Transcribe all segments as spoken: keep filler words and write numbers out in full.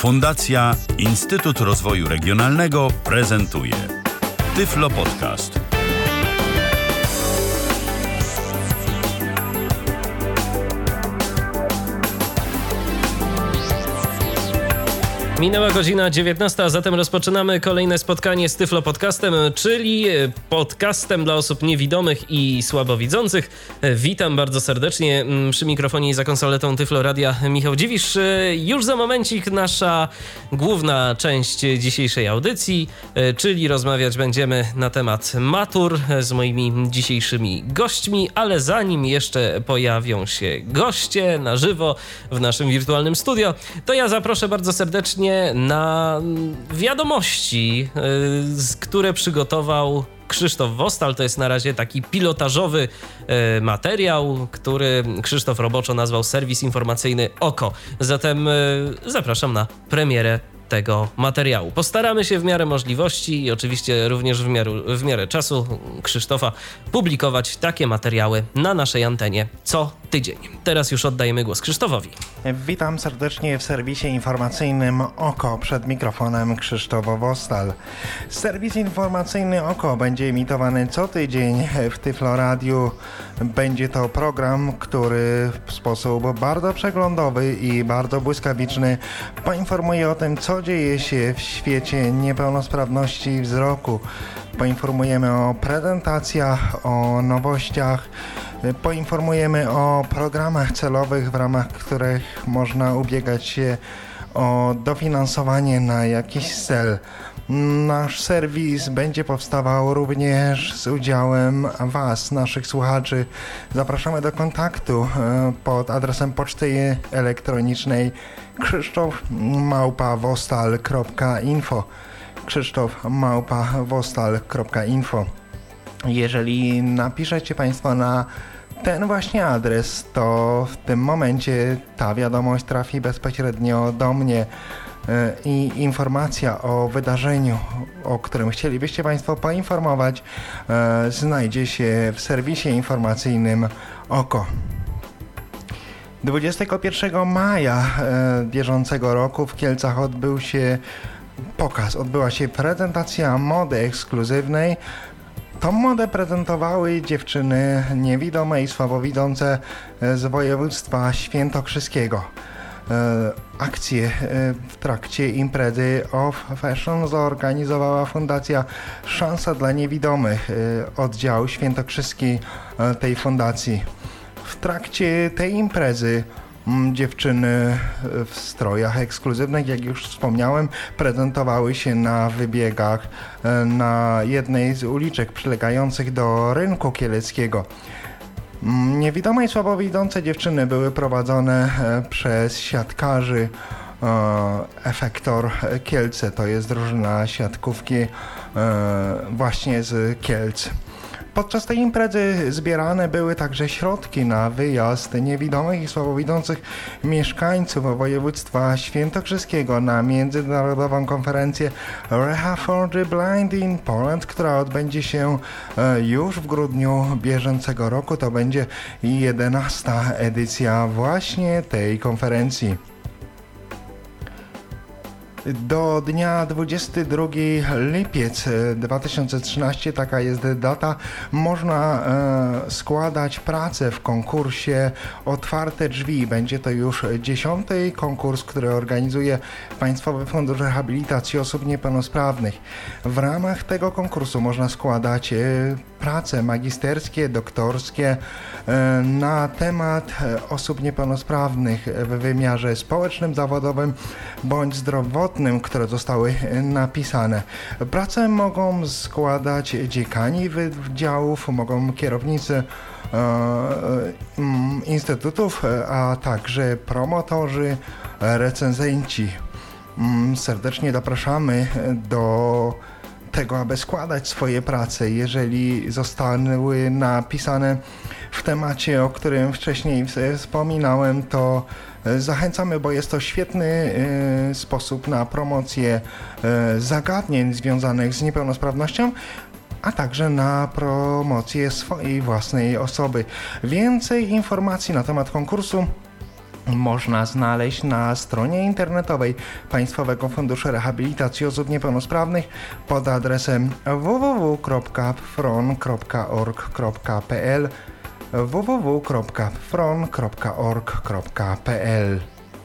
Fundacja Instytut Rozwoju Regionalnego prezentuje Tyflo Podcast. Minęła godzina dziewiętnasta, a zatem rozpoczynamy kolejne spotkanie z Tyflo Podcastem, czyli podcastem dla osób niewidomych i słabowidzących. Witam bardzo serdecznie przy mikrofonie i za konsoletą Tyflo Radia Michał Dziwisz. Już za momencik nasza główna część dzisiejszej audycji, czyli rozmawiać będziemy na temat matur z moimi dzisiejszymi gośćmi, ale zanim jeszcze pojawią się goście na żywo w naszym wirtualnym studio, to ja zaproszę bardzo serdecznie na wiadomości, które przygotował Krzysztof Wostal. To jest na razie taki pilotażowy materiał, który Krzysztof roboczo nazwał Serwis Informacyjny Oko. Zatem zapraszam na premierę tego materiału. Postaramy się w miarę możliwości i oczywiście również w miarę, w miarę czasu Krzysztofa publikować takie materiały na naszej antenie co tydzień. Teraz już oddajemy głos Krzysztofowi. Witam serdecznie w serwisie informacyjnym Oko. Przed mikrofonem Krzysztof Wostal. Serwis informacyjny Oko będzie emitowany co tydzień w Tyflo Radiu. Będzie to program, który w sposób bardzo przeglądowy i bardzo błyskawiczny poinformuje o tym, co dzieje się w świecie niepełnosprawności wzroku. Poinformujemy o prezentacjach, o nowościach, poinformujemy o programach celowych, w ramach których można ubiegać się o dofinansowanie na jakiś cel. Nasz serwis będzie powstawał również z udziałem Was, naszych słuchaczy. Zapraszamy do kontaktu pod adresem poczty elektronicznej krzysztof małpa wostal kropka info krzysztof małpa wostal kropka info. Jeżeli napiszecie Państwo na ten właśnie adres, to w tym momencie ta wiadomość trafi bezpośrednio do mnie i informacja o wydarzeniu, o którym chcielibyście Państwo poinformować, znajdzie się w serwisie informacyjnym Oko. dwudziestego pierwszego maja bieżącego roku w Kielcach odbył się pokaz, odbyła się prezentacja mody ekskluzywnej. Tą modę prezentowały dziewczyny niewidome i słabowidzące z województwa świętokrzyskiego. Akcję w trakcie imprezy Off Fashion zorganizowała Fundacja Szansa dla Niewidomych, oddział świętokrzyski tej fundacji. W trakcie tej imprezy dziewczyny w strojach ekskluzywnych, jak już wspomniałem, prezentowały się na wybiegach na jednej z uliczek przylegających do rynku kieleckiego. Niewidome i słabowidzące dziewczyny były prowadzone przez siatkarzy Efektor Kielce, to jest drużyna siatkówki właśnie z Kielc. Podczas tej imprezy zbierane były także środki na wyjazd niewidomych i słabowidzących mieszkańców województwa świętokrzyskiego na międzynarodową konferencję Reha for the Blind in Poland, która odbędzie się już w grudniu bieżącego roku. To będzie jedenasta edycja właśnie tej konferencji. Do dnia dwudziestego drugiego lipiec dwa tysiące trzynastego, taka jest data, można e, składać pracę w konkursie Otwarte Drzwi. Będzie to już dziesiąty konkurs, który organizuje Państwowy Fundusz Rehabilitacji Osób Niepełnosprawnych. W ramach tego konkursu można składać e, prace magisterskie, doktorskie e, na temat osób niepełnosprawnych w wymiarze społecznym, zawodowym bądź zdrowotnym, które zostały napisane. Pracę mogą składać dziekani wydziałów, mogą kierownicy e, e, instytutów, a także promotorzy, recenzenci. Serdecznie zapraszamy do tego, aby składać swoje prace, jeżeli zostały napisane w temacie, o którym wcześniej wspominałem, to zachęcamy, bo jest to świetny y, sposób na promocję y, zagadnień związanych z niepełnosprawnością, a także na promocję swojej własnej osoby. Więcej informacji na temat konkursu można znaleźć na stronie internetowej Państwowego Funduszu Rehabilitacji Osób Niepełnosprawnych pod adresem w w w kropka fron kropka org kropka p l w w w kropka fron kropka org kropka p l.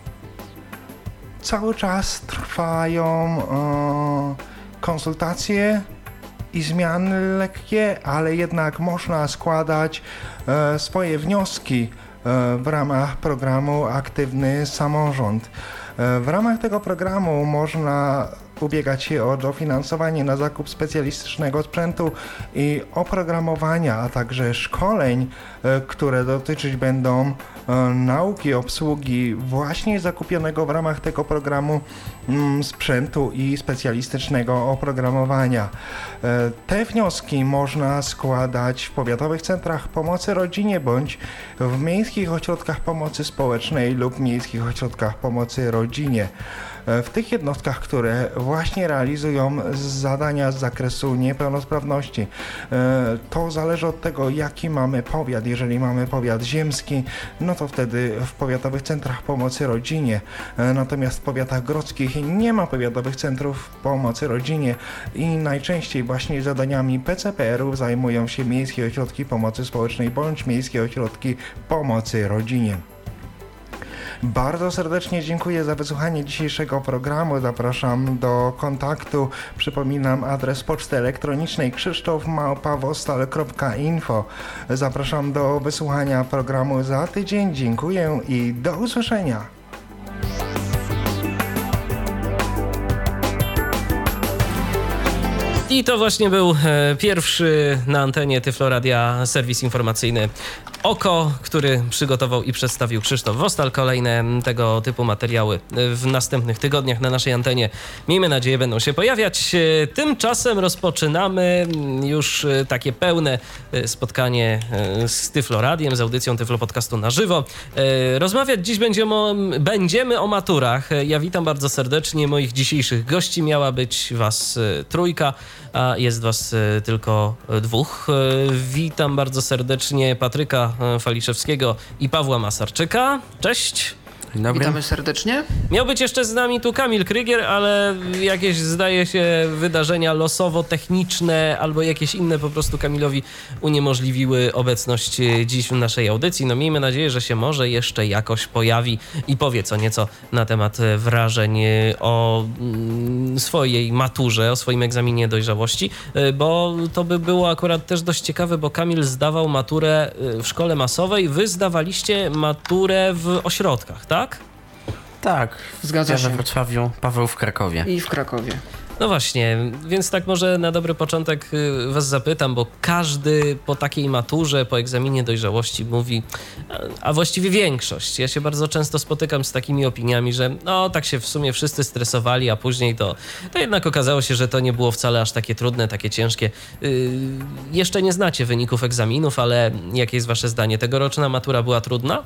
Cały czas trwają e, konsultacje i zmiany lekkie, ale jednak można składać e, swoje wnioski w ramach programu Aktywny Samorząd. W ramach tego programu można ubiegać się o dofinansowanie na zakup specjalistycznego sprzętu i oprogramowania, a także szkoleń, które dotyczyć będą nauki obsługi właśnie zakupionego w ramach tego programu sprzętu i specjalistycznego oprogramowania. Te wnioski można składać w powiatowych centrach pomocy rodzinie bądź w miejskich ośrodkach pomocy społecznej lub miejskich ośrodkach pomocy rodzinie. W tych jednostkach, które właśnie realizują zadania z zakresu niepełnosprawności. To zależy od tego, jaki mamy powiat. Jeżeli mamy powiat ziemski, no to wtedy w powiatowych centrach pomocy rodzinie. Natomiast w powiatach grodzkich nie ma powiatowych centrów pomocy rodzinie i najczęściej właśnie zadaniami P C P R-ów zajmują się miejskie ośrodki pomocy społecznej bądź miejskie ośrodki pomocy rodzinie. Bardzo serdecznie dziękuję za wysłuchanie dzisiejszego programu. Zapraszam do kontaktu. Przypominam adres poczty elektronicznej krzysztof małpa vostal kropka info. Zapraszam do wysłuchania programu za tydzień. Dziękuję i do usłyszenia. I to właśnie był e, pierwszy na antenie Tyfloradia serwis informacyjny Oko, który przygotował i przedstawił Krzysztof Vostal. Kolejne tego typu materiały w następnych tygodniach na naszej antenie, miejmy nadzieję, będą się pojawiać. Tymczasem rozpoczynamy już takie pełne spotkanie z Tyfloradiem, z audycją Tyflo Podcastu na żywo. Rozmawiać dziś będziemy o, będziemy o maturach. Ja witam bardzo serdecznie moich dzisiejszych gości. Miała być was trójka, a jest was tylko dwóch. Witam bardzo serdecznie Patryka Faliszewskiego i Pawła Masarczyka. Cześć. Witamy serdecznie. Miał być jeszcze z nami tu Kamil Krygier, ale jakieś, zdaje się, wydarzenia losowo-techniczne albo jakieś inne po prostu Kamilowi uniemożliwiły obecność dziś w naszej audycji. No miejmy nadzieję, że się może jeszcze jakoś pojawi i powie co nieco na temat wrażeń o swojej maturze, o swoim egzaminie dojrzałości, bo to by było akurat też dość ciekawe, bo Kamil zdawał maturę w szkole masowej, wy zdawaliście maturę w ośrodkach, tak? Tak? Tak, zgadza ja się. We Wrocławiu, Paweł w Krakowie. I w Krakowie. No właśnie, więc tak może na dobry początek was zapytam, bo każdy po takiej maturze, po egzaminie dojrzałości mówi, a właściwie większość. Ja się bardzo często spotykam z takimi opiniami, że no tak się w sumie wszyscy stresowali, a później to, to jednak okazało się, że to nie było wcale aż takie trudne, takie ciężkie. Yy, jeszcze nie znacie wyników egzaminów, ale jakie jest wasze zdanie? Tegoroczna matura była trudna?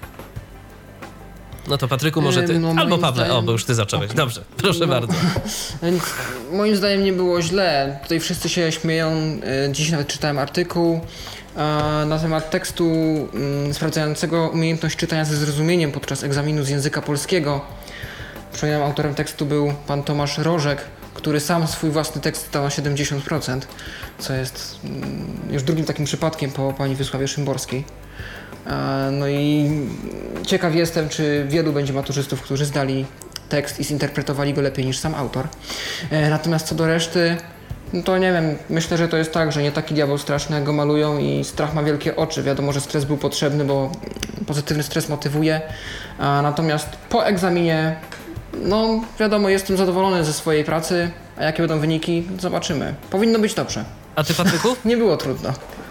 No to Patryku, może ty, no, albo Pawle, zdaniem... o, bo już ty zacząłeś. Okay. Dobrze, proszę no, bardzo. Moim zdaniem nie było źle. Tutaj wszyscy się śmieją. Dziś nawet czytałem artykuł na temat tekstu sprawdzającego umiejętność czytania ze zrozumieniem podczas egzaminu z języka polskiego. Przypominam, autorem tekstu był pan Tomasz Rożek, który sam swój własny tekst dał na siedemdziesiąt procent, co jest już drugim takim przypadkiem po pani Wiesławie Szymborskiej. No i ciekaw jestem, czy wielu będzie maturzystów, którzy zdali tekst i zinterpretowali go lepiej niż sam autor. Natomiast co do reszty, no to nie wiem, myślę, że to jest tak, że nie taki diabeł straszny, jak go malują i strach ma wielkie oczy. Wiadomo, że stres był potrzebny, bo pozytywny stres motywuje. Natomiast po egzaminie, no wiadomo, jestem zadowolony ze swojej pracy, a jakie będą wyniki, zobaczymy. Powinno być dobrze. A ty, Patryku? Nie było trudno.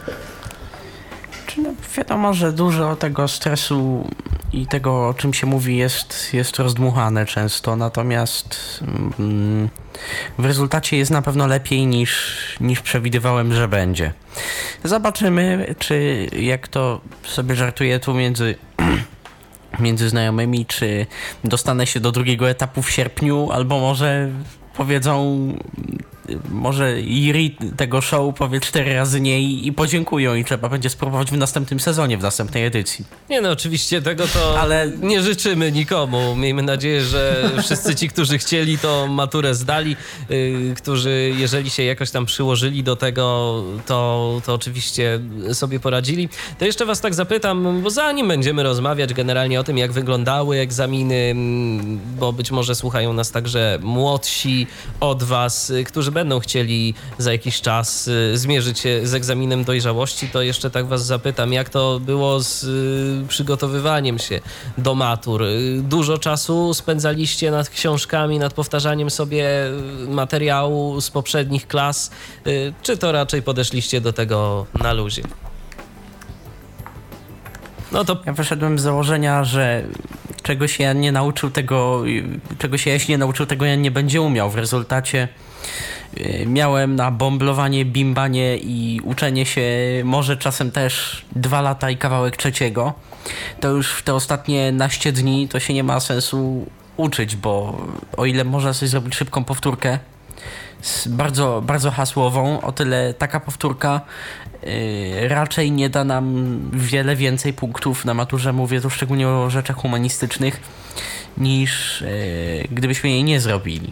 No, wiadomo, że dużo tego stresu i tego, o czym się mówi, jest, jest rozdmuchane często, natomiast mm, w rezultacie jest na pewno lepiej niż, niż przewidywałem, że będzie. Zobaczymy, czy jak to sobie żartuję tu między, między znajomymi, czy dostanę się do drugiego etapu w sierpniu, albo może powiedzą może jury tego show powie cztery razy nie i, i podziękują i trzeba będzie spróbować w następnym sezonie, w następnej edycji. Nie no, oczywiście tego to Ale... nie życzymy nikomu. Miejmy nadzieję, że wszyscy ci, którzy chcieli, to maturę zdali, yy, którzy jeżeli się jakoś tam przyłożyli do tego, to, to oczywiście sobie poradzili. To jeszcze was tak zapytam, bo zanim będziemy rozmawiać generalnie o tym, jak wyglądały egzaminy, bo być może słuchają nas także młodsi od was, którzy będą chcieli za jakiś czas zmierzyć się z egzaminem dojrzałości, to jeszcze tak was zapytam, jak to było z przygotowywaniem się do matur? Dużo czasu spędzaliście nad książkami, nad powtarzaniem sobie materiału z poprzednich klas, czy to raczej podeszliście do tego na luzie? No to... Ja wyszedłem z założenia, że czego się ja nie nauczył, tego, czego się Jaś nie nauczył, tego ja nie będzie umiał. W rezultacie miałem na bomblowanie, bimbanie i uczenie się może czasem też dwa lata i kawałek trzeciego. To już w te ostatnie naście dni to się nie ma sensu uczyć, bo o ile można sobie zrobić szybką powtórkę, bardzo, bardzo hasłową, o tyle taka powtórka yy, raczej nie da nam wiele więcej punktów na maturze, mówię tu szczególnie o rzeczach humanistycznych, niż yy, gdybyśmy jej nie zrobili.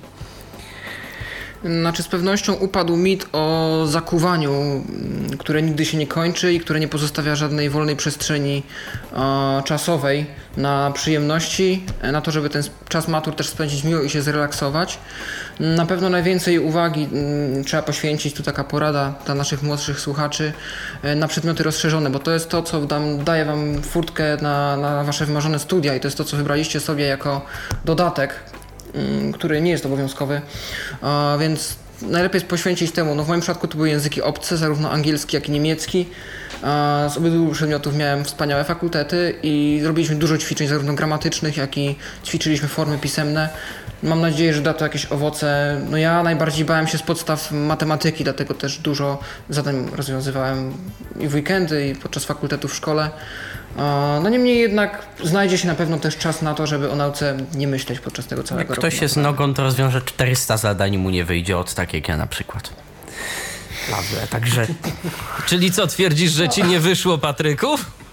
Znaczy z pewnością upadł mit o zakuwaniu, które nigdy się nie kończy i które nie pozostawia żadnej wolnej przestrzeni e, czasowej na przyjemności, na to, żeby ten czas matur też spędzić miło i się zrelaksować. Na pewno najwięcej uwagi m, trzeba poświęcić, tu taka porada dla naszych młodszych słuchaczy, e, na przedmioty rozszerzone, bo to jest to, co dam, daje wam furtkę na, na wasze wymarzone studia i to jest to, co wybraliście sobie jako dodatek, który nie jest obowiązkowy, a więc najlepiej jest poświęcić temu. No w moim przypadku to były języki obce, zarówno angielski, jak i niemiecki. A z obydwu przedmiotów miałem wspaniałe fakultety i zrobiliśmy dużo ćwiczeń, zarówno gramatycznych, jak i ćwiczyliśmy formy pisemne. Mam nadzieję, że da to jakieś owoce. No ja najbardziej bałem się z podstaw matematyki, dlatego też dużo zadań rozwiązywałem i w weekendy, i podczas fakultetu w szkole. No niemniej jednak znajdzie się na pewno też czas na to, żeby o nauce nie myśleć podczas tego całego jak roku. Jak ktoś jest nogą, to rozwiąże czterysta zadań i mu nie wyjdzie od tak jak ja na przykład. Prawda, także... Czyli co, twierdzisz, że ci nie wyszło, Patryku?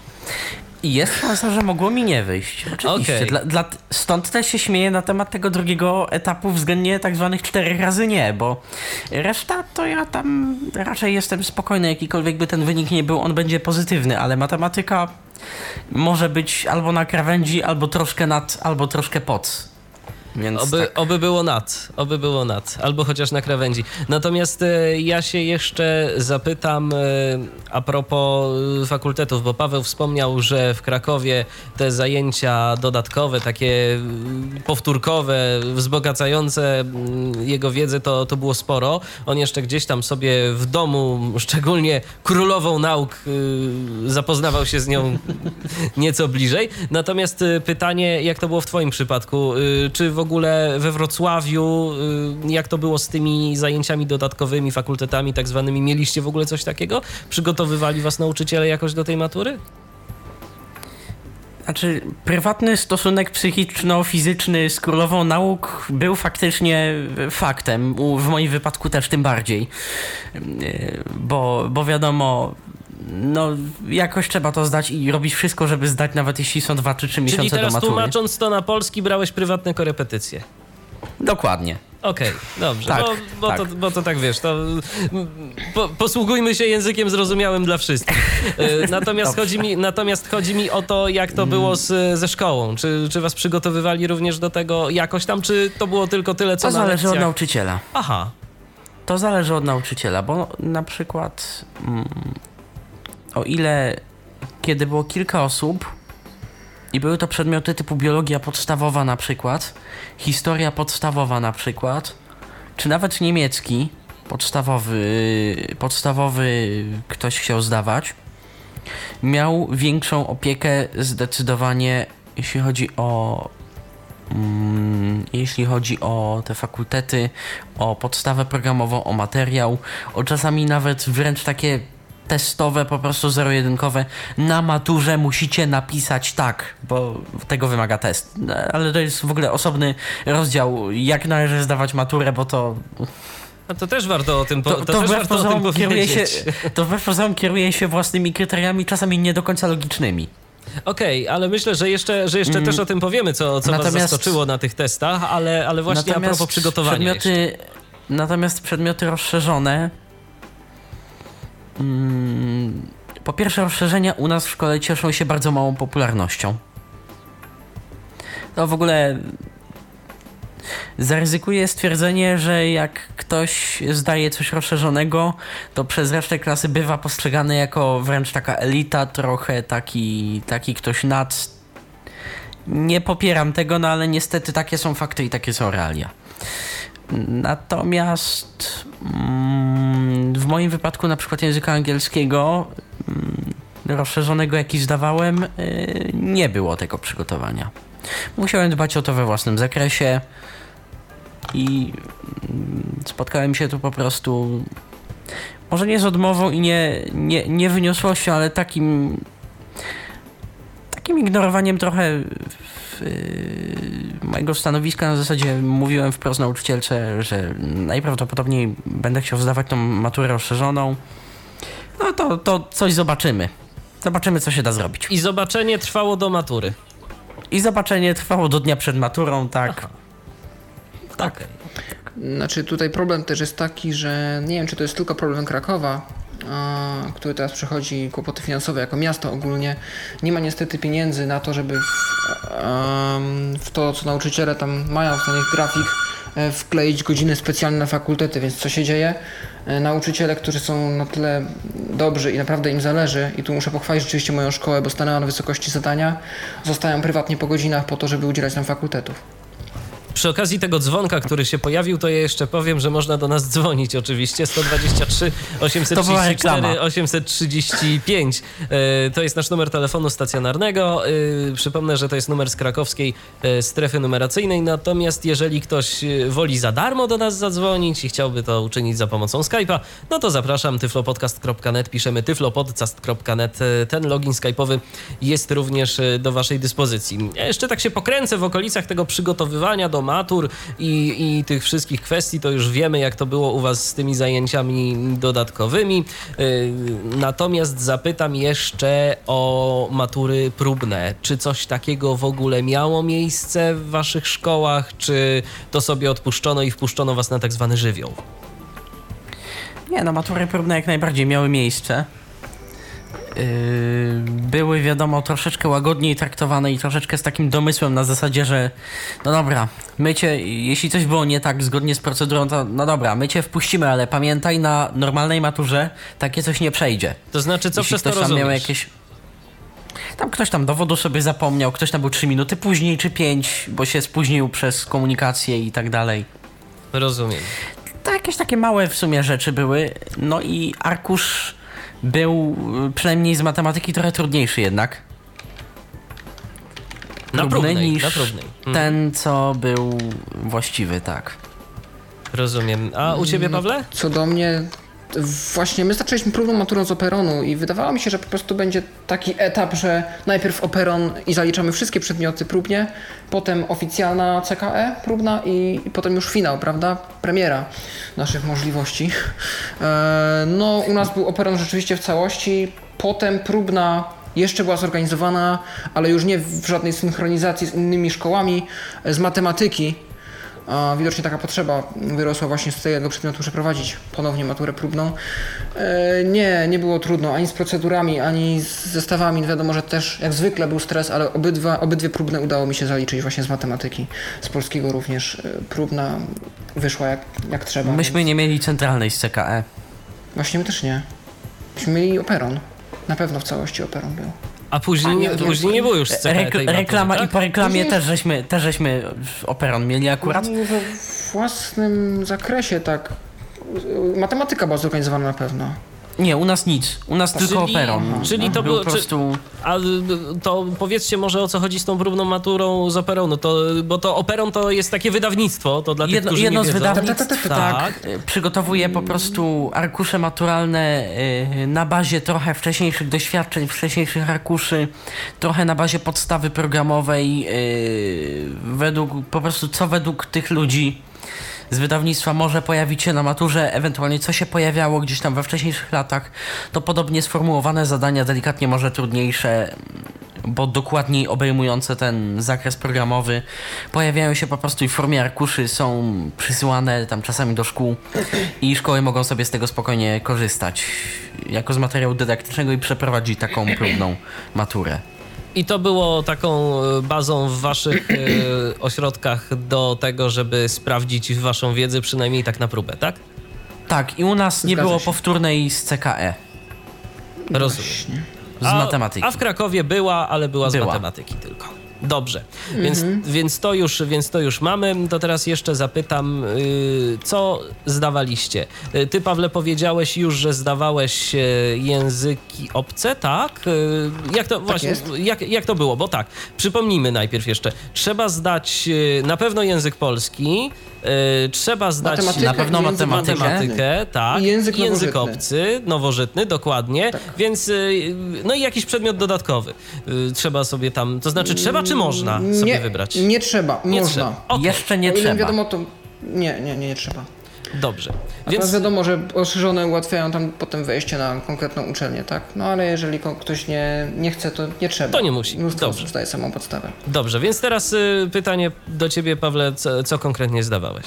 I jest szansa, że mogło mi nie wyjść. Oczywiście. Okay. Dla, dla, stąd też się śmieję na temat tego drugiego etapu względnie tak zwanych czterech razy nie, bo reszta to ja tam raczej jestem spokojny, jakikolwiek by ten wynik nie był, on będzie pozytywny, ale matematyka może być albo na krawędzi, albo troszkę nad, albo troszkę pod. Więc oby, tak. oby było nad, oby było nad, albo chociaż na krawędzi. Natomiast e, ja się jeszcze zapytam e, a propos fakultetów, bo Paweł wspomniał, że w Krakowie te zajęcia dodatkowe, takie powtórkowe, wzbogacające m, jego wiedzę, to, to było sporo. On jeszcze gdzieś tam sobie w domu, szczególnie królową nauk, y, zapoznawał się z nią nieco bliżej. Natomiast y, pytanie, jak to było w twoim przypadku? Y, czy w W ogóle we Wrocławiu, jak to było z tymi zajęciami dodatkowymi, fakultetami tak zwanymi? Mieliście w ogóle coś takiego? Przygotowywali was nauczyciele jakoś do tej matury? Znaczy, prywatny stosunek psychiczno-fizyczny z królową nauk był faktycznie faktem. W moim wypadku też tym bardziej. Bo, bo wiadomo... No, jakoś trzeba to zdać i robić wszystko, żeby zdać, nawet jeśli są dwa czy trzy miesiące do matury. Czyli teraz tłumacząc to na polski, brałeś prywatne korepetycje? Dokładnie. Okej, okay, dobrze, tak, bo, bo, tak. To, bo to tak wiesz, to po, posługujmy się językiem zrozumiałym dla wszystkich. Natomiast, chodzi mi, natomiast chodzi mi o to, jak to było z, ze szkołą. Czy, czy was przygotowywali również do tego jakoś tam, czy to było tylko tyle, co to na zależy lekcjach? Od nauczyciela. Aha. To zależy od nauczyciela, bo na przykład... Mm, o ile kiedy było kilka osób i były to przedmioty typu biologia podstawowa na przykład, historia podstawowa na przykład, czy nawet niemiecki podstawowy, podstawowy ktoś chciał zdawać, miał większą opiekę zdecydowanie, jeśli chodzi o mm, jeśli chodzi o te fakultety, o podstawę programową, o materiał, o czasami nawet wręcz takie testowe, po prostu zero-jedynkowe. Na maturze musicie napisać tak, bo tego wymaga test. Ale to jest w ogóle osobny rozdział, jak należy zdawać maturę, bo to A to też warto o tym, po, To, to to, też wbrew warto o tym pozorom kieruje się, powiedzieć. to wbrew pozorom kieruje się własnymi kryteriami, czasami nie do końca logicznymi. Okej, okay, ale myślę, że jeszcze, że jeszcze Mm. też o tym powiemy, co, co was Natomiast- zaskoczyło na tych testach, ale, ale właśnie Natomiast a propos przygotowania przedmioty, Natomiast przedmioty rozszerzone... Mm, po pierwsze, rozszerzenia u nas w szkole cieszą się bardzo małą popularnością. To w ogóle... Zaryzykuję stwierdzenie, że jak ktoś zdaje coś rozszerzonego, to przez resztę klasy bywa postrzegany jako wręcz taka elita, trochę taki, taki ktoś nad. Nie popieram tego, no ale niestety takie są fakty i takie są realia. Natomiast mm, w moim wypadku na przykład języka angielskiego mm, rozszerzonego jaki zdawałem, yy, nie było tego przygotowania. Musiałem dbać o to we własnym zakresie i spotkałem się tu po prostu może nie z odmową i nie, nie, nie wyniosłością, ale takim takim ignorowaniem trochę w, yy, mojego stanowiska. Na zasadzie mówiłem wprost nauczycielce, że najprawdopodobniej będę chciał zdawać tą maturę rozszerzoną. No to, to coś zobaczymy. Zobaczymy, co się da zrobić. I zobaczenie trwało do matury. I zobaczenie trwało do dnia przed maturą, tak. Aha. Tak. Okay. Znaczy tutaj problem też jest taki, że nie wiem, czy to jest tylko problem Krakowa, a, który teraz przechodzi kłopoty finansowe jako miasto ogólnie. Nie ma niestety pieniędzy na to, żeby w, a, w to, co nauczyciele tam mają w ten ich grafik, e, wkleić godziny specjalne na fakultety, więc co się dzieje? E, nauczyciele, którzy są na tyle dobrzy i naprawdę im zależy, i tu muszę pochwalić rzeczywiście moją szkołę, bo stanęła na wysokości zadania, zostają prywatnie po godzinach po to, żeby udzielać nam fakultetów. Przy okazji tego dzwonka, który się pojawił, to ja jeszcze powiem, że można do nas dzwonić oczywiście. sto dwadzieścia trzy osiemset trzydzieści cztery osiemset trzydzieści pięć. To jest nasz numer telefonu stacjonarnego. Przypomnę, że to jest numer z krakowskiej strefy numeracyjnej. Natomiast jeżeli ktoś woli za darmo do nas zadzwonić i chciałby to uczynić za pomocą Skype'a, no to zapraszam, tyflopodcast kropka net. Piszemy tyflopodcast kropka net. Ten login skype'owy jest również do waszej dyspozycji. Ja jeszcze tak się pokręcę w okolicach tego przygotowywania do matur i, i tych wszystkich kwestii, to już wiemy, jak to było u was z tymi zajęciami dodatkowymi. Yy, natomiast zapytam jeszcze o matury próbne. Czy coś takiego w ogóle miało miejsce w waszych szkołach, czy to sobie odpuszczono i wpuszczono was na tak zwany żywioł? Nie, no matury próbne jak najbardziej miały miejsce. Yy, były, wiadomo, troszeczkę łagodniej traktowane i troszeczkę z takim domysłem na zasadzie, że no dobra, my cię, jeśli coś było nie tak zgodnie z procedurą, to no dobra, my cię wpuścimy, ale pamiętaj, na normalnej maturze takie coś nie przejdzie. To znaczy, co Jeśli przez to ktoś tam rozumiesz? miał jakieś... Tam ktoś tam dowodu sobie zapomniał, ktoś tam był trzy minuty później czy pięć, bo się spóźnił przez komunikację i tak dalej. Rozumiem. To jakieś takie małe w sumie rzeczy były. No i arkusz był przynajmniej z matematyki trochę trudniejszy jednak. Na Próbny próbnej, niż na próbnej. Mhm. ten, co był właściwy, tak. Rozumiem. A u ciebie, Pawle? Co do mnie, właśnie my zaczęliśmy próbną maturą z operonu i wydawało mi się, że po prostu będzie taki etap, że najpierw operon i zaliczamy wszystkie przedmioty próbnie, potem oficjalna C K E próbna i, i potem już finał, prawda? Premiera naszych możliwości. E, no u nas był operon rzeczywiście w całości, potem próbna jeszcze była zorganizowana, ale już nie w żadnej synchronizacji z innymi szkołami, z matematyki. A widocznie taka potrzeba wyrosła właśnie z tego przedmiotu przeprowadzić ponownie maturę próbną. E, nie, nie było trudno ani z procedurami, ani z zestawami. Wiadomo, że też jak zwykle był stres, ale obydwa, obydwie próbne udało mi się zaliczyć właśnie z matematyki. Z polskiego również e, próbna wyszła jak, jak trzeba. Myśmy więc... nie mieli centralnej z C K E. Właśnie my też nie. Myśmy mieli operon. Na pewno w całości operon był. A później, A, nie, nie, później nie było już z C K E Rekl- tej matury, reklama tak? i po reklamie Później- też żeśmy, też żeśmy operon mieli akurat. We własnym zakresie tak. Matematyka była zorganizowana na pewno. Nie, u nas nic. U nas tylko Czyli- operon. czyli to był było- po czy- prostu... A to powiedzcie może, o co chodzi z tą próbną maturą z operą, no to, bo to operon to jest takie wydawnictwo, to dla tych, Jedno, którzy jedno nie z wiedzą. wydawnictw, Tak, tak, tak, tak, tak. y, przygotowuje po prostu arkusze maturalne y, na bazie trochę wcześniejszych doświadczeń, wcześniejszych arkuszy, trochę na bazie podstawy programowej, y, według po prostu co według tych ludzi z wydawnictwa może pojawić się na maturze, ewentualnie co się pojawiało gdzieś tam we wcześniejszych latach, to podobnie sformułowane zadania, delikatnie może trudniejsze, bo dokładniej obejmujące ten zakres programowy, pojawiają się po prostu w formie arkuszy, są przysyłane tam czasami do szkół i szkoły mogą sobie z tego spokojnie korzystać jako z materiału dydaktycznego i przeprowadzić taką próbną maturę. I to było taką bazą w waszych e, ośrodkach do tego, żeby sprawdzić waszą wiedzę, przynajmniej tak na próbę, tak? Tak, i u nas nie Zgadza było się. powtórnej z C K E, Rozumiem. z A, matematyki. a w Krakowie była, ale była z Była. matematyki tylko. Dobrze, więc, więc, to już, więc to już mamy. To teraz jeszcze zapytam, yy, co zdawaliście? Yy, Ty, Pawle, powiedziałeś już, że zdawałeś yy, języki obce, tak? Yy, jak to właśnie, jest. jak, jak to było? Bo tak, przypomnijmy najpierw jeszcze. Trzeba zdać yy, na pewno język polski, yy, trzeba zdać Matematykę na pewno i język matematykę. matematykę, tak. I język język nowożytny. obcy, nowożytny, dokładnie. Więc, yy, no i jakiś przedmiot dodatkowy. Yy, trzeba sobie tam, to znaczy trzeba czy można sobie nie, wybrać? Nie trzeba, Nie można. trzeba. Okej, Jeszcze nie O ile trzeba. wiadomo, to nie, nie, nie, nie trzeba. dobrze. A Więc teraz wiadomo, że rozszerzone ułatwiają tam potem wejście na konkretną uczelnię, tak? No ale jeżeli ko- ktoś nie, nie chce, to nie trzeba. To nie musi. Mnóstwo Dobrze. osób zdaje samą podstawę. dobrze, więc teraz y, pytanie do ciebie, Pawle, co, co konkretnie zdawałeś?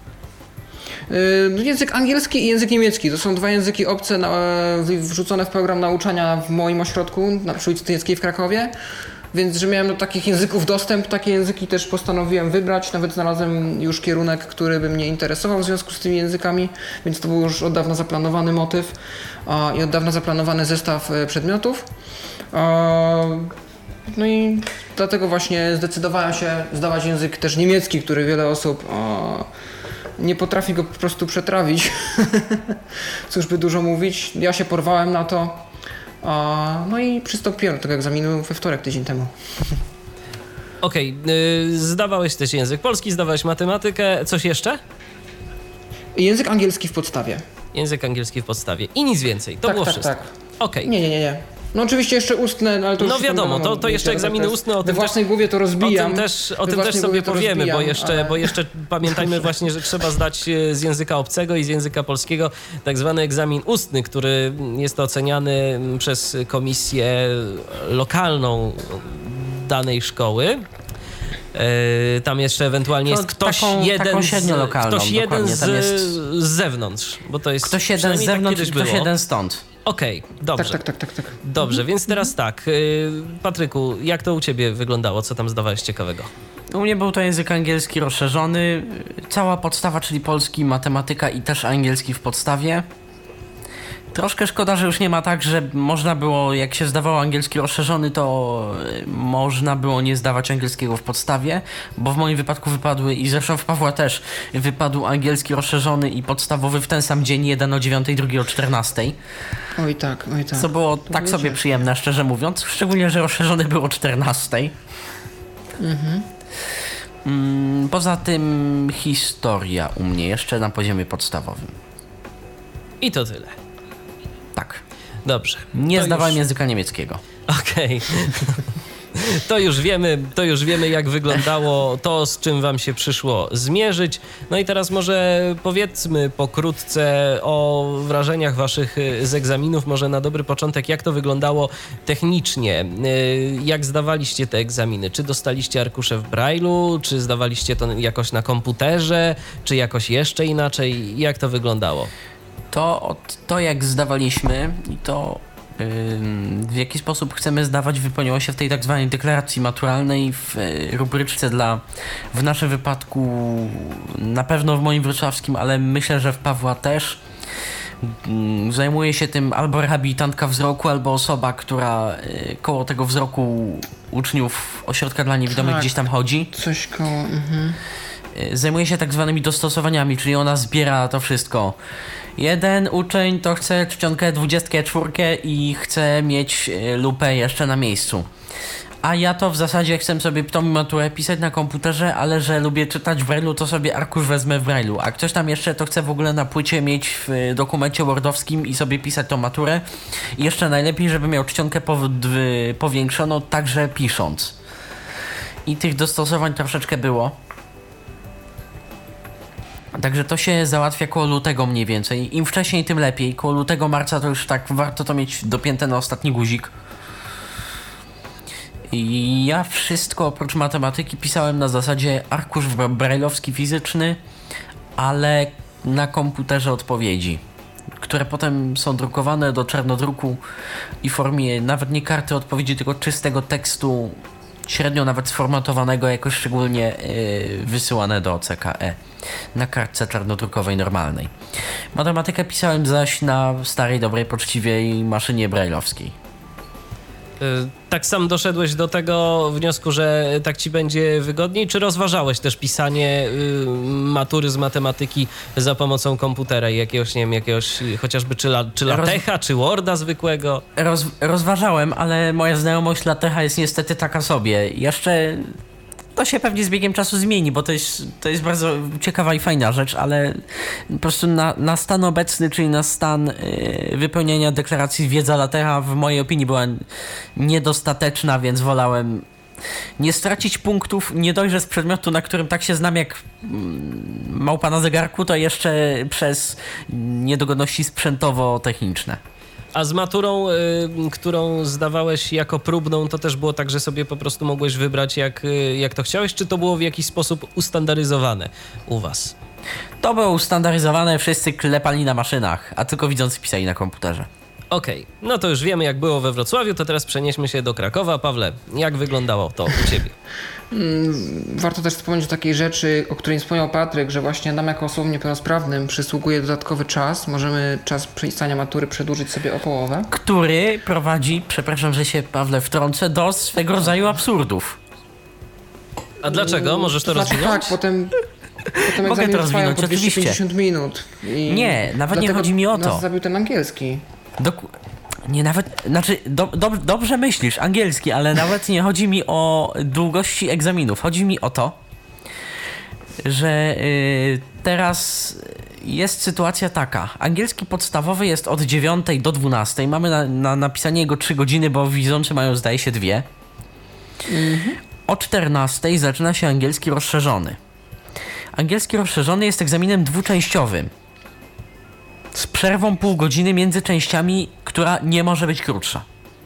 Yy, język angielski i język niemiecki to są dwa języki obce na, w- wrzucone w program nauczania w moim ośrodku na przy ulicy Tyjeckiej w Krakowie. Więc, że miałem do takich języków dostęp, takie języki też postanowiłem wybrać. Nawet znalazłem już kierunek, który by mnie interesował w związku z tymi językami, więc to był już od dawna zaplanowany motyw a, i od dawna zaplanowany zestaw e, przedmiotów. A, no i dlatego właśnie zdecydowałem się zdawać język też niemiecki, który wiele osób a, nie potrafi go po prostu przetrawić. Cóż by dużo mówić. Ja się porwałem na to. A, no i przystąpiłem do tego egzaminu we wtorek tydzień temu. Okej, y, zdawałeś też język polski, zdawałeś matematykę, coś jeszcze? Język angielski w podstawie. Język angielski w podstawie i nic więcej, to tak, było tak, wszystko. tak. Okej. Nie, nie, nie, nie. No oczywiście jeszcze ustne, no ale to No już wiadomo, to- to jeszcze wiecie, egzaminy teraz ustne, o tym we własnej też- głowie to O rozbijam. tym też, o We tym też własnej sobie głowie to powiemy, bo rozbijam, jeszcze, ale- bo jeszcze pamiętajmy właśnie, że trzeba zdać e, z języka obcego i z języka polskiego tak zwany egzamin ustny, który jest oceniany przez komisję lokalną danej szkoły. E, Tam jeszcze ewentualnie To jest ktoś taką- jeden, taką z, średnio lokalną, ktoś jeden dokładnie, z, tam jest- z zewnątrz, bo to jest Ktoś jeden z przynajmniej tak zewnątrz i kiedyś ktoś było. jeden stąd. Okej, dobrze. Tak, tak, tak, tak, tak. Dobrze, więc teraz tak. y, Patryku, jak to u ciebie wyglądało? Co tam zdawałeś ciekawego? U mnie był to język angielski rozszerzony, cała podstawa, czyli polski, matematyka i też angielski w podstawie. Troszkę szkoda, że już nie ma tak, że można było, jak się zdawało angielski rozszerzony, to y, można było nie zdawać angielskiego w podstawie, bo w moim wypadku wypadły, i zresztą w Pawła też, wypadł angielski rozszerzony i podstawowy w ten sam dzień, jeden o dziewiątej, drugi o czternastej. Oj tak, oj tak. Co było tak wiecie. sobie przyjemne, szczerze mówiąc. Szczególnie, że rozszerzony był o czternastej. Mm, poza tym historia u mnie jeszcze na poziomie podstawowym. I to tyle. Tak. Dobrze. Nie To zdawałem już- języka niemieckiego. Okej. To już wiemy, to już wiemy, jak wyglądało to, z czym wam się przyszło zmierzyć. No i teraz może powiedzmy pokrótce o wrażeniach waszych y, z egzaminów, może na dobry początek, jak to wyglądało technicznie. Y, Jak zdawaliście te egzaminy? Czy dostaliście arkusze w Braille'u, czy zdawaliście to jakoś na komputerze, czy jakoś jeszcze inaczej? Jak to wyglądało? To, od, to jak zdawaliśmy i to ym, w jaki sposób chcemy zdawać, wypełniło się w tej tak zwanej deklaracji maturalnej w y, rubryczce dla, w naszym wypadku na pewno w moim wrocławskim, ale myślę, że w Pawła też. Ym, Zajmuje się tym albo rehabilitantka wzroku, albo osoba, która y, koło tego wzroku uczniów ośrodka dla niewidomych Tak. gdzieś tam chodzi. Coś koło... Mhm. Y, Zajmuje się tak zwanymi dostosowaniami, czyli ona zbiera to wszystko. Jeden uczeń to chce czcionkę dwudziestkę czwórkę i chce mieć y, lupę jeszcze na miejscu. A ja to w zasadzie chcę sobie tą maturę pisać na komputerze, ale że lubię czytać w Braille'u, to sobie arkusz wezmę w Braille'u. A ktoś tam jeszcze to chce w ogóle na płycie mieć w y, dokumencie wordowskim i sobie pisać tą maturę. I jeszcze najlepiej, żeby miał czcionkę pow- y, powiększoną, także pisząc. I tych dostosowań troszeczkę było. Także to się załatwia koło lutego mniej więcej. Im wcześniej, tym lepiej. Koło lutego, marca to już tak warto to mieć dopięte na ostatni guzik. I ja wszystko oprócz matematyki pisałem na zasadzie arkusz brajlowski fizyczny, ale na komputerze odpowiedzi, które potem są drukowane do czarnodruku i w formie nawet nie karty odpowiedzi, tylko czystego tekstu, średnio nawet sformatowanego, jakoś szczególnie yy, wysyłane do C K E na kartce czarnodrukowej normalnej. Matematykę pisałem zaś na starej, dobrej, poczciwej maszynie brajlowskiej. Tak sam doszedłeś do tego wniosku, że tak ci będzie wygodniej, czy rozważałeś też pisanie y, matury z matematyki za pomocą komputera i jakiegoś, nie wiem, jakiegoś chociażby czy, la, czy latecha, Roz... czy Worda zwykłego? Roz, rozważałem, ale moja znajomość latecha jest niestety taka sobie. Jeszcze to się pewnie z biegiem czasu zmieni, bo to jest, to jest bardzo ciekawa i fajna rzecz, ale po prostu na, na stan obecny, czyli na stan yy, wypełniania deklaracji wiedza latecha w mojej opinii była niedostateczna, więc wolałem nie stracić punktów, nie dojrzeć z przedmiotu, na którym tak się znam jak małpa na zegarku, to jeszcze przez niedogodności sprzętowo-techniczne. A z maturą, y, którą zdawałeś jako próbną, to też było tak, że sobie po prostu mogłeś wybrać jak, y, jak to chciałeś, czy to było w jakiś sposób ustandaryzowane u was? To było ustandaryzowane, wszyscy klepali na maszynach, a tylko widzący pisali na komputerze. Okej, okay. No to już wiemy jak było we Wrocławiu, to teraz przenieśmy się do Krakowa. Pawle, jak wyglądało to u ciebie? Warto też wspomnieć o takiej rzeczy, o której wspomniał Patryk, że właśnie nam jako osobom niepełnosprawnym przysługuje dodatkowy czas. Możemy czas pisania matury przedłużyć sobie o połowę. Który prowadzi, przepraszam, że się Pawle wtrącę, do swego rodzaju absurdów. A dlaczego? Możesz to, to znaczy, rozwinąć? Tak, potem... Potem Mogę to rozwinąć, po dwieście pięćdziesiąt oczywiście. minut. I nie, nawet nie chodzi mi o to. Nas zabił ten angielski. Dok- nie, nawet, znaczy do, do, dobrze myślisz, angielski, ale nawet nie chodzi mi o długości egzaminów. Chodzi mi o to, że y, teraz jest sytuacja taka. Angielski podstawowy jest od dziewiątej do dwunastej. Mamy na, na napisanie jego trzy godziny, bo widzący mają, zdaje się, dwie. Mhm. O czternastej zaczyna się angielski rozszerzony. Angielski rozszerzony jest egzaminem dwuczęściowym. Z przerwą pół godziny między częściami, która nie może być krótsza.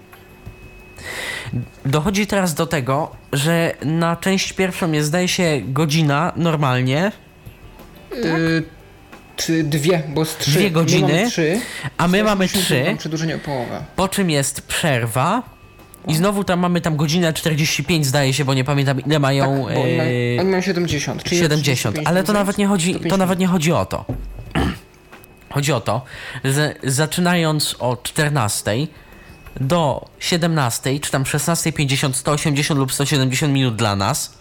Dochodzi teraz do tego, że na część pierwszą jest, zdaje się, godzina normalnie. Tak? Yy, czy dwie, bo z trzy. Dwie godziny, my mamy trzy, a my mamy trzy. Przedłużenie o połowę. Po czym jest przerwa. I znowu tam mamy tam godzinę czterdzieści pięć, zdaje się, bo nie pamiętam ile mają. Tak, bo oni, mają, oni mają siedemdziesiąt. Czyli siedemdziesiąt, ale to nawet nie chodzi, to nawet nie chodzi o to. Chodzi o to, że zaczynając o czternastej do siedemnastej, czy tam szesnastej pięćdziesiąt, sto osiemdziesiąt lub sto siedemdziesiąt minut dla nas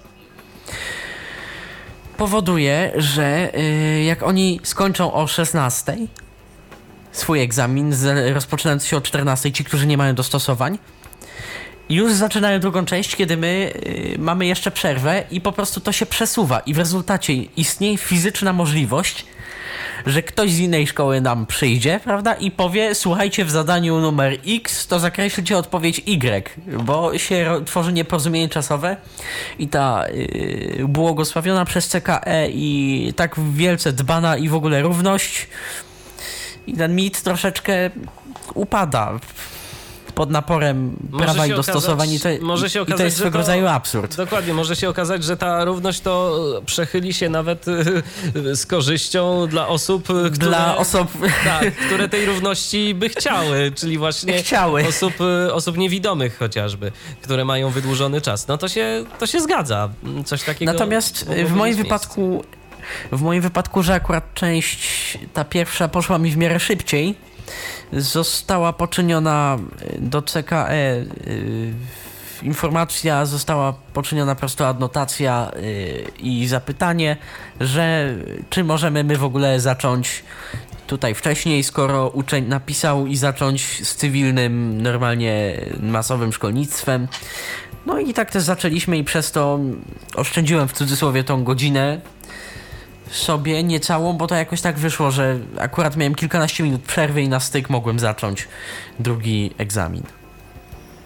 powoduje, że yy, jak oni skończą o szesnastej swój egzamin, z, rozpoczynając się o czternastej, ci, którzy nie mają dostosowań, już zaczynają drugą część, kiedy my yy, mamy jeszcze przerwę i po prostu to się przesuwa i w rezultacie istnieje fizyczna możliwość, że ktoś z innej szkoły nam przyjdzie, prawda, i powie, słuchajcie, w zadaniu numer X to zakreślcie odpowiedź Y, bo się ro- tworzy nieporozumienie czasowe i ta yy, błogosławiona przez C K E i tak wielce dbana i w ogóle równość i ten mit troszeczkę upada pod naporem może prawa i okazać, dostosowań i to, może się i, okazać, i to jest swego to, rodzaju absurd. Dokładnie, może się okazać, że ta równość to przechyli się nawet z korzyścią dla osób, które, dla osób, tak, które tej równości by chciały, czyli właśnie chciały. Osób, osób niewidomych chociażby, które mają wydłużony czas. No to się, to się zgadza. Coś takiego. Natomiast w moim wypadku w moim wypadku, że akurat część ta pierwsza poszła mi w miarę szybciej, została poczyniona do C K E yy, informacja, została poczyniona po prostu adnotacja yy, i zapytanie, że czy możemy my w ogóle zacząć tutaj wcześniej, skoro uczeń napisał i zacząć z cywilnym, normalnie masowym szkolnictwem. No i tak też zaczęliśmy i przez to oszczędziłem w cudzysłowie tą godzinę sobie niecałą, bo to jakoś tak wyszło, że akurat miałem kilkanaście minut przerwy i na styk mogłem zacząć drugi egzamin.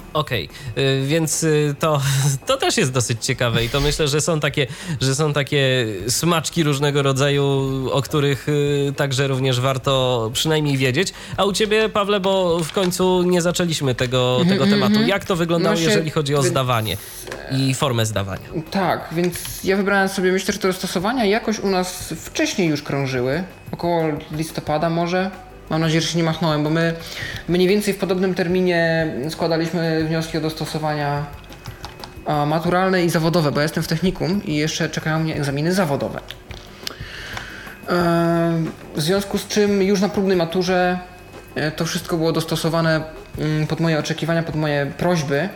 Okej, okay. Więc to, to też jest dosyć ciekawe i to myślę, że są takie, że są takie smaczki różnego rodzaju, o których także również warto przynajmniej wiedzieć. A u ciebie, Pawle, bo w końcu nie zaczęliśmy tego, mm-hmm, tego tematu. Mm-hmm. Jak to wyglądało, no się, jeżeli chodzi o zdawanie i formę zdawania? Tak, więc ja wybrałem sobie, myślę, że te dostosowania jakoś u nas wcześniej już krążyły, około listopada może. Mam nadzieję, że się nie machnąłem, bo my mniej więcej w podobnym terminie składaliśmy wnioski o dostosowania maturalne i zawodowe, bo ja jestem w technikum i jeszcze czekają mnie egzaminy zawodowe. W związku z czym już na próbnej maturze to wszystko było dostosowane pod moje oczekiwania, pod moje prośby.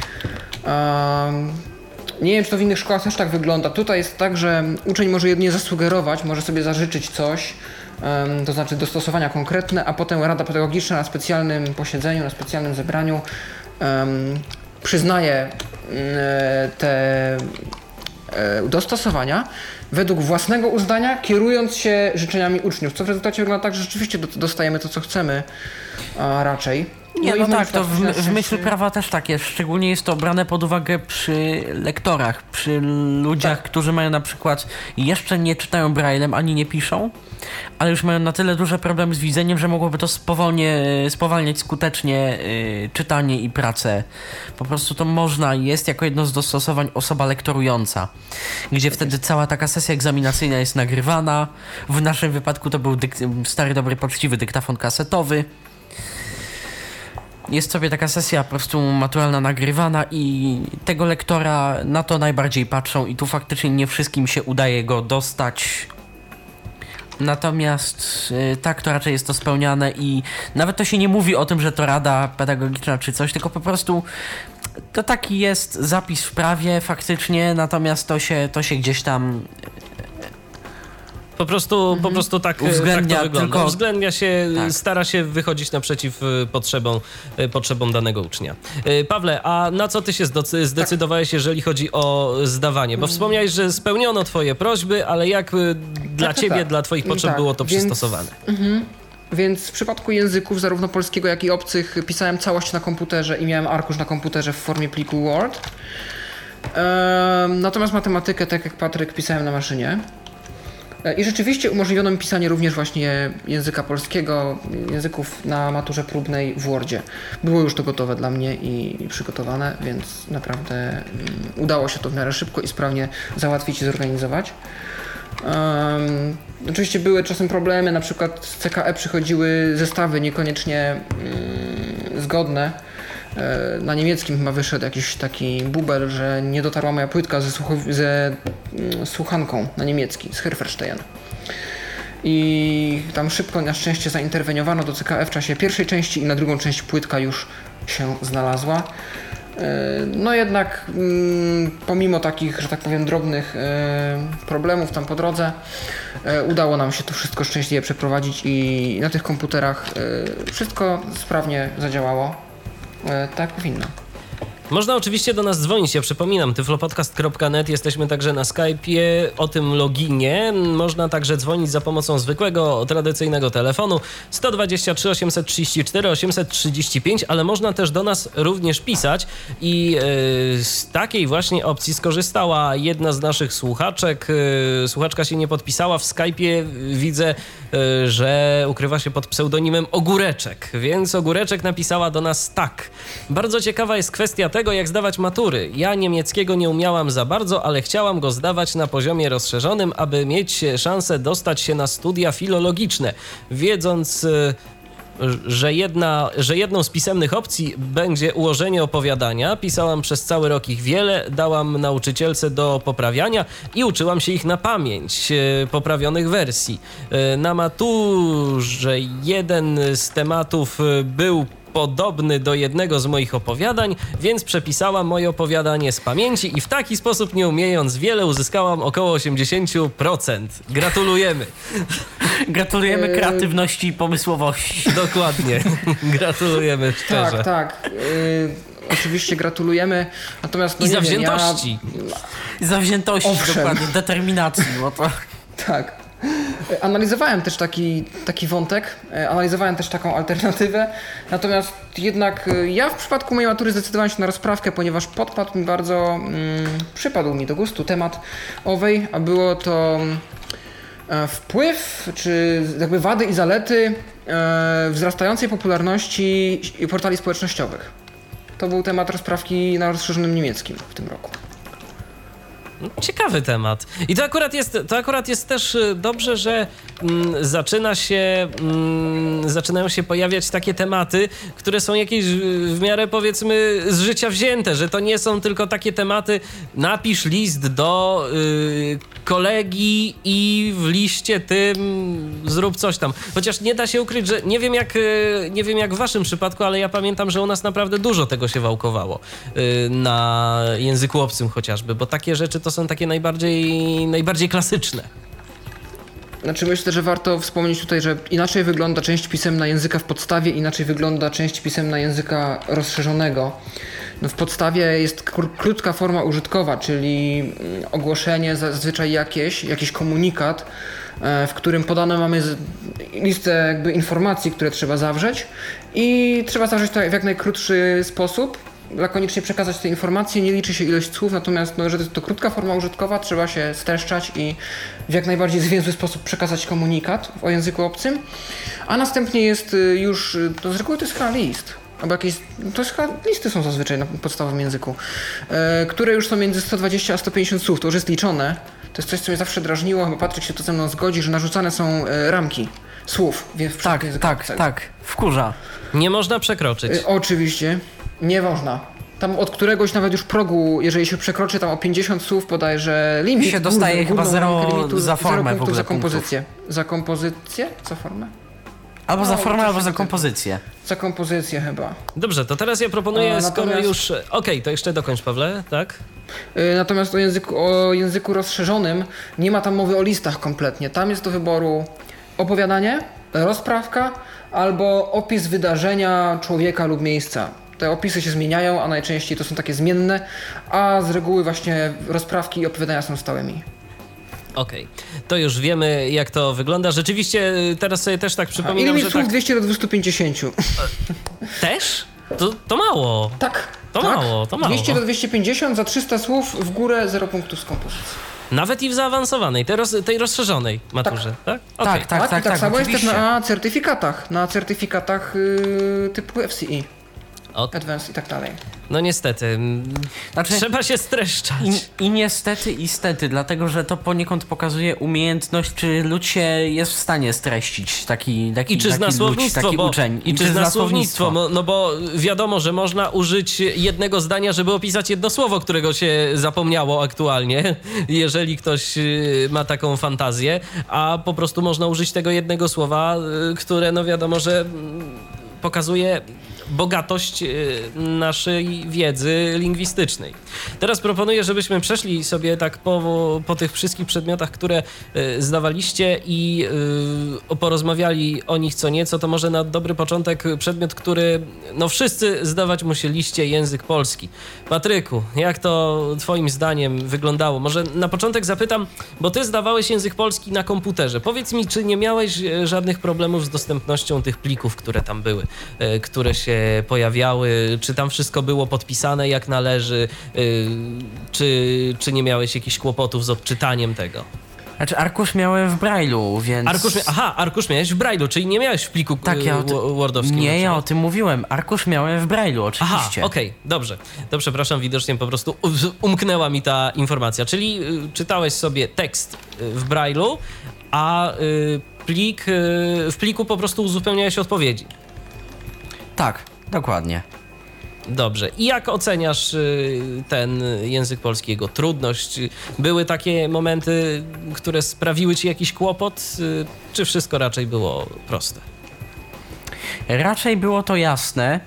Nie wiem, czy to w innych szkołach też tak wygląda. Tutaj jest tak, że uczeń może jedynie zasugerować, może sobie zażyczyć coś, to znaczy dostosowania konkretne, a potem Rada Pedagogiczna na specjalnym posiedzeniu, na specjalnym zebraniu um, przyznaje te dostosowania według własnego uznania, kierując się życzeniami uczniów, co w rezultacie wygląda tak, że rzeczywiście dostajemy to, co chcemy, a raczej. Nie, no, no tak, to w, w myśl prawa też tak jest. Szczególnie jest to brane pod uwagę przy lektorach, przy ludziach, tak. którzy mają na przykład jeszcze nie czytają braillem, ani nie piszą, ale już mają na tyle duże problemy z widzeniem, że mogłoby to spowolnie, spowalniać skutecznie y, czytanie i pracę. Po prostu to można i jest jako jedno z dostosowań osoba lektorująca, gdzie wtedy cała taka sesja egzaminacyjna jest nagrywana. W naszym wypadku to był dyk- stary, dobry, poczciwy dyktafon kasetowy. Jest sobie taka sesja po prostu maturalna nagrywana i tego lektora na to najbardziej patrzą i tu faktycznie nie wszystkim się udaje go dostać. Natomiast yy, tak, to raczej jest to spełniane i nawet to się nie mówi o tym, że to rada pedagogiczna czy coś, tylko po prostu to taki jest zapis w prawie faktycznie, natomiast to się, to się gdzieś tam... Po prostu, mhm. po prostu tak, uwzględnia, tak to wygląda. tylko... Uwzględnia się, tak. stara się wychodzić naprzeciw potrzebom, potrzebom danego ucznia. Pawle, a na co ty się zdecydowałeś, jeżeli chodzi o zdawanie? Bo wspomniałeś, że spełniono twoje prośby, ale jak dla tak, ciebie, tak. dla twoich potrzeb tak. było to Więc, przystosowane? Mhm. Więc w przypadku języków, zarówno polskiego, jak i obcych, pisałem całość na komputerze i miałem arkusz na komputerze w formie pliku Word. Ehm, natomiast matematykę, tak jak Patryk, pisałem na maszynie. I rzeczywiście umożliwiono mi pisanie również właśnie języka polskiego, języków na maturze próbnej w Wordzie. Było już to gotowe dla mnie i, i przygotowane, więc naprawdę um, udało się to w miarę szybko i sprawnie załatwić i zorganizować. Um, oczywiście były czasem problemy, na przykład z C K E przychodziły zestawy niekoniecznie um, zgodne. Na niemieckim chyba wyszedł jakiś taki bubel, że nie dotarła moja płytka ze, słuchow- ze mm, słuchanką na niemiecki, z Herferstein. I tam szybko na szczęście zainterweniowano do C K E w czasie pierwszej części i na drugą część płytka już się znalazła. No jednak mm, pomimo takich, że tak powiem, drobnych e, problemów tam po drodze, e, udało nam się to wszystko szczęśliwie przeprowadzić i na tych komputerach e, wszystko sprawnie zadziałało. Tak powinno. Można oczywiście do nas dzwonić, ja przypominam, tyflopodcast kropka net, jesteśmy także na Skype'ie, o tym loginie. Można także dzwonić za pomocą zwykłego, tradycyjnego telefonu sto dwadzieścia trzy osiemset trzydzieści cztery osiemset trzydzieści pięć, ale można też do nas również pisać i yy, z takiej właśnie opcji skorzystała jedna z naszych słuchaczek. Yy, słuchaczka się nie podpisała, w Skype'ie widzę, yy, że ukrywa się pod pseudonimem Ogóreczek, więc Ogóreczek napisała do nas tak. Bardzo ciekawa jest kwestia tego, jak zdawać matury. Ja niemieckiego nie umiałam za bardzo, ale chciałam go zdawać na poziomie rozszerzonym, aby mieć szansę dostać się na studia filologiczne. Wiedząc, że, jedna, że jedną z pisemnych opcji będzie ułożenie opowiadania, pisałam przez cały rok ich wiele, dałam nauczycielce do poprawiania i uczyłam się ich na pamięć, poprawionych wersji. Na maturze jeden z tematów był podobny do jednego z moich opowiadań, więc przepisałam moje opowiadanie z pamięci i w taki sposób, nie umiejąc wiele, uzyskałam około osiemdziesiąt procent. Gratulujemy. Gratulujemy kreatywności i pomysłowości. Dokładnie. Gratulujemy szczerze. Tak, tak. Yy, oczywiście gratulujemy. Natomiast no I nie zawziętości. Wiem, ja... Zawziętości, Owszem. dokładnie, determinacji. Bo to... Tak. Analizowałem też taki, taki wątek, analizowałem też taką alternatywę, natomiast jednak ja w przypadku mojej matury zdecydowałem się na rozprawkę, ponieważ podpadł mi bardzo, mm, przypadł mi do gustu temat owej, a było to wpływ, czy jakby wady i zalety e, wzrastającej popularności portali społecznościowych. To był temat rozprawki na rozszerzonym niemieckim w tym roku. Ciekawy temat. I to akurat jest, to akurat jest też dobrze, że mm, zaczyna się, mm, zaczynają się pojawiać takie tematy, które są jakieś w miarę, powiedzmy, z życia wzięte, że to nie są tylko takie tematy, napisz list do y, kolegi i w liście tym zrób coś tam. Chociaż nie da się ukryć, że nie wiem jak, nie wiem jak w waszym przypadku, ale ja pamiętam, że u nas naprawdę dużo tego się wałkowało y, na języku obcym chociażby, bo takie rzeczy to są takie najbardziej, najbardziej klasyczne. Znaczy myślę, że warto wspomnieć tutaj, że inaczej wygląda część pisemna języka w podstawie, inaczej wygląda część pisemna języka rozszerzonego. No w podstawie jest kr- krótka forma użytkowa, czyli ogłoszenie zazwyczaj jakieś, jakiś komunikat, w którym podane mamy listę jakby informacji, które trzeba zawrzeć i trzeba zawrzeć to w jak najkrótszy sposób. Lakonicznie przekazać te informacje, nie liczy się ilość słów, natomiast no, że to jest to krótka forma użytkowa, trzeba się streszczać i w jak najbardziej zwięzły sposób przekazać komunikat o języku obcym, a następnie jest już, to z reguły to jest chyba list, albo jakieś, to jest chyba, listy są zazwyczaj na podstawowym języku, e, które już są między sto dwadzieścia a sto pięćdziesiąt słów, to już jest liczone, to jest coś, co mnie zawsze drażniło, chyba Patryk się to ze mną zgodzi, że narzucane są e, ramki słów. W tak, tak, tak, tak, wkurza. Nie można przekroczyć. E, oczywiście. Nie można. Tam od któregoś nawet już progu, jeżeli się przekroczy tam o pięćdziesiąt słów bodajże limit. się dostaje górny, chyba zero limitu, za formę zero w ogóle za kompozycję. punktów. Za kompozycję? Za formę? Albo no, za formę, albo za takiego. kompozycję. Za kompozycję chyba. Dobrze, to teraz ja proponuję, A, skoro natomiast... już... Okej, okay, to jeszcze dokończ, Pawle, tak? Yy, natomiast o języku, o języku rozszerzonym nie ma tam mowy o listach kompletnie. Tam jest do wyboru opowiadanie, rozprawka albo opis wydarzenia, człowieka lub miejsca. Te opisy się zmieniają, a najczęściej to są takie zmienne, a z reguły właśnie rozprawki i opowiadania są stałymi. Okej, okay. To już wiemy, jak to wygląda. Rzeczywiście teraz sobie też tak przypominam, Aha, i limit że słów tak... dwieście do dwustu pięćdziesięciu. Też? To, to mało. Tak. To tak. mało, to mało. dwieście do dwieście pięćdziesiąt, za trzysta słów w górę zero punktów z kompozycji. Nawet i w zaawansowanej, tej, roz, tej rozszerzonej maturze, tak? Tak, Okay. tak, tak. tak, tak, tak tak samo jest też oczywiście. na certyfikatach, na certyfikatach yy, typu F C I, Okay. Advanced i tak dalej. No niestety, Znaczy, trzeba się streszczać. I, I niestety, i stety, dlatego że to poniekąd pokazuje umiejętność, czy lud się jest w stanie streścić taki, taki, I czy taki zna lud, słownictwo, taki bo, uczeń. I, I czy, czy zna słownictwo, no, no bo wiadomo, że można użyć jednego zdania, żeby opisać jedno słowo, którego się zapomniało aktualnie, jeżeli ktoś ma taką fantazję, a po prostu można użyć tego jednego słowa, które no wiadomo, że pokazuje bogatość naszej wiedzy lingwistycznej. Teraz proponuję, żebyśmy przeszli sobie tak po, po tych wszystkich przedmiotach, które zdawaliście i y, porozmawiali o nich co nieco. To może na dobry początek przedmiot, który no wszyscy zdawać musieliście, język polski. Patryku, jak to twoim zdaniem wyglądało? Może na początek zapytam, bo ty zdawałeś język polski na komputerze. Powiedz mi, czy nie miałeś żadnych problemów z dostępnością tych plików, które tam były, y, które się pojawiały, czy tam wszystko było podpisane jak należy, yy, czy, czy nie miałeś jakichś kłopotów z odczytaniem tego? Znaczy arkusz miałem w Braille'u, więc... Arkusz mia- Aha, arkusz miałeś w Braille'u, czyli nie miałeś w pliku tak, ja o ty... wordowskim. Nie, ja o tym mówiłem. Arkusz miałem w Braille'u, oczywiście. Aha, okej, okay, dobrze. To przepraszam, widocznie po prostu umknęła mi ta informacja. Czyli yy, czytałeś sobie tekst yy, w Braille'u, a yy, plik, yy, w pliku po prostu uzupełniałeś odpowiedzi. Tak, dokładnie. Dobrze. I jak oceniasz ten język polski, jego trudność? Były takie momenty, które sprawiły ci jakiś kłopot, czy wszystko raczej było proste? Raczej było to jasne.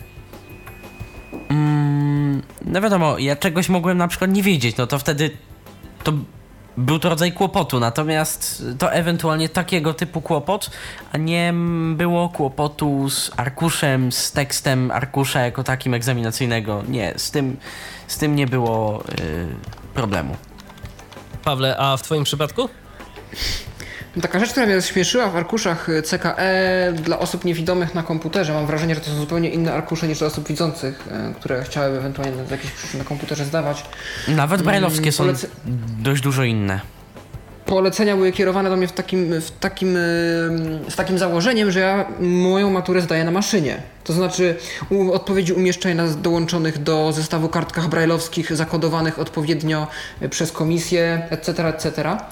Mm, no wiadomo, ja czegoś mogłem na przykład nie wiedzieć, no to wtedy to był to rodzaj kłopotu, natomiast to ewentualnie takiego typu kłopot, a nie było kłopotu z arkuszem, z tekstem arkusza jako takim egzaminacyjnego. Nie, z tym, z tym nie było yy, problemu. Pawle, a w twoim przypadku? Taka rzecz, która mnie śmieszyła w arkuszach C K E dla osób niewidomych na komputerze. Mam wrażenie, że to są zupełnie inne arkusze niż dla osób widzących, które chciałyby ewentualnie z jakichś przyczyn na komputerze zdawać. Nawet brajlowskie są Polece- dość dużo inne. Polecenia były kierowane do mnie w takim, w takim, z takim założeniem, że ja moją maturę zdaję na maszynie. To znaczy u, odpowiedzi umieszczaj na dołączonych do zestawu kartkach brajlowskich, zakodowanych odpowiednio przez komisję, et cetera, et cetera.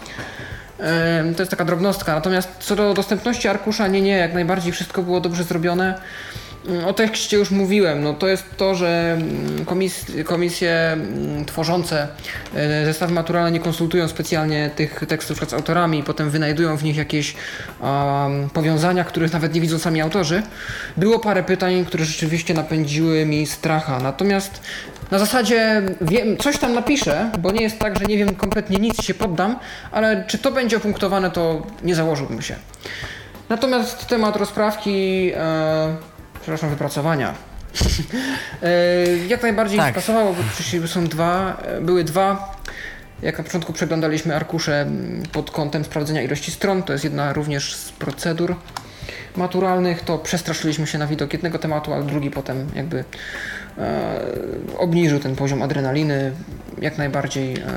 To jest taka drobnostka. Natomiast co do dostępności arkusza, nie, nie, jak najbardziej wszystko było dobrze zrobione. O tekście już mówiłem, no to jest to, że komis komisje tworzące zestawy maturalne nie konsultują specjalnie tych tekstów z autorami i potem wynajdują w nich jakieś um, powiązania, których nawet nie widzą sami autorzy. Było parę pytań, które rzeczywiście napędziły mi stracha, natomiast na zasadzie wiem, coś tam napiszę, bo nie jest tak, że nie wiem kompletnie nic, się poddam, ale czy to będzie opunktowane, to nie założyłbym się. Natomiast temat rozprawki, e, przepraszam, wypracowania, e, jak najbardziej tak. spasowało, bo przecież są dwa, były dwa. Jak na początku przeglądaliśmy arkusze pod kątem sprawdzenia ilości stron, to jest jedna również z procedur maturalnych, to przestraszyliśmy się na widok jednego tematu, ale drugi potem jakby e, obniżył ten poziom adrenaliny. Jak najbardziej e,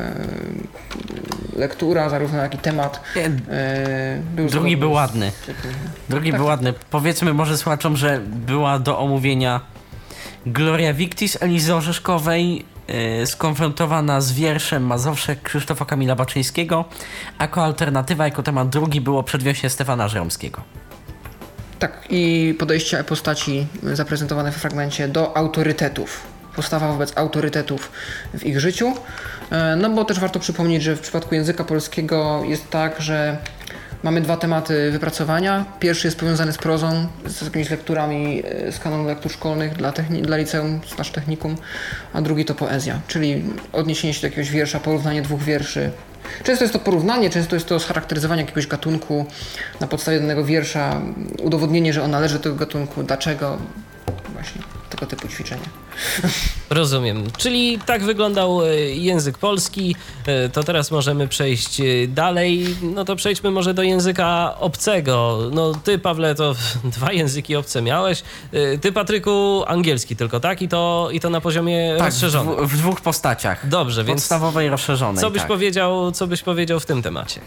lektura, zarówno jak i temat. E, był Drugi był z, ładny. Drugi tak, był tak. ładny. Powiedzmy może słuchaczom, że była do omówienia Gloria Victis Elizy Orzeszkowej, yy, skonfrontowana z wierszem Mazowszek Krzysztofa Kamila Baczyńskiego. Jako alternatywa, jako temat drugi było Przedwiośnie Stefana Żeromskiego. Tak, i podejście postaci zaprezentowane w fragmencie do autorytetów. Postawa wobec autorytetów w ich życiu. No bo też warto przypomnieć, że w przypadku języka polskiego jest tak, że mamy dwa tematy wypracowania. Pierwszy jest powiązany z prozą, z jakimiś lekturami z kanonu lektur szkolnych dla, dla liceum, slash technikum, a drugi to poezja, czyli odniesienie się do jakiegoś wiersza, porównanie dwóch wierszy. Często jest to porównanie, często jest to scharakteryzowanie jakiegoś gatunku na podstawie danego wiersza, udowodnienie, że on należy do tego gatunku, dlaczego, właśnie tego typu ćwiczenie. Rozumiem. Czyli tak wyglądał język polski. To teraz możemy przejść dalej. No to przejdźmy może do języka obcego. No ty, Pawle, to dwa języki obce miałeś. Ty, Patryku, angielski tylko, tak? I to, i to na poziomie Tak, rozszerzonym. w, w dwóch postaciach. Dobrze, więc podstawowej i rozszerzonej. Co byś, tak. powiedział, co byś powiedział w tym temacie?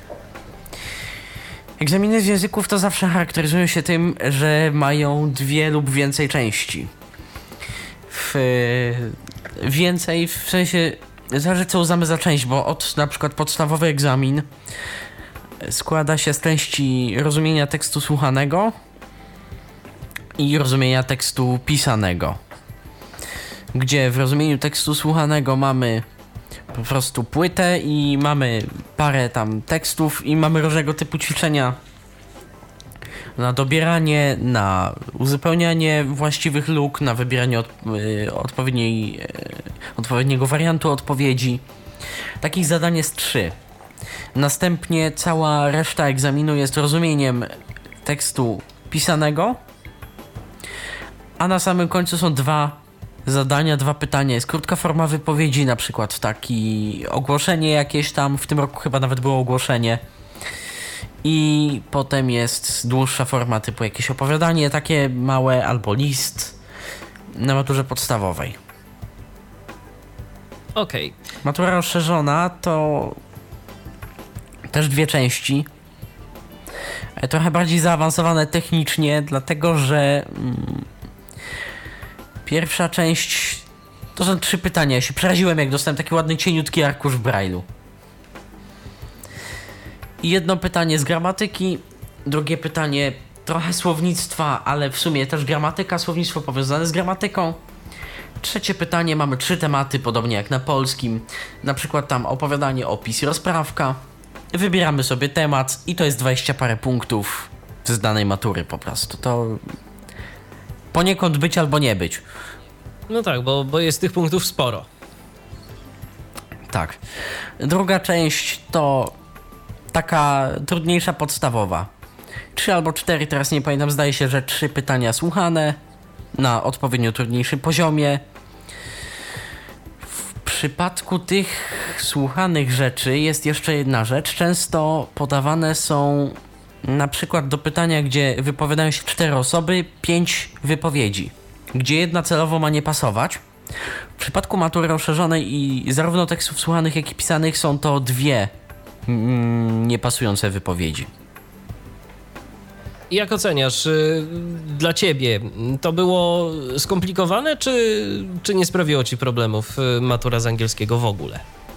Egzaminy z języków to zawsze charakteryzują się tym, że mają dwie lub więcej części. W, więcej w sensie zależy co uznamy za część, bo od na przykład podstawowy egzamin składa się z części rozumienia tekstu słuchanego i rozumienia tekstu pisanego. Gdzie w rozumieniu tekstu słuchanego mamy po prostu płytę i mamy parę tam tekstów i mamy różnego typu ćwiczenia na dobieranie, na uzupełnianie właściwych luk, na wybieranie od, y, odpowiedniej, y, odpowiedniego wariantu odpowiedzi. Takich zadań jest trzy. Następnie cała reszta egzaminu jest rozumieniem tekstu pisanego, a na samym końcu są dwa zadania, dwa pytania. Jest krótka forma wypowiedzi, na przykład taki ogłoszenie jakieś tam, w tym roku chyba nawet było ogłoszenie. I potem jest dłuższa forma typu jakieś opowiadanie, takie małe, albo list na maturze podstawowej. Okej. Okay. Matura rozszerzona to też dwie części. Trochę bardziej zaawansowane technicznie, dlatego że mm, pierwsza część to są trzy pytania. Ja się przeraziłem, jak dostałem taki ładny, cieniutki arkusz w Braille'u. I jedno pytanie z gramatyki, drugie pytanie trochę słownictwa, ale w sumie też gramatyka, słownictwo powiązane z gramatyką. Trzecie pytanie, mamy trzy tematy, podobnie jak na polskim. Na przykład tam opowiadanie, opis i rozprawka. Wybieramy sobie temat i to jest dwadzieścia parę punktów z danej matury po prostu. To poniekąd być albo nie być. No tak, bo, bo jest tych punktów sporo. Tak. Druga część to taka trudniejsza podstawowa. Trzy albo cztery, teraz nie pamiętam, zdaje się, że trzy pytania słuchane na odpowiednio trudniejszym poziomie. W przypadku tych słuchanych rzeczy jest jeszcze jedna rzecz. Często podawane są na przykład do pytania, gdzie wypowiadają się cztery osoby, pięć wypowiedzi, gdzie jedna celowo ma nie pasować. W przypadku matury rozszerzonej i zarówno tekstów słuchanych, jak i pisanych są to dwie mm, niepasujące wypowiedzi. Jak oceniasz, y, dla ciebie to było skomplikowane, czy, czy nie sprawiło ci problemów y, matura z angielskiego w ogóle?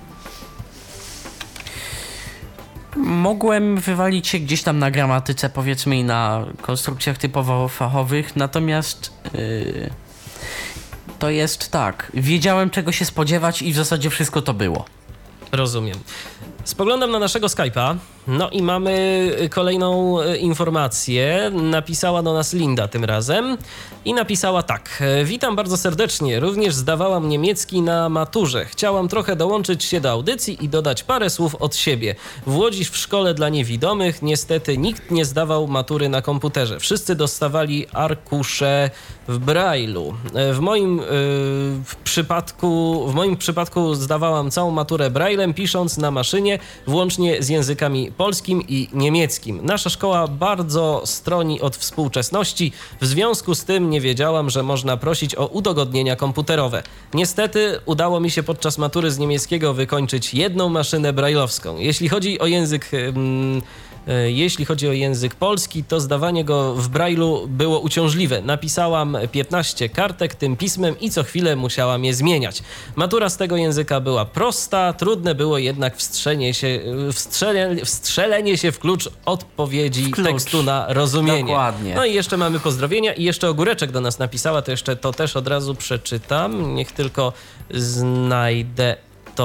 Mogłem wywalić się gdzieś tam na gramatyce, powiedzmy, i na konstrukcjach typowo fachowych, natomiast yy, to jest tak, wiedziałem czego się spodziewać i w zasadzie wszystko to było. Rozumiem. Spoglądam na naszego Skype'a, no i mamy kolejną informację. Napisała do nas Linda tym razem i napisała tak. Witam bardzo serdecznie, również zdawałam niemiecki na maturze. Chciałam trochę dołączyć się do audycji i dodać parę słów od siebie. W Łodzi w szkole dla niewidomych niestety nikt nie zdawał matury na komputerze. Wszyscy dostawali arkusze w Braille'u. W moim yy, w przypadku, w moim przypadku zdawałam całą maturę Braille'em, pisząc na maszynie, włącznie z językami polskim i niemieckim. Nasza szkoła bardzo stroni od współczesności, w związku z tym nie wiedziałam, że można prosić o udogodnienia komputerowe. Niestety udało mi się podczas matury z niemieckiego wykończyć jedną maszynę brajlowską. Jeśli chodzi o język... Hmm, Jeśli chodzi o język polski, to zdawanie go w Braille'u było uciążliwe. Napisałam piętnaście kartek tym pismem i co chwilę musiałam je zmieniać. Matura z tego języka była prosta, trudne było jednak wstrzelenie się, wstrzelenie, wstrzelenie się w klucz odpowiedzi klucz. tekstu na rozumienie. Dokładnie. No i jeszcze mamy pozdrowienia i jeszcze Ogóreczek do nas napisała, to jeszcze to też od razu przeczytam. Niech tylko znajdę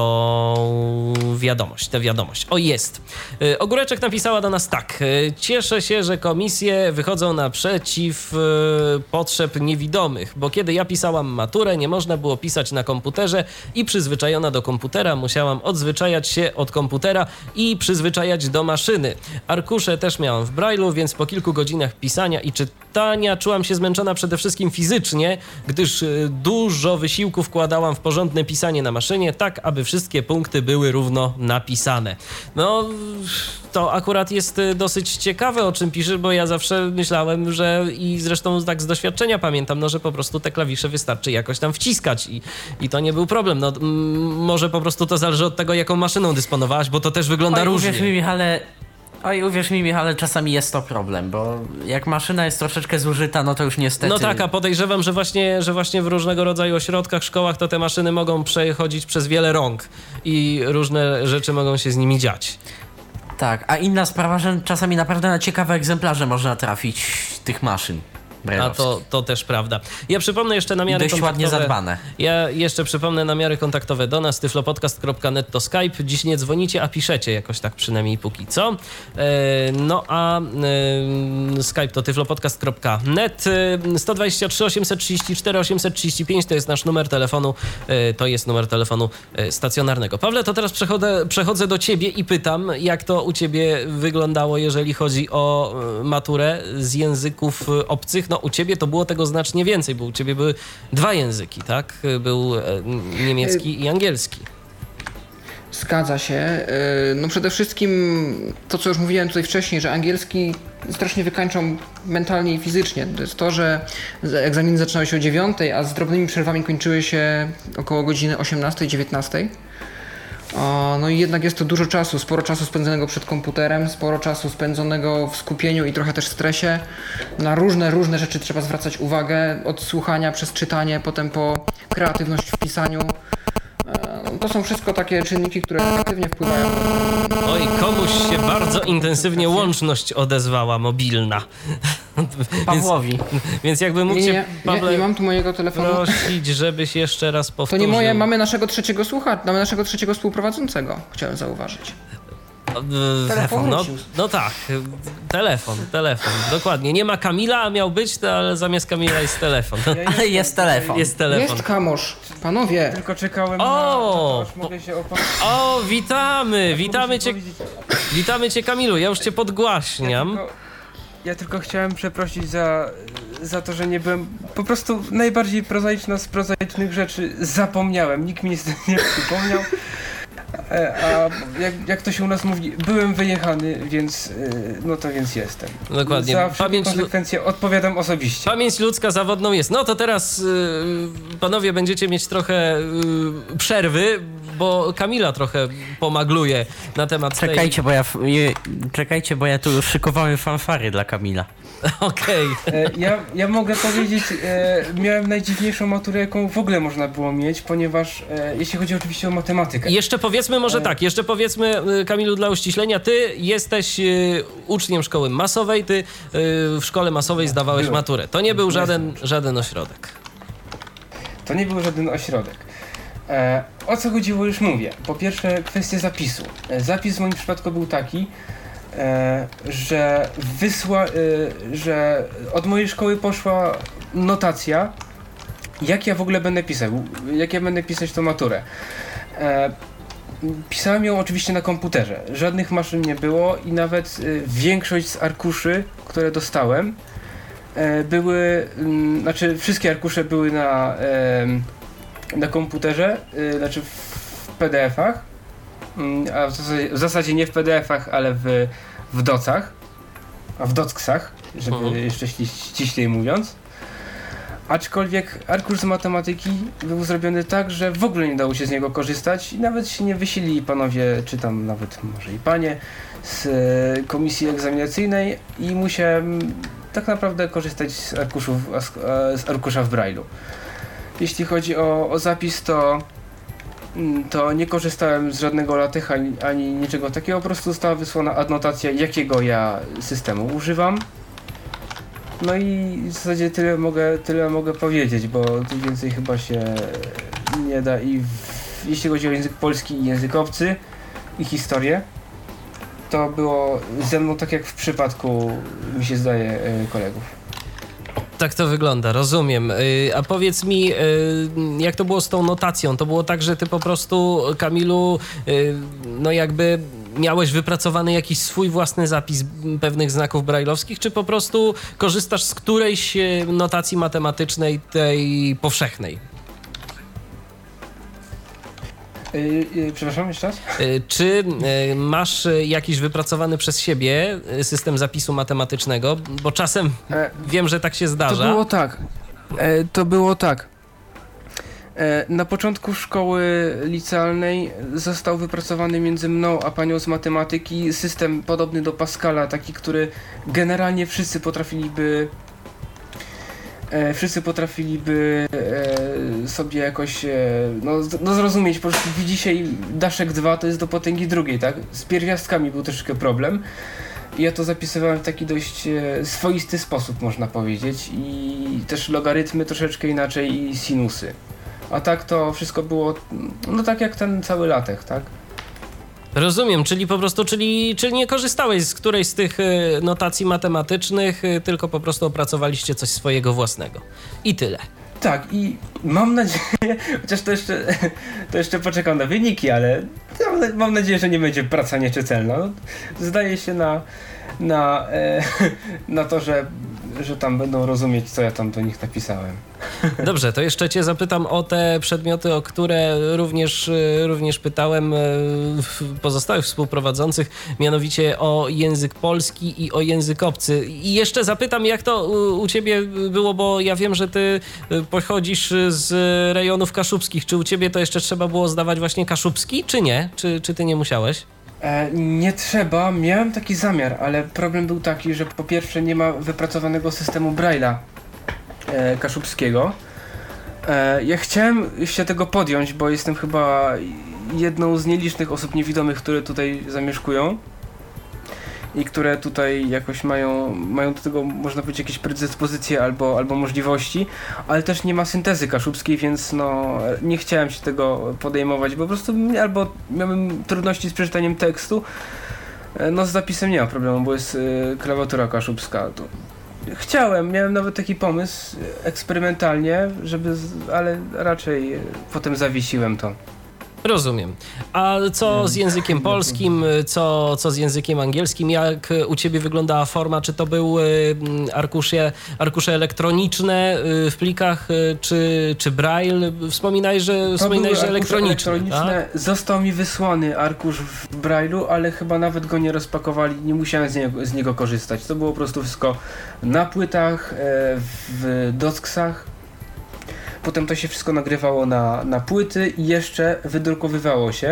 to wiadomość, tę wiadomość. O, jest. Ogóreczek napisała do nas tak. Cieszę się, że komisje wychodzą naprzeciw potrzeb niewidomych, bo kiedy ja pisałam maturę, nie można było pisać na komputerze i przyzwyczajona do komputera musiałam odzwyczajać się od komputera i przyzwyczajać do maszyny. Arkusze też miałam w Braille'u, więc po kilku godzinach pisania i czytania czułam się zmęczona przede wszystkim fizycznie, gdyż dużo wysiłku wkładałam w porządne pisanie na maszynie, tak aby wszystkie punkty były równo napisane. No, to akurat jest dosyć ciekawe, o czym piszesz, bo ja zawsze myślałem, że i zresztą tak z doświadczenia pamiętam, no, że po prostu te klawisze wystarczy jakoś tam wciskać i, i to nie był problem. No, m, może po prostu to zależy od tego, jaką maszyną dysponowałaś, bo to też wygląda Oj, różnie. Uwierz mi, Michale, oj, uwierz mi, Michale, czasami jest to problem, bo jak maszyna jest troszeczkę zużyta, no to już niestety... No tak, a podejrzewam, że właśnie, że właśnie w różnego rodzaju ośrodkach, szkołach to te maszyny mogą przechodzić przez wiele rąk i różne rzeczy mogą się z nimi dziać. Tak, a inna sprawa, że czasami naprawdę na ciekawe egzemplarze można trafić tych maszyn. A to, to też prawda. Ja przypomnę jeszcze namiary dość kontaktowe. ładnie zadbane. Ja jeszcze przypomnę namiary kontaktowe do nas. tyflopodcast kropka net to Skype. Dziś nie dzwonicie, a piszecie jakoś tak przynajmniej póki co. E, no a e, Skype to tyflopodcast kropka net. E, sto dwadzieścia trzy osiemset trzydzieści cztery osiemset trzydzieści pięć to jest nasz numer telefonu. E, to jest numer telefonu e, stacjonarnego. Pawle, to teraz przechodzę, przechodzę do ciebie i pytam, jak to u ciebie wyglądało, jeżeli chodzi o e, maturę z języków obcych. No u ciebie to było tego znacznie więcej, bo u ciebie były dwa języki, tak? Był niemiecki i angielski. Zgadza się. No przede wszystkim to, co już mówiłem tutaj wcześniej, że angielski strasznie wykańczał mentalnie i fizycznie. To jest to, że egzaminy zaczynały się o dziewiątej, a z drobnymi przerwami kończyły się około godziny osiemnastej dziewiętnastej. No i jednak jest to dużo czasu, sporo czasu spędzonego przed komputerem, sporo czasu spędzonego w skupieniu i trochę też stresie. Na różne, różne rzeczy trzeba zwracać uwagę, od słuchania przez czytanie, potem po kreatywność w pisaniu. To są wszystko takie czynniki, które negatywnie wpływają. Oj, komuś się bardzo intensywnie łączność odezwała mobilna. Pawłowi. Więc, więc jakby mógł Nie, cię, nie, Pawle, nie, nie mam tu mojego telefonu. prosić, żebyś jeszcze raz To powtórzył. nie moje, mamy naszego trzeciego słuchacza, mamy naszego trzeciego współprowadzącego, chciałem zauważyć. Telefon no, wrócił. no tak, telefon, telefon, dokładnie. Nie ma Kamila, a miał być, to, ale zamiast Kamila jest telefon. Ale jest telefon. Jest telefon. Jest Kamosz, panowie. Tylko czekałem O! na, na to, aż mogę się opanować. O, witamy, witamy cię, witamy cię Kamilu, ja już cię podgłaśniam. Ja tylko, ja tylko chciałem przeprosić za za to, że nie byłem... Po prostu najbardziej prozaiczna z prozaicznych rzeczy zapomniałem. Nikt mi niestety nie przypomniał. A jak, jak to się u nas mówi, byłem wyjechany, więc no to więc jestem. Dokładnie. Za wszelkie Pamięć, konsekwencje odpowiadam osobiście. pamięć ludzka zawodną jest. No to teraz yy, panowie będziecie mieć trochę yy, przerwy, bo Kamila trochę pomagluje na temat Czekajcie, tej... bo ja, je, czekajcie, bo ja tu już szykowałem fanfary dla Kamila. Okej. E, Ja, ja mogę powiedzieć, e, miałem najdziwniejszą maturę, jaką w ogóle można było mieć, ponieważ e, jeśli chodzi oczywiście o matematykę. Jeszcze powiedzmy może E. tak, jeszcze powiedzmy y, Kamilu dla uściślenia, ty jesteś y, uczniem szkoły masowej, ty y, w szkole masowej zdawałeś Byłem. maturę. To nie był Jestem. żaden, żaden ośrodek. To nie był żaden ośrodek. E, o co chodziło, już mówię. Po pierwsze, kwestia zapisu. E, zapis w moim przypadku był taki, e, że wysła, e, że od mojej szkoły poszła notacja, jak ja w ogóle będę pisał, jak ja będę pisać tą maturę. E, pisałem ją oczywiście na komputerze. Żadnych maszyn nie było i nawet e, większość z arkuszy, które dostałem, e, były, m, znaczy wszystkie arkusze były na em, na komputerze, yy, znaczy w P D F-ach, yy, a w zasadzie, w zasadzie nie w P D F-ach, ale w, w docach, a w docksach, żeby Mhm. jeszcze ści- ściślej mówiąc. Aczkolwiek arkusz z matematyki był zrobiony tak, że w ogóle nie dało się z niego korzystać i nawet się nie wysilili panowie, czy tam nawet może i panie z e, komisji egzaminacyjnej i musiałem tak naprawdę korzystać z arkuszów, a z, a z arkusza w Braille'u. Jeśli chodzi o, o zapis, to, mm, to nie korzystałem z żadnego latycha ani, ani niczego takiego, po prostu została wysłana adnotacja, jakiego ja systemu używam. No i w zasadzie tyle mogę, tyle mogę powiedzieć, bo tu więcej chyba się nie da. I w, jeśli chodzi o język polski i język obcy i historię, to było ze mną tak jak w przypadku, mi się zdaje, e, kolegów. Tak to wygląda, rozumiem. Y, A powiedz mi, y, jak to było z tą notacją? To było tak, że ty po prostu, Kamilu, y, no jakby miałeś wypracowany jakiś swój własny zapis pewnych znaków brajlowskich, czy po prostu korzystasz z którejś y, notacji matematycznej, tej powszechnej? Yy, yy, przepraszam, jeszcze raz? Y, Czy y, masz y, jakiś wypracowany przez siebie y, system zapisu matematycznego? Bo czasem E, wiem, że tak się To zdarza. było tak. E, to było tak. E, na początku szkoły licealnej został wypracowany między mną a panią z matematyki system podobny do Pascala, taki, który generalnie wszyscy potrafiliby e, wszyscy potrafiliby e, sobie jakoś e, no, z- no zrozumieć. Po prostu dzisiaj daszek dwa to jest do potęgi drugiej, tak? Z pierwiastkami był troszeczkę problem. I ja to zapisywałem w taki dość e, swoisty sposób, można powiedzieć, i też logarytmy troszeczkę inaczej i sinusy. A tak to wszystko było, no tak jak ten cały latech, tak? Rozumiem, czyli po prostu, czyli, czyli nie korzystałeś z którejś z tych y, notacji matematycznych, y, tylko po prostu opracowaliście coś swojego własnego. I tyle. Tak, i mam nadzieję, chociaż to jeszcze, to jeszcze poczekam na wyniki, ale mam, mam nadzieję, że nie będzie praca nieczytelna. No, zdaje się na, na, e, na to, że, że tam będą rozumieć, co ja tam do nich napisałem. Dobrze, to jeszcze cię zapytam o te przedmioty, o które również, y, również pytałem y, w- pozostałych współprowadzących, mianowicie o język polski i o język obcy. I jeszcze zapytam, jak to u, u ciebie było, bo ja wiem, że ty y, pochodzisz z rejonów kaszubskich. Czy u ciebie to jeszcze trzeba było zdawać właśnie kaszubski, czy nie? Czy, czy ty nie musiałeś? E, nie trzeba, miałem taki zamiar, ale problem był taki, że po pierwsze nie ma wypracowanego systemu Braille'a e, kaszubskiego. E, ja chciałem się tego podjąć, bo jestem chyba jedną z nielicznych osób niewidomych, które tutaj zamieszkują i które tutaj jakoś mają, mają do tego, można powiedzieć, jakieś predyspozycje albo, albo możliwości, ale też nie ma syntezy kaszubskiej, więc no nie chciałem się tego podejmować, bo po prostu albo miałem trudności z przeczytaniem tekstu, e, no z zapisem nie ma problemu, bo jest e, klawiatura kaszubska. To chciałem, miałem nawet taki pomysł e, eksperymentalnie, żeby, z, ale raczej e, potem zawiesiłem to. Rozumiem. A co z językiem polskim, co, co z językiem angielskim? Jak u ciebie wyglądała forma? Czy to były arkusze, arkusze elektroniczne w plikach, czy, czy braille? Wspominaj, że, wspominaj, że elektroniczne. elektroniczne. Tak? Został mi wysłany arkusz w braille'u, ale chyba nawet go nie rozpakowali, nie musiałem z niego, z niego korzystać. To było po prostu wszystko na płytach, w docksach. Potem to się wszystko nagrywało na, na płyty i jeszcze wydrukowywało się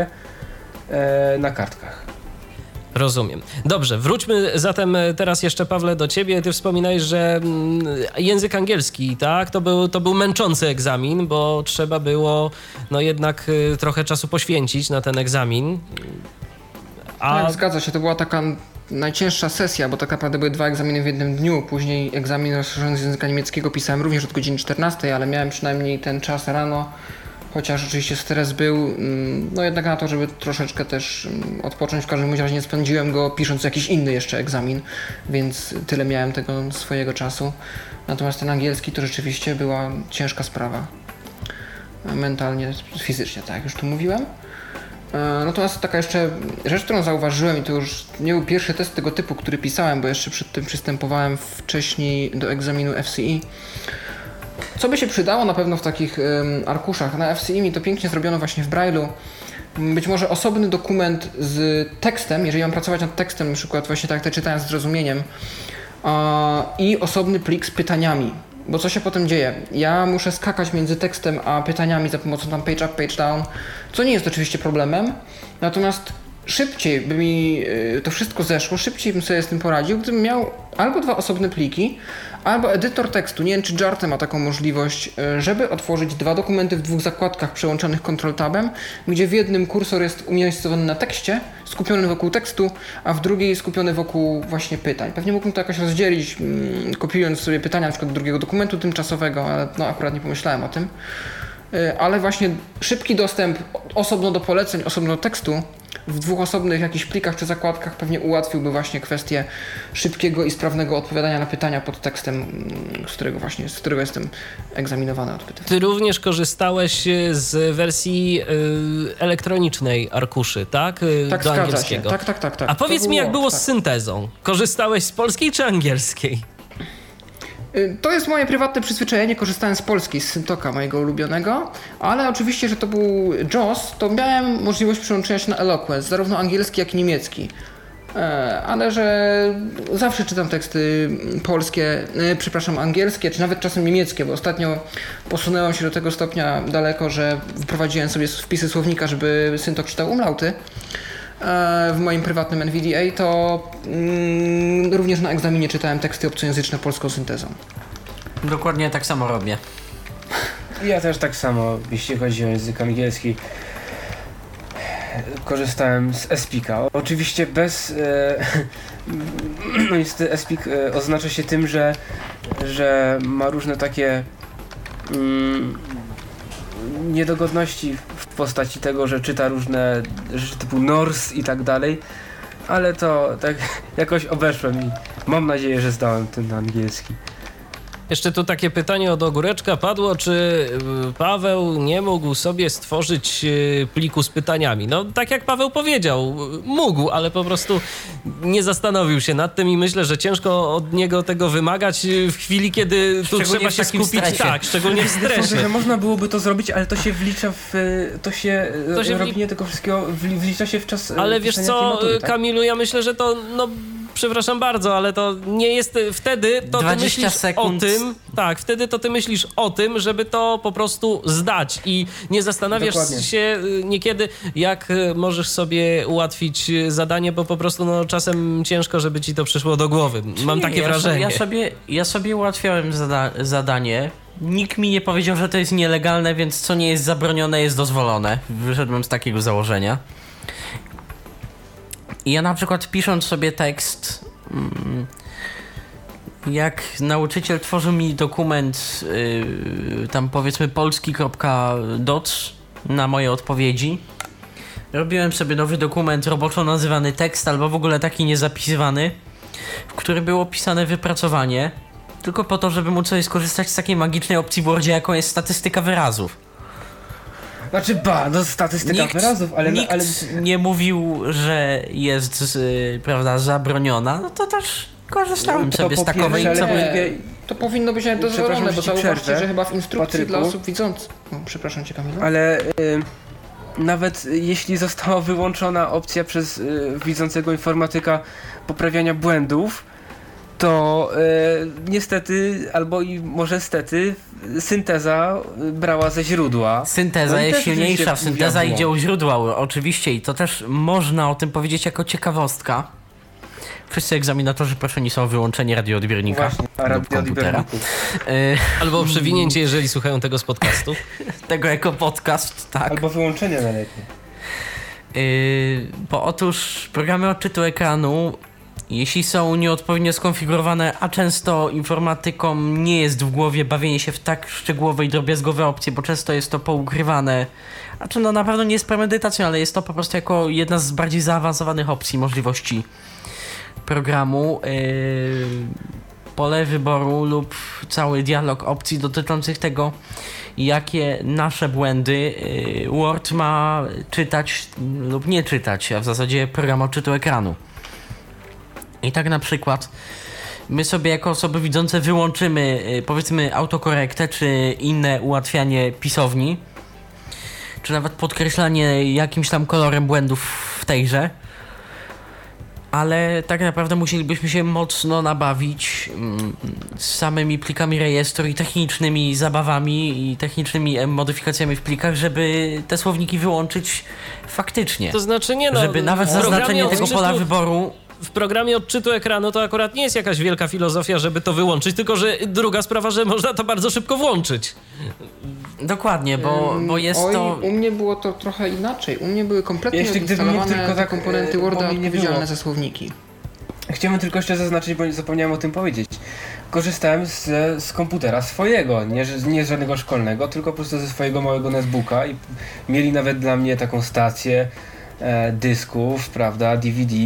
e, na kartkach. Rozumiem. Dobrze, wróćmy zatem teraz jeszcze, Pawle, do ciebie. Ty wspominałeś, że język angielski, tak, to był, to był męczący egzamin, bo trzeba było no jednak trochę czasu poświęcić na ten egzamin. A... Tak, zgadza się, to była taka najcięższa sesja, bo tak naprawdę były dwa egzaminy w jednym dniu. Później egzamin rozszerzony z języka niemieckiego pisałem również od godziny czternastej, ale miałem przynajmniej ten czas rano, chociaż oczywiście stres był, no jednak na to, żeby troszeczkę też odpocząć. W każdym razie nie spędziłem go pisząc jakiś inny jeszcze egzamin, więc tyle miałem tego swojego czasu. Natomiast ten angielski to rzeczywiście była ciężka sprawa. Mentalnie, fizycznie, tak jak już tu mówiłem. Natomiast taka jeszcze rzecz, którą zauważyłem, i to już nie był pierwszy test tego typu, który pisałem, bo jeszcze przed tym przystępowałem wcześniej do egzaminu F C E. Co by się przydało na pewno w takich um, arkuszach? Na F C E mi to pięknie zrobiono właśnie w Braille'u. Być może osobny dokument z tekstem, jeżeli mam pracować nad tekstem, na przykład właśnie tak jak te czytając z zrozumieniem, uh, i osobny plik z pytaniami. Bo co się potem dzieje? Ja muszę skakać między tekstem a pytaniami za pomocą tam page up, page down, co nie jest oczywiście problemem, natomiast szybciej by mi to wszystko zeszło, szybciej bym sobie z tym poradził, gdybym miał albo dwa osobne pliki, albo edytor tekstu. Nie wiem, czy Jarty ma taką możliwość, żeby otworzyć dwa dokumenty w dwóch zakładkach przełączonych Ctrl-Tabem, gdzie w jednym kursor jest umiejscowiony na tekście, skupiony wokół tekstu, a w drugiej skupiony wokół właśnie pytań. Pewnie mógłbym to jakoś rozdzielić, kopiując sobie pytania na przykład do drugiego dokumentu tymczasowego, ale no akurat nie pomyślałem o tym. Ale właśnie szybki dostęp osobno do poleceń, osobno do tekstu w dwóch osobnych jakichś plikach czy zakładkach pewnie ułatwiłby właśnie kwestię szybkiego i sprawnego odpowiadania na pytania pod tekstem, z którego właśnie, z którego jestem egzaminowany, odpytywany. Ty również korzystałeś z wersji y, elektronicznej arkuszy, tak? Tak, do angielskiego. Się. Tak, tak, tak, tak. A powiedz to mi, było, jak było tak. z syntezą? Korzystałeś z polskiej czy angielskiej? To jest moje prywatne przyzwyczajenie, korzystałem z polskiej, z Syntoka mojego ulubionego, ale oczywiście, że to był JAWS, to miałem możliwość przełączenia się na Eloquence, zarówno angielski, jak i niemiecki. Ale że zawsze czytam teksty polskie, przepraszam, angielskie, czy nawet czasem niemieckie, bo ostatnio posunąłem się do tego stopnia daleko, że wprowadziłem sobie wpisy słownika, żeby Syntok czytał umlauty. W moim prywatnym N V D A, to mm, również na egzaminie czytałem teksty obcojęzyczne polską syntezą. Dokładnie tak samo robię. Ja też tak samo, jeśli chodzi o język angielski. Korzystałem z Espika. Oczywiście bez... E, no niestety Espik e, oznacza się tym, że, że ma różne takie mm, niedogodności w postaci tego, że czyta różne rzeczy typu Norse i tak dalej, ale to tak jakoś obeszłem i mam nadzieję, że zdałem ten angielski. Jeszcze tu takie pytanie od Ogóreczka padło, czy Paweł nie mógł sobie stworzyć pliku z pytaniami. No tak jak Paweł powiedział, mógł, ale po prostu nie zastanowił się nad tym i myślę, że ciężko od niego tego wymagać w chwili, kiedy tu trzeba się skupić. Stresie. Tak, szczególnie w stresie. Myślę, że można byłoby to zrobić, ale to się wlicza w... to się, to się robienie wli... tego wszystkiego wlicza się w czas... Ale wiesz co, matury, tak? Kamilu, ja myślę, że to... no. Przepraszam bardzo, ale to nie jest wtedy, to ty myślisz sekund. o tym, tak, wtedy to ty myślisz o tym, żeby to po prostu zdać i nie zastanawiasz Dokładnie. się niekiedy, jak możesz sobie ułatwić zadanie, bo po prostu no, czasem ciężko, żeby ci to przyszło do głowy. Mam nie, takie ja wrażenie. Ja sobie, ja sobie ułatwiałem zada- zadanie. Nikt mi nie powiedział, że to jest nielegalne, więc co nie jest zabronione, jest dozwolone. Wyszedłem z takiego założenia. I ja na przykład pisząc sobie tekst, jak nauczyciel tworzył mi dokument yy, tam powiedzmy polski.doc na moje odpowiedzi, robiłem sobie nowy dokument roboczo nazywany tekst albo w ogóle taki niezapisywany, w którym było opisane wypracowanie, tylko po to, żeby móc sobie skorzystać z takiej magicznej opcji w Wordzie, jaką jest statystyka wyrazów. Znaczy ba, no statystyka Nikt, wyrazów, ale... nikt ale... nie mówił, że jest, y, prawda, zabroniona, no to też korzystałem To sobie po z takowej, pierwsze, co ale- by... Nie, to powinno być nawet Przepraszam, dozwolone, że bo ci zauważcie, przerwę, że chyba w instrukcji Patryku. dla osób widzących... O, przepraszam cię, Kamilu. Ale y, nawet jeśli została wyłączona opcja przez y, widzącego informatyka poprawiania błędów, to y, niestety, albo i może stety, synteza brała ze źródła. Synteza No i jest też silniejsza, oczywiście synteza wiadomo. idzie u źródła, oczywiście, i to też można o tym powiedzieć jako ciekawostka. Wszyscy egzaminatorzy proszeni są o wyłączenie radioodbiornika Właśnie, a lub komputera. radioodbiorników. Y, Albo o przewinięcie, jeżeli słuchają tego z podcastu. tego jako podcast, tak. Albo wyłączenie najlepiej. Yy, bo otóż programy odczytu ekranu, jeśli są nieodpowiednio skonfigurowane, a często informatykom nie jest w głowie bawienie się w tak szczegółowe i drobiazgowe opcje, bo często jest to poukrywane, a czy no na pewno nie jest premedytacją, ale jest to po prostu jako jedna z bardziej zaawansowanych opcji możliwości programu. Yy, pole wyboru lub cały dialog opcji dotyczących tego, jakie nasze błędy yy, Word ma czytać lub nie czytać, a w zasadzie program odczytu ekranu. I tak na przykład my sobie jako osoby widzące wyłączymy yy, powiedzmy autokorektę czy inne ułatwianie pisowni, czy nawet podkreślanie jakimś tam kolorem błędów w tejże, ale tak naprawdę musielibyśmy się mocno nabawić mm, z samymi plikami rejestru i technicznymi zabawami i technicznymi em, modyfikacjami w plikach, żeby te słowniki wyłączyć faktycznie. To znaczy nie no... Żeby nawet w programie zaznaczenie tego odczytu- pola wyboru... W programie odczytu ekranu to akurat nie jest jakaś wielka filozofia, żeby to wyłączyć, tylko że druga sprawa, że można to bardzo szybko włączyć. Dokładnie, bo, bo jest Oj, to... u mnie było to trochę inaczej. U mnie były kompletnie Jeszcze gdybym mógł odinstalowane tylko te tak, komponenty e, Worda bo mi nie odpowiedzialne było. za słowniki. Chciałbym tylko jeszcze zaznaczyć, bo zapomniałem o tym powiedzieć. Korzystałem z, z komputera swojego, nie, że- nie z żadnego szkolnego, tylko po prostu ze swojego małego netbooka i mieli nawet dla mnie taką stację e, dysków, prawda, D V D,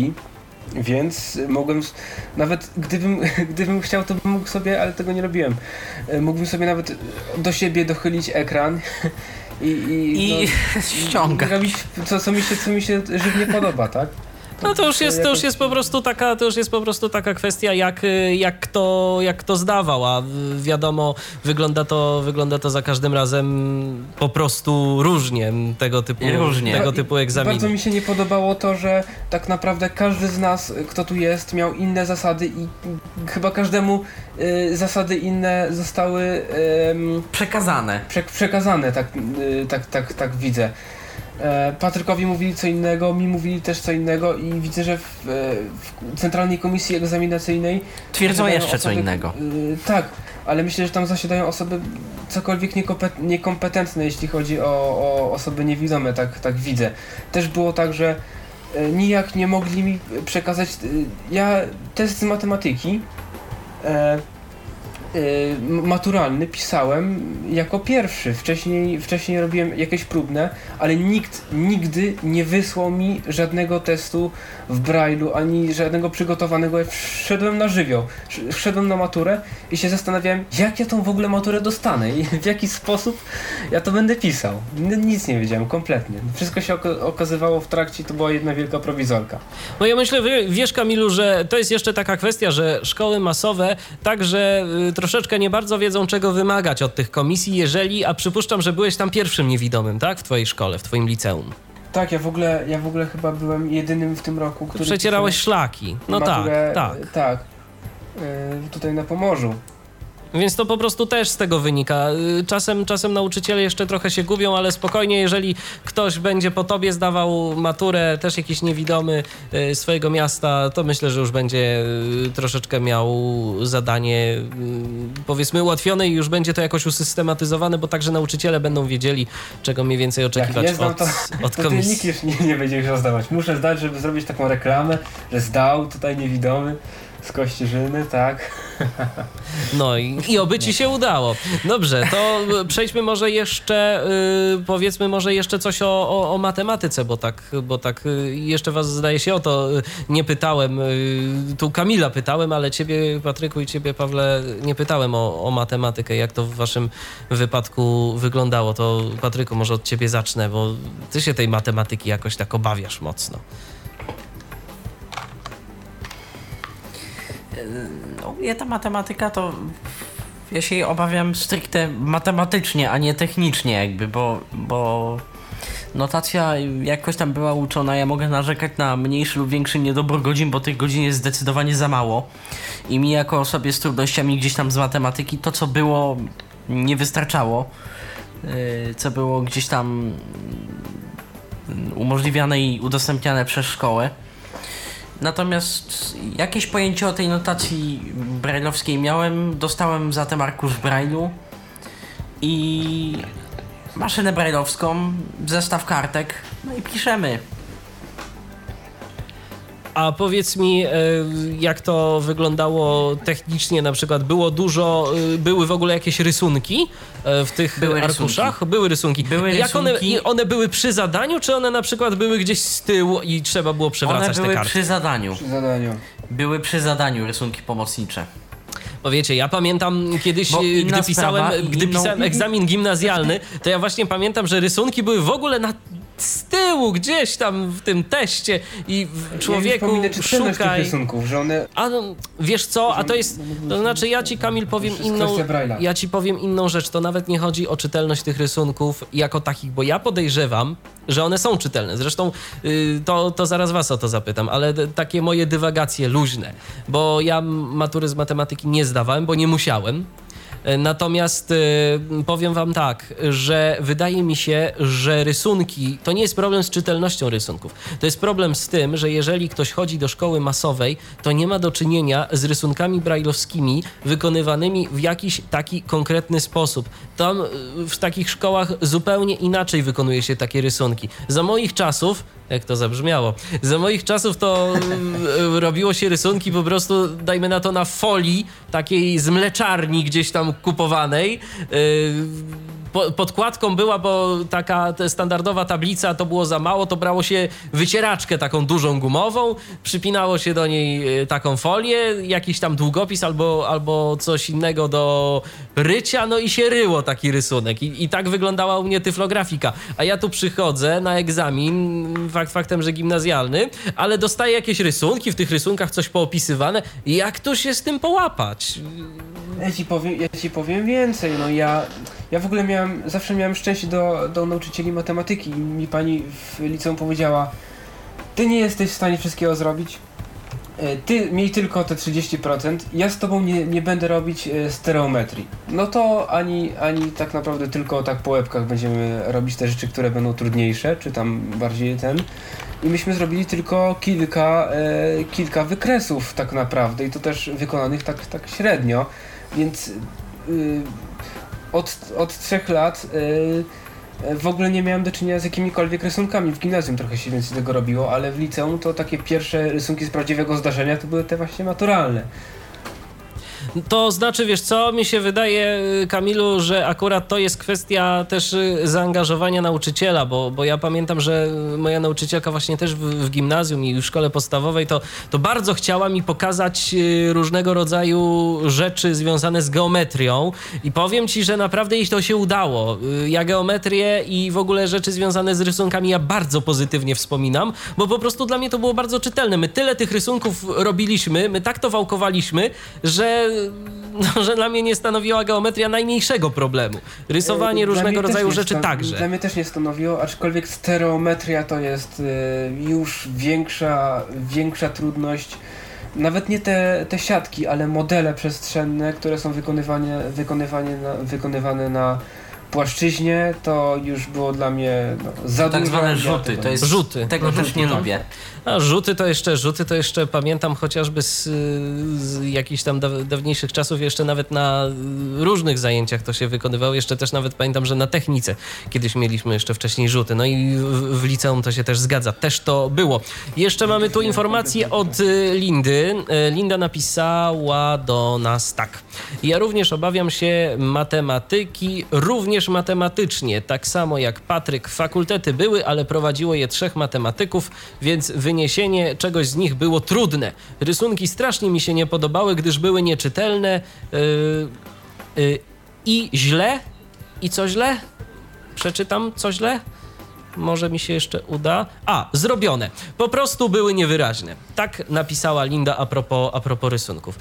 więc mogłem, s- nawet gdybym, gdybym chciał, to bym mógł sobie, ale tego nie robiłem, e, mógłbym sobie nawet do siebie dochylić ekran i, i, I no, ściągać. robić co, co, mi się, co mi się żywnie podoba, tak? No to już jest, to już jakoś- jest po prostu taka, to już jest po prostu taka kwestia, jak, y, jak, kto, jak kto zdawał, a y, wiadomo, wygląda to, wygląda to za każdym razem po prostu różnie tego typu, Różnie. tego typu Bardzo egzaminy. mi się nie podobało to, że tak naprawdę każdy z nas, kto tu jest, miał inne zasady i chyba każdemu y, zasady inne zostały ym, Przekazane. prze, przekazane, tak, y, tak, tak, tak widzę. E, Patrykowi mówili co innego, mi mówili też co innego i widzę, że w, w Centralnej Komisji Egzaminacyjnej Twierdzą zasiadają jeszcze co osoby- innego. y, tak, ale myślę, że tam zasiadają osoby cokolwiek niekopet- niekompetentne, jeśli chodzi o, o osoby niewidome, tak, tak widzę. Też było tak, że y, nijak nie mogli mi przekazać. Y, ja test z matematyki e, y, maturalny pisałem jako pierwszy. Wcześniej, wcześniej robiłem jakieś próbne, ale nikt nigdy nie wysłał mi żadnego testu w Braille'u, ani żadnego przygotowanego. Ja wszedłem na żywioł, sz- wszedłem na maturę i się zastanawiałem, jak ja tą w ogóle maturę dostanę i w jaki sposób ja to będę pisał. N- nic nie wiedziałem, kompletnie. Wszystko się oka- okazywało w trakcie, to była jedna wielka prowizorka. No ja myślę, wie- wiesz Kamilu, że to jest jeszcze taka kwestia, że szkoły masowe także y, troszeczkę nie bardzo wiedzą, czego wymagać od tych komisji, jeżeli, a przypuszczam, że byłeś tam pierwszym niewidomym, tak? W twojej szkole, w twoim liceum. Tak, ja w ogóle, ja w ogóle chyba byłem jedynym w tym roku, który Przecierałeś pisał szlaki. No maturę, tak, tak. Tak, yy, tutaj na Pomorzu. Więc to po prostu też z tego wynika. Y, Czasem, czasem nauczyciele jeszcze trochę się gubią, ale spokojnie, jeżeli ktoś będzie po tobie zdawał maturę, też jakiś niewidomy y, swojego miasta, to myślę, że już będzie y, troszeczkę miał zadanie y, powiedzmy ułatwione i już będzie to jakoś usystematyzowane, bo także nauczyciele będą wiedzieli, czego mniej więcej Jak oczekiwać nie znam, od, to, od to ty nikt komisji. już nie, nie będzie chciał zdawać. Muszę zdać, żeby zrobić taką reklamę, że zdał tutaj niewidomy z Kościerzyny, tak. No i, i oby ci się udało. Dobrze, to przejdźmy może jeszcze, yy, powiedzmy może jeszcze coś o, o, o matematyce, bo tak, bo tak yy, jeszcze was zdaje się o to yy, nie pytałem. Yy, tu Kamila pytałem, ale ciebie, Patryku, i ciebie, Pawle, nie pytałem o, o matematykę. Jak to w waszym wypadku wyglądało? To Patryku, może od ciebie zacznę, bo ty się tej matematyki jakoś tak obawiasz mocno. No, ja ta matematyka to... Ja się jej obawiam stricte matematycznie, a nie technicznie jakby, bo... bo... Notacja jakoś tam była uczona, ja mogę narzekać na mniejszy lub większy niedobór godzin, bo tych godzin jest zdecydowanie za mało. I mi jako osobie z trudnościami gdzieś tam z matematyki to, co było, nie wystarczało. Yy, co było gdzieś tam umożliwiane i udostępniane przez szkołę. Natomiast jakieś pojęcie o tej notacji brajlowskiej miałem, dostałem zatem arkusz Braille'u i maszynę brajlowską, zestaw kartek, no i piszemy. A powiedz mi, jak to wyglądało technicznie, na przykład było dużo, były w ogóle jakieś rysunki w tych były arkuszach? Rysunki. Były rysunki. Były Jak one, rysunki. one były przy zadaniu, czy one na przykład były gdzieś z tyłu i trzeba było przewracać One te były karty? przy zadaniu. Przy zadaniu. Były przy zadaniu rysunki pomocnicze. Bo wiecie, ja pamiętam kiedyś, Bo inna gdy pisałem, sprawa, gdy inną- pisałem egzamin gimnazjalny, to ja właśnie pamiętam, że rysunki były w ogóle na z tyłu, gdzieś tam w tym teście i w- człowieku ja już czytelność tych szukaj. rysunków, że one... A no, wiesz co, a to jest, to znaczy ja ci, Kamil, powiem To jest inną, kwestia Braille'a. ja ci powiem inną rzecz, to nawet nie chodzi o czytelność tych rysunków jako takich, bo ja podejrzewam, że one są czytelne, zresztą y, to, to zaraz was o to zapytam, ale d- takie moje dywagacje luźne, bo ja matury z matematyki nie zdawałem, bo nie musiałem. Natomiast y, powiem wam tak, że wydaje mi się, że rysunki, to nie jest problem z czytelnością rysunków. To jest problem z tym, że jeżeli ktoś chodzi do szkoły masowej, to nie ma do czynienia z rysunkami brajlowskimi wykonywanymi w jakiś taki konkretny sposób. Tam y, w takich szkołach zupełnie inaczej wykonuje się takie rysunki. Za moich czasów, jak to zabrzmiało, za moich czasów to y, robiło się rysunki po prostu, dajmy na to, na folii takiej z mleczarni gdzieś tam kupowanej. Y, po, podkładką była, bo taka ta standardowa tablica to było za mało, to brało się wycieraczkę taką dużą gumową, przypinało się do niej y, taką folię, jakiś tam długopis albo, albo coś innego do rycia, no i się ryło taki rysunek. I, i tak wyglądała u mnie tyflografika. A ja tu przychodzę na egzamin, fakt faktem, że gimnazjalny, ale dostaję jakieś rysunki, w tych rysunkach coś poopisywane. Jak tu się z tym połapać? Ja ci powiem, ja ci powiem więcej, no ja, ja w ogóle miałem, zawsze miałem szczęście do, do nauczycieli matematyki i mi pani w liceum powiedziała: ty nie jesteś w stanie wszystkiego zrobić, ty miej tylko te trzydzieści procent, ja z tobą nie, nie będę robić stereometrii. No to ani, ani tak naprawdę tylko tak po łebkach będziemy robić te rzeczy, które będą trudniejsze, czy tam bardziej ten. I myśmy zrobili tylko kilka, e, kilka wykresów tak naprawdę i to też wykonanych tak, tak średnio, więc y, od, od trzech lat y, w ogóle nie miałem do czynienia z jakimikolwiek rysunkami. W gimnazjum trochę się więcej tego robiło, ale w liceum to takie pierwsze rysunki z prawdziwego zdarzenia to były te właśnie maturalne. To znaczy, wiesz co, mi się wydaje, Kamilu, że akurat to jest kwestia też zaangażowania nauczyciela, bo, bo ja pamiętam, że moja nauczycielka właśnie też w, w gimnazjum i w szkole podstawowej to, to bardzo chciała mi pokazać różnego rodzaju rzeczy związane z geometrią i powiem ci, że naprawdę jej to się udało. Ja geometrię i w ogóle rzeczy związane z rysunkami ja bardzo pozytywnie wspominam, bo po prostu dla mnie to było bardzo czytelne. My tyle tych rysunków robiliśmy, my tak to wałkowaliśmy, że No, że dla mnie nie stanowiła geometria najmniejszego problemu. Rysowanie Dla różnego mnie też rodzaju nie rzeczy stan- także. Dla mnie też nie stanowiło, aczkolwiek stereometria to jest y, już większa, większa trudność. Nawet nie te, te siatki, ale modele przestrzenne, które są wykonywane, wykonywane, na, wykonywane na płaszczyźnie, to już było dla mnie no, za Tak dużo. zwane Ja rzuty, tego to nie- jest, Rzuty. tego Mhm. też nie lubię. A rzuty to jeszcze, rzuty to jeszcze pamiętam chociażby z, z jakichś tam daw, dawniejszych czasów, jeszcze nawet na różnych zajęciach to się wykonywało. Jeszcze też nawet pamiętam, że na technice kiedyś mieliśmy jeszcze wcześniej rzuty. No i w, w liceum to się też zgadza. Też to było. Jeszcze mamy tu informację od y, Lindy. Y, Linda napisała do nas tak. Ja również obawiam się matematyki, również matematycznie. Tak samo jak Patryk. Fakultety były, ale prowadziło je trzech matematyków, więc wyniesienie czegoś z nich było trudne. Rysunki strasznie mi się nie podobały, gdyż były nieczytelne yy, yy, i źle. I co źle? Przeczytam co źle? Może mi się jeszcze uda. A, zrobione. Po prostu były niewyraźne. Tak napisała Linda a propos, a propos rysunków.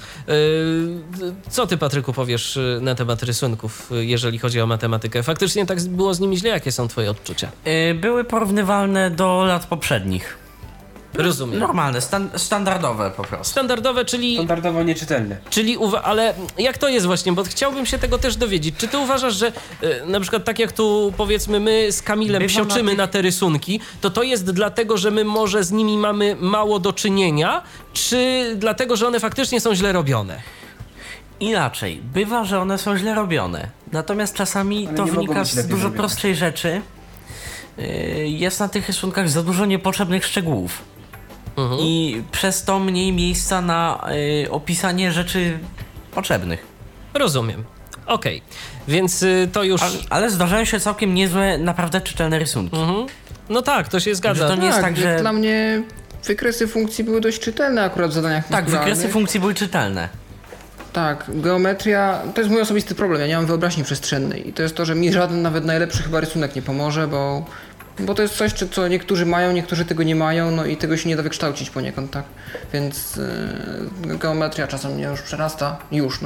Yy, co ty, Patryku, powiesz na temat rysunków, jeżeli chodzi o matematykę? Faktycznie tak było z nimi źle? Jakie są twoje odczucia? Yy, były porównywalne do lat poprzednich. Rozumiem. Normalne, stan- standardowe po prostu. Standardowe, czyli... Standardowo nieczytelne. Czyli, uwa- ale jak to jest właśnie, bo chciałbym się tego też dowiedzieć. Czy ty uważasz, że e, na przykład tak jak tu powiedzmy my z Kamilem Bywa na psioczymy tych- na te rysunki, to to jest dlatego, że my może z nimi mamy mało do czynienia, czy dlatego, że one faktycznie są źle robione? Inaczej, bywa, że one są źle robione. Natomiast czasami Ale to nie mogą wynika być z lepiej dużo zrobione. prostszej rzeczy. Yy, Jest na tych rysunkach za dużo niepotrzebnych szczegółów. Mhm. I przez to mniej miejsca na y, opisanie rzeczy potrzebnych. Rozumiem. Okej, więc y, to już... A, ale zdarzają się całkiem niezłe, naprawdę czytelne rysunki. Mhm. No tak, to się zgadza. Że to nie jest tak, że... Dla mnie wykresy funkcji były dość czytelne akurat w zadaniach Tak, naturalnych. wykresy funkcji były czytelne. Tak, geometria to jest mój osobisty problem. Ja nie mam wyobraźni przestrzennej i to jest to, że mi żaden, nawet najlepszy chyba rysunek nie pomoże, bo, bo to jest coś, czy- co niektórzy mają, niektórzy tego nie mają, no i tego się nie da wykształcić poniekąd, tak? Więc yy, geometria czasem mnie już przerasta. Już, no.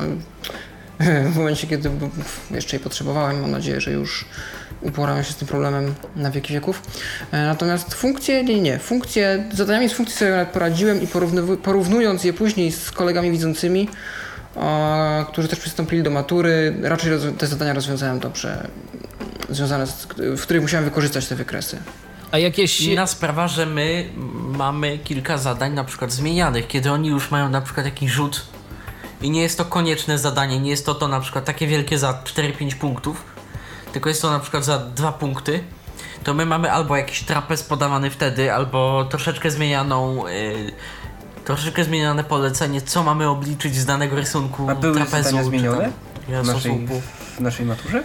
W momencie, kiedy b- jeszcze jej potrzebowałem, mam nadzieję, że już uporałem się z tym problemem na wieki wieków. E, Natomiast funkcje, nie, nie. Funkcje, z zadaniami z funkcji sobie nawet poradziłem i porównywu- porównując je później z kolegami widzącymi, a, którzy też przystąpili do matury. Raczej roz- te zadania rozwiązałem dobrze, związane z, w których musiałem wykorzystać te wykresy. A jakieś... Inna sprawa, że my mamy kilka zadań na przykład zmienianych, kiedy oni już mają na przykład jakiś rzut i nie jest to konieczne zadanie, nie jest to to na przykład takie wielkie za cztery pięć punktów, tylko jest to na przykład za dwa punkty, to my mamy albo jakiś trapez podawany wtedy, albo troszeczkę zmienianą... Yy, Troszeczkę zmienione polecenie, co mamy obliczyć z danego rysunku A były trapezu. zadania czy zmienione tam w naszej, rysunku. w naszej maturze?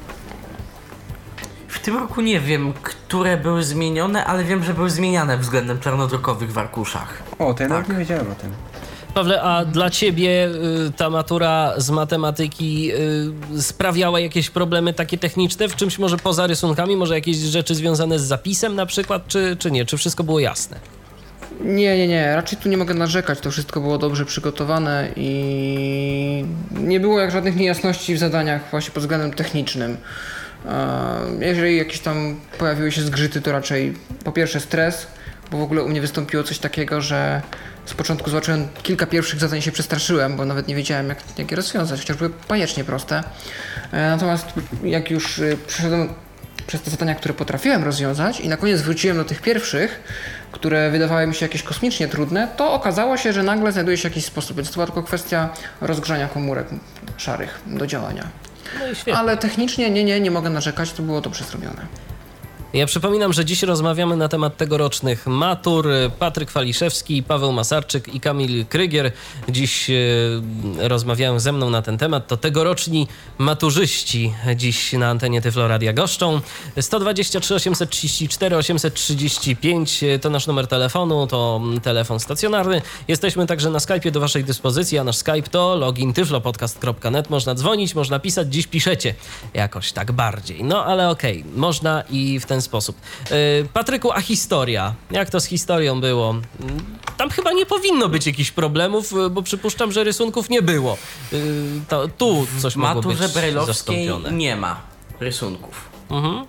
W tym roku nie wiem, które były zmienione, ale wiem, że były zmieniane względem czarnodrukowych w arkuszach. O, to ja nawet Tak. nie wiedziałem o tym. Pawle, a dla ciebie y, ta matura z matematyki y, sprawiała jakieś problemy takie techniczne w czymś może poza rysunkami, może jakieś rzeczy związane z zapisem na przykład, czy, czy nie? Czy wszystko było jasne? Nie, nie, nie. Raczej tu nie mogę narzekać. To wszystko było dobrze przygotowane i nie było jak żadnych niejasności w zadaniach właśnie pod względem technicznym. E, Jeżeli jakieś tam pojawiły się zgrzyty, to raczej po pierwsze stres, bo w ogóle u mnie wystąpiło coś takiego, że z początku zobaczyłem kilka pierwszych zadań i się przestraszyłem, bo nawet nie wiedziałem jak, jak je rozwiązać, chociaż były bajecznie proste. E, Natomiast jak już y, przeszedłem przez te zadania, które potrafiłem rozwiązać i na koniec wróciłem do tych pierwszych, które wydawały mi się jakieś kosmicznie trudne, to okazało się, że nagle znajduje się jakiś sposób, więc to była tylko kwestia rozgrzania komórek szarych do działania. No i świetnie. Ale technicznie nie, nie, nie mogę narzekać, to było dobrze zrobione. Ja przypominam, że dziś rozmawiamy na temat tegorocznych matur. Patryk Waliszewski, Paweł Masarczyk i Kamil Krygier dziś e, rozmawiają ze mną na ten temat. To tegoroczni maturzyści dziś na antenie Tyflo Radia goszczą. sto dwadzieścia trzy osiemset trzydzieści cztery osiemset trzydzieści pięć to nasz numer telefonu, to telefon stacjonarny. Jesteśmy także na Skype'ie do waszej dyspozycji, a nasz Skype to login tyflopodcast kropka net. Można dzwonić, można pisać, dziś piszecie jakoś tak bardziej. No ale okej, okay, można i w ten sposób. Yy, Patryku, a historia? Jak to z historią było? Tam chyba nie powinno być jakichś problemów, bo przypuszczam, że rysunków nie było. Yy, to, tu coś W mogło być maturze brajlowskiej zastąpione. nie ma rysunków. Mhm.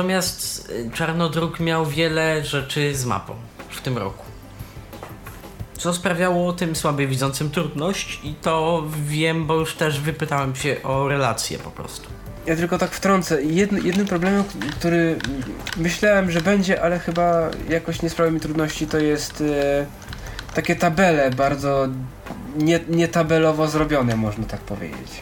Natomiast y, czarnodruk miał wiele rzeczy z mapą w tym roku. co sprawiało tym słabowidzącym trudność i to wiem, bo już też wypytałem się o relacje po prostu. Ja tylko tak wtrącę. Jedny, jednym problemem, który myślałem, że będzie, ale chyba jakoś nie sprawia mi trudności, to jest e, takie tabele bardzo nie, nie tabelowo zrobione, można tak powiedzieć.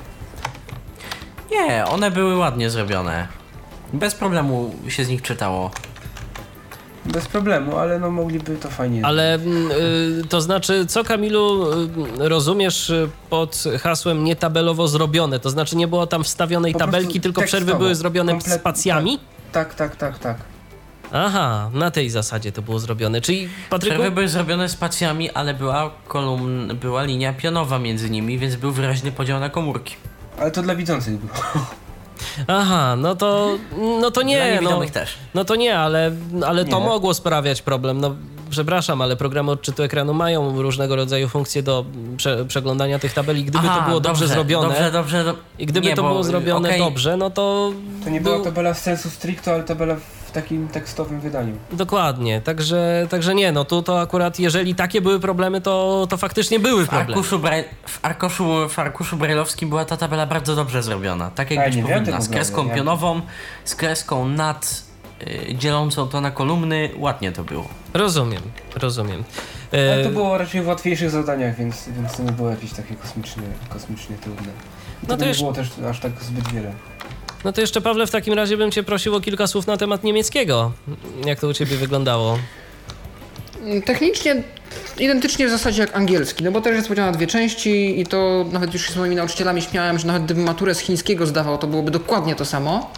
Nie, one były ładnie zrobione. Bez problemu się z nich czytało. Bez problemu, ale no mogliby to fajnie... Ale y, to znaczy, co Kamilu y, rozumiesz pod hasłem nietabelowo zrobione? To znaczy nie było tam wstawionej Po tabelki, tylko przerwy tekstowo, były zrobione komplet- spacjami? Tak, tak, tak, tak. Aha, na tej zasadzie to było zrobione. Czyli, Patryku... Przerwy były zrobione spacjami, ale była kolumn, była linia pionowa między nimi, więc był wyraźny podział na komórki. Ale to dla widzących było. Aha, no to, no to Dla nie, no, niewidomych też. no to nie, ale, ale to Nie. mogło sprawiać problem. No przepraszam, ale programy odczytu ekranu mają różnego rodzaju funkcje do prze, przeglądania tych tabeli. Gdyby Aha, to było dobrze, dobrze zrobione Dobrze, dobrze. Do... i gdyby nie, to bo, było zrobione okej, dobrze, no to... To nie był- była tabela w sensu stricto, ale tabela w takim tekstowym wydaniu. Dokładnie, także, także nie, no tu to akurat, jeżeli takie były problemy, to, to faktycznie były W problemy. arkuszu, braj... w, arkuszu, w arkuszu brajlowskim była ta tabela bardzo dobrze zrobiona, tak jak A, być nie wiem powinna, tego z kreską dobrze, ja- pionową, z kreską nad y, dzielącą to na kolumny, ładnie to było. Rozumiem, rozumiem. Ale to E, było raczej w łatwiejszych zadaniach, więc, więc to nie było jakieś takie kosmicznie, kosmicznie trudne. I No no to nie już- było też aż tak zbyt wiele. No to jeszcze, Pawle, w takim razie bym cię prosił o kilka słów na temat niemieckiego. Jak to u ciebie wyglądało? Technicznie identycznie w zasadzie jak angielski, no bo też jest podział na dwie części i to nawet już się z moimi nauczycielami śmiałem, że nawet gdybym maturę z chińskiego zdawał, to byłoby dokładnie to samo.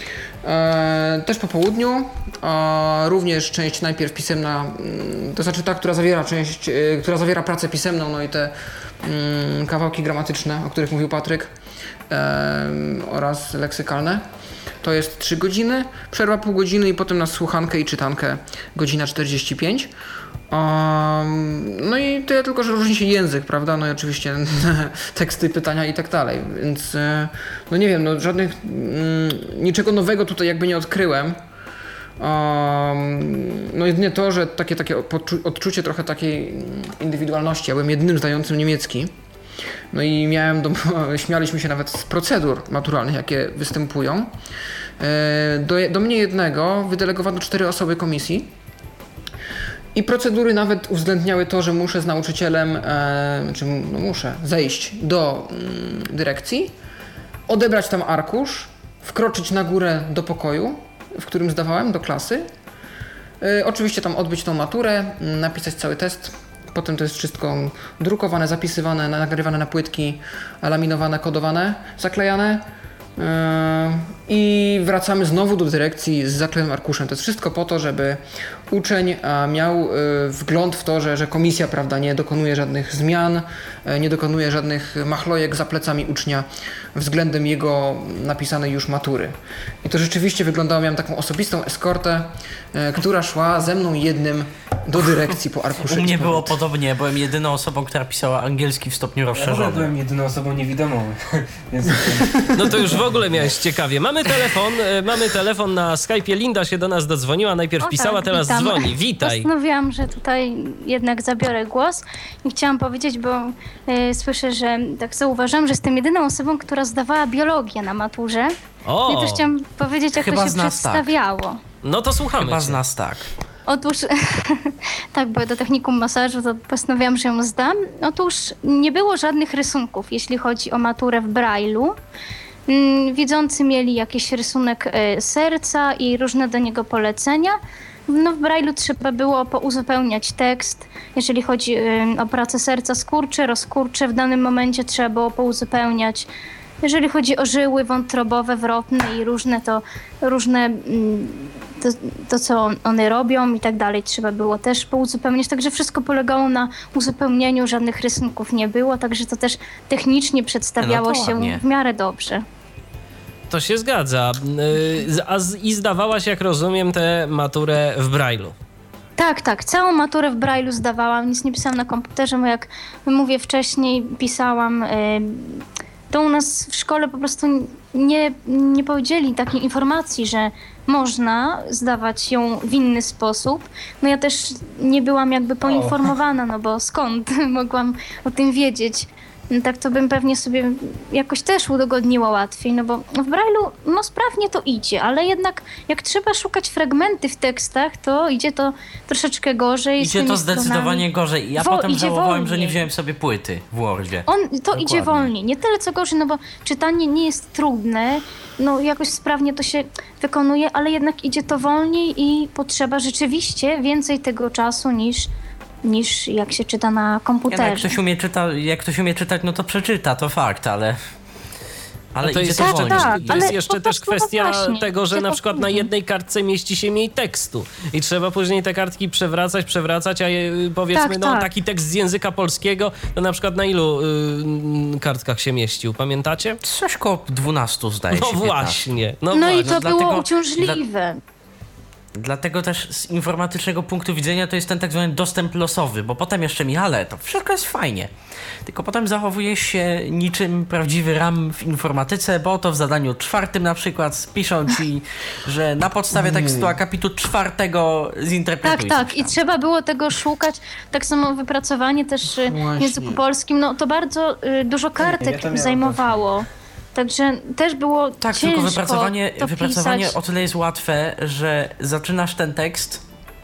E, też po południu, a również część najpierw pisemna, mm, to znaczy ta, która zawiera część, e, która zawiera pracę pisemną, no i te mm, kawałki gramatyczne, o których mówił Patryk, e, oraz leksykalne. To jest trzy godziny, przerwa pół godziny i potem na słuchankę i czytankę godzina czterdzieści pięć. Um, no i tyle tylko, że różni się język, prawda? No i oczywiście teksty, pytania i tak dalej, więc e, no nie wiem, no żadnych, mm, niczego nowego tutaj jakby nie odkryłem. Um, no jedynie to, że takie, takie poczu- odczucie trochę takiej indywidualności. Ja byłem jedynym zdającym niemiecki. No i miałem, do, śmialiśmy się nawet z procedur maturalnych, jakie występują. E, Do, do mnie jednego wydelegowano cztery osoby komisji i procedury nawet uwzględniały to, że muszę z nauczycielem, e, czy no muszę zejść do mm, dyrekcji, odebrać tam arkusz, wkroczyć na górę do pokoju, w którym zdawałem, do klasy. E, oczywiście tam odbyć tą maturę, m, napisać cały test. Potem to jest wszystko drukowane, zapisywane, nagrywane na płytki, laminowane, kodowane, zaklejane. Yy, I wracamy znowu do dyrekcji z zaklejonym arkuszem. To jest wszystko po to, żeby uczeń a, miał yy, wgląd w to, że, że komisja, prawda, nie dokonuje żadnych zmian, yy, nie dokonuje żadnych machlojek za plecami ucznia względem jego napisanej już matury. I to rzeczywiście wyglądało, miałem taką osobistą eskortę, yy, która szła ze mną jednym do dyrekcji po arkuszu. U mnie eksperymentu. było podobnie, byłem jedyną osobą, która pisała angielski w stopniu Ja w ogóle rozszerzonym. byłem jedyną osobą niewidomą, więc No to już w ogóle miałeś ciekawie. Mamy telefon, e, mamy telefon na Skype'ie. Linda się do nas dodzwoniła, najpierw O pisała, tak, teraz witam. dzwoni. Witaj. Postanowiłam, że tutaj jednak zabiorę głos i chciałam powiedzieć, bo e, słyszę, że tak zauważyłam, że jestem jedyną osobą, która zdawała biologię na maturze. O, I też chciałam powiedzieć, jak Chyba to się z nas tak. przedstawiało. no to słuchamy Chyba cię. z nas tak. Otóż, tak, bo do technikum masażu to postanowiłam, że ją zdam. Otóż nie było żadnych rysunków, jeśli chodzi o maturę w Braille'u. Mm, Widzący mieli jakiś rysunek e, serca i różne do niego polecenia. No, w Braille'u trzeba było pouzupełniać tekst. Jeżeli chodzi e, o pracę serca, skurcze, rozkurcze, w danym momencie trzeba było pouzupełniać. Jeżeli chodzi o żyły wątrobowe, wrotne i różne, to różne mm, to, to, co one robią i tak dalej, trzeba było też pouzupełniać. Także wszystko polegało na uzupełnieniu, żadnych rysunków nie było, także to też technicznie przedstawiało No to się ładnie. w miarę dobrze. To się zgadza. Y, z- A z, i zdawałaś, jak rozumiem, tę maturę w Braille'u. Tak, tak, całą maturę w Braille'u zdawałam, nic nie pisałam na komputerze, bo jak mówię wcześniej, pisałam, y, to u nas w szkole po prostu nie, nie powiedzieli takiej informacji, że można zdawać ją w inny sposób. No ja też nie byłam jakby poinformowana, no bo skąd mogłam o tym wiedzieć. No tak to bym pewnie sobie jakoś też udogodniła łatwiej, no bo w Braille'u no sprawnie to idzie, ale jednak jak trzeba szukać fragmenty w tekstach, to idzie to troszeczkę gorzej. Idzie to zdecydowanie stronami. gorzej. Ja Wo- potem idzie żałowałem, wolniej. że nie wziąłem sobie płyty w Wordzie. On, to Dokładnie. idzie wolniej, nie tyle co gorzej, no bo czytanie nie jest trudne, no jakoś sprawnie to się wykonuje, ale jednak idzie to wolniej i potrzeba rzeczywiście więcej tego czasu niż, niż jak się czyta na Nie, no, jak, komputerze. ktoś umie czyta, jak ktoś umie czytać, no to przeczyta, to fakt, ale... Ale A to idzie jest to jeszcze, wolniej. tak, to jest ale jeszcze po też prostu, no kwestia właśnie, tego, że gdzie na to przykład na pójdzie? jednej kartce mieści się mniej tekstu i trzeba później te kartki przewracać, przewracać, a je, powiedzmy, Tak, no tak. taki tekst z języka polskiego, to na przykład na ilu y, kartkach się mieścił, pamiętacie? Coś koło dwunastu zdaje No się. piętnaście. właśnie, no, No i właśnie. to dlatego- było uciążliwe. Dlatego też z informatycznego punktu widzenia to jest ten tak zwany dostęp losowy, bo potem jeszcze mi, ale to wszystko jest fajnie. Tylko potem zachowujesz się niczym prawdziwy RAM w informatyce, bo to w zadaniu czwartym na przykład piszą ci, że na podstawie tekstu akapitu czwartego Tak, zinterpretuj. tak. coś I tam. trzeba było tego szukać. Tak samo wypracowanie też y, w Właśnie. języku polskim, no to bardzo y, dużo kartek ja to miałem zajmowało. Także też było Tak, ciężko tylko wypracowanie, to wypracowanie pisać. o tyle jest łatwe, że zaczynasz ten tekst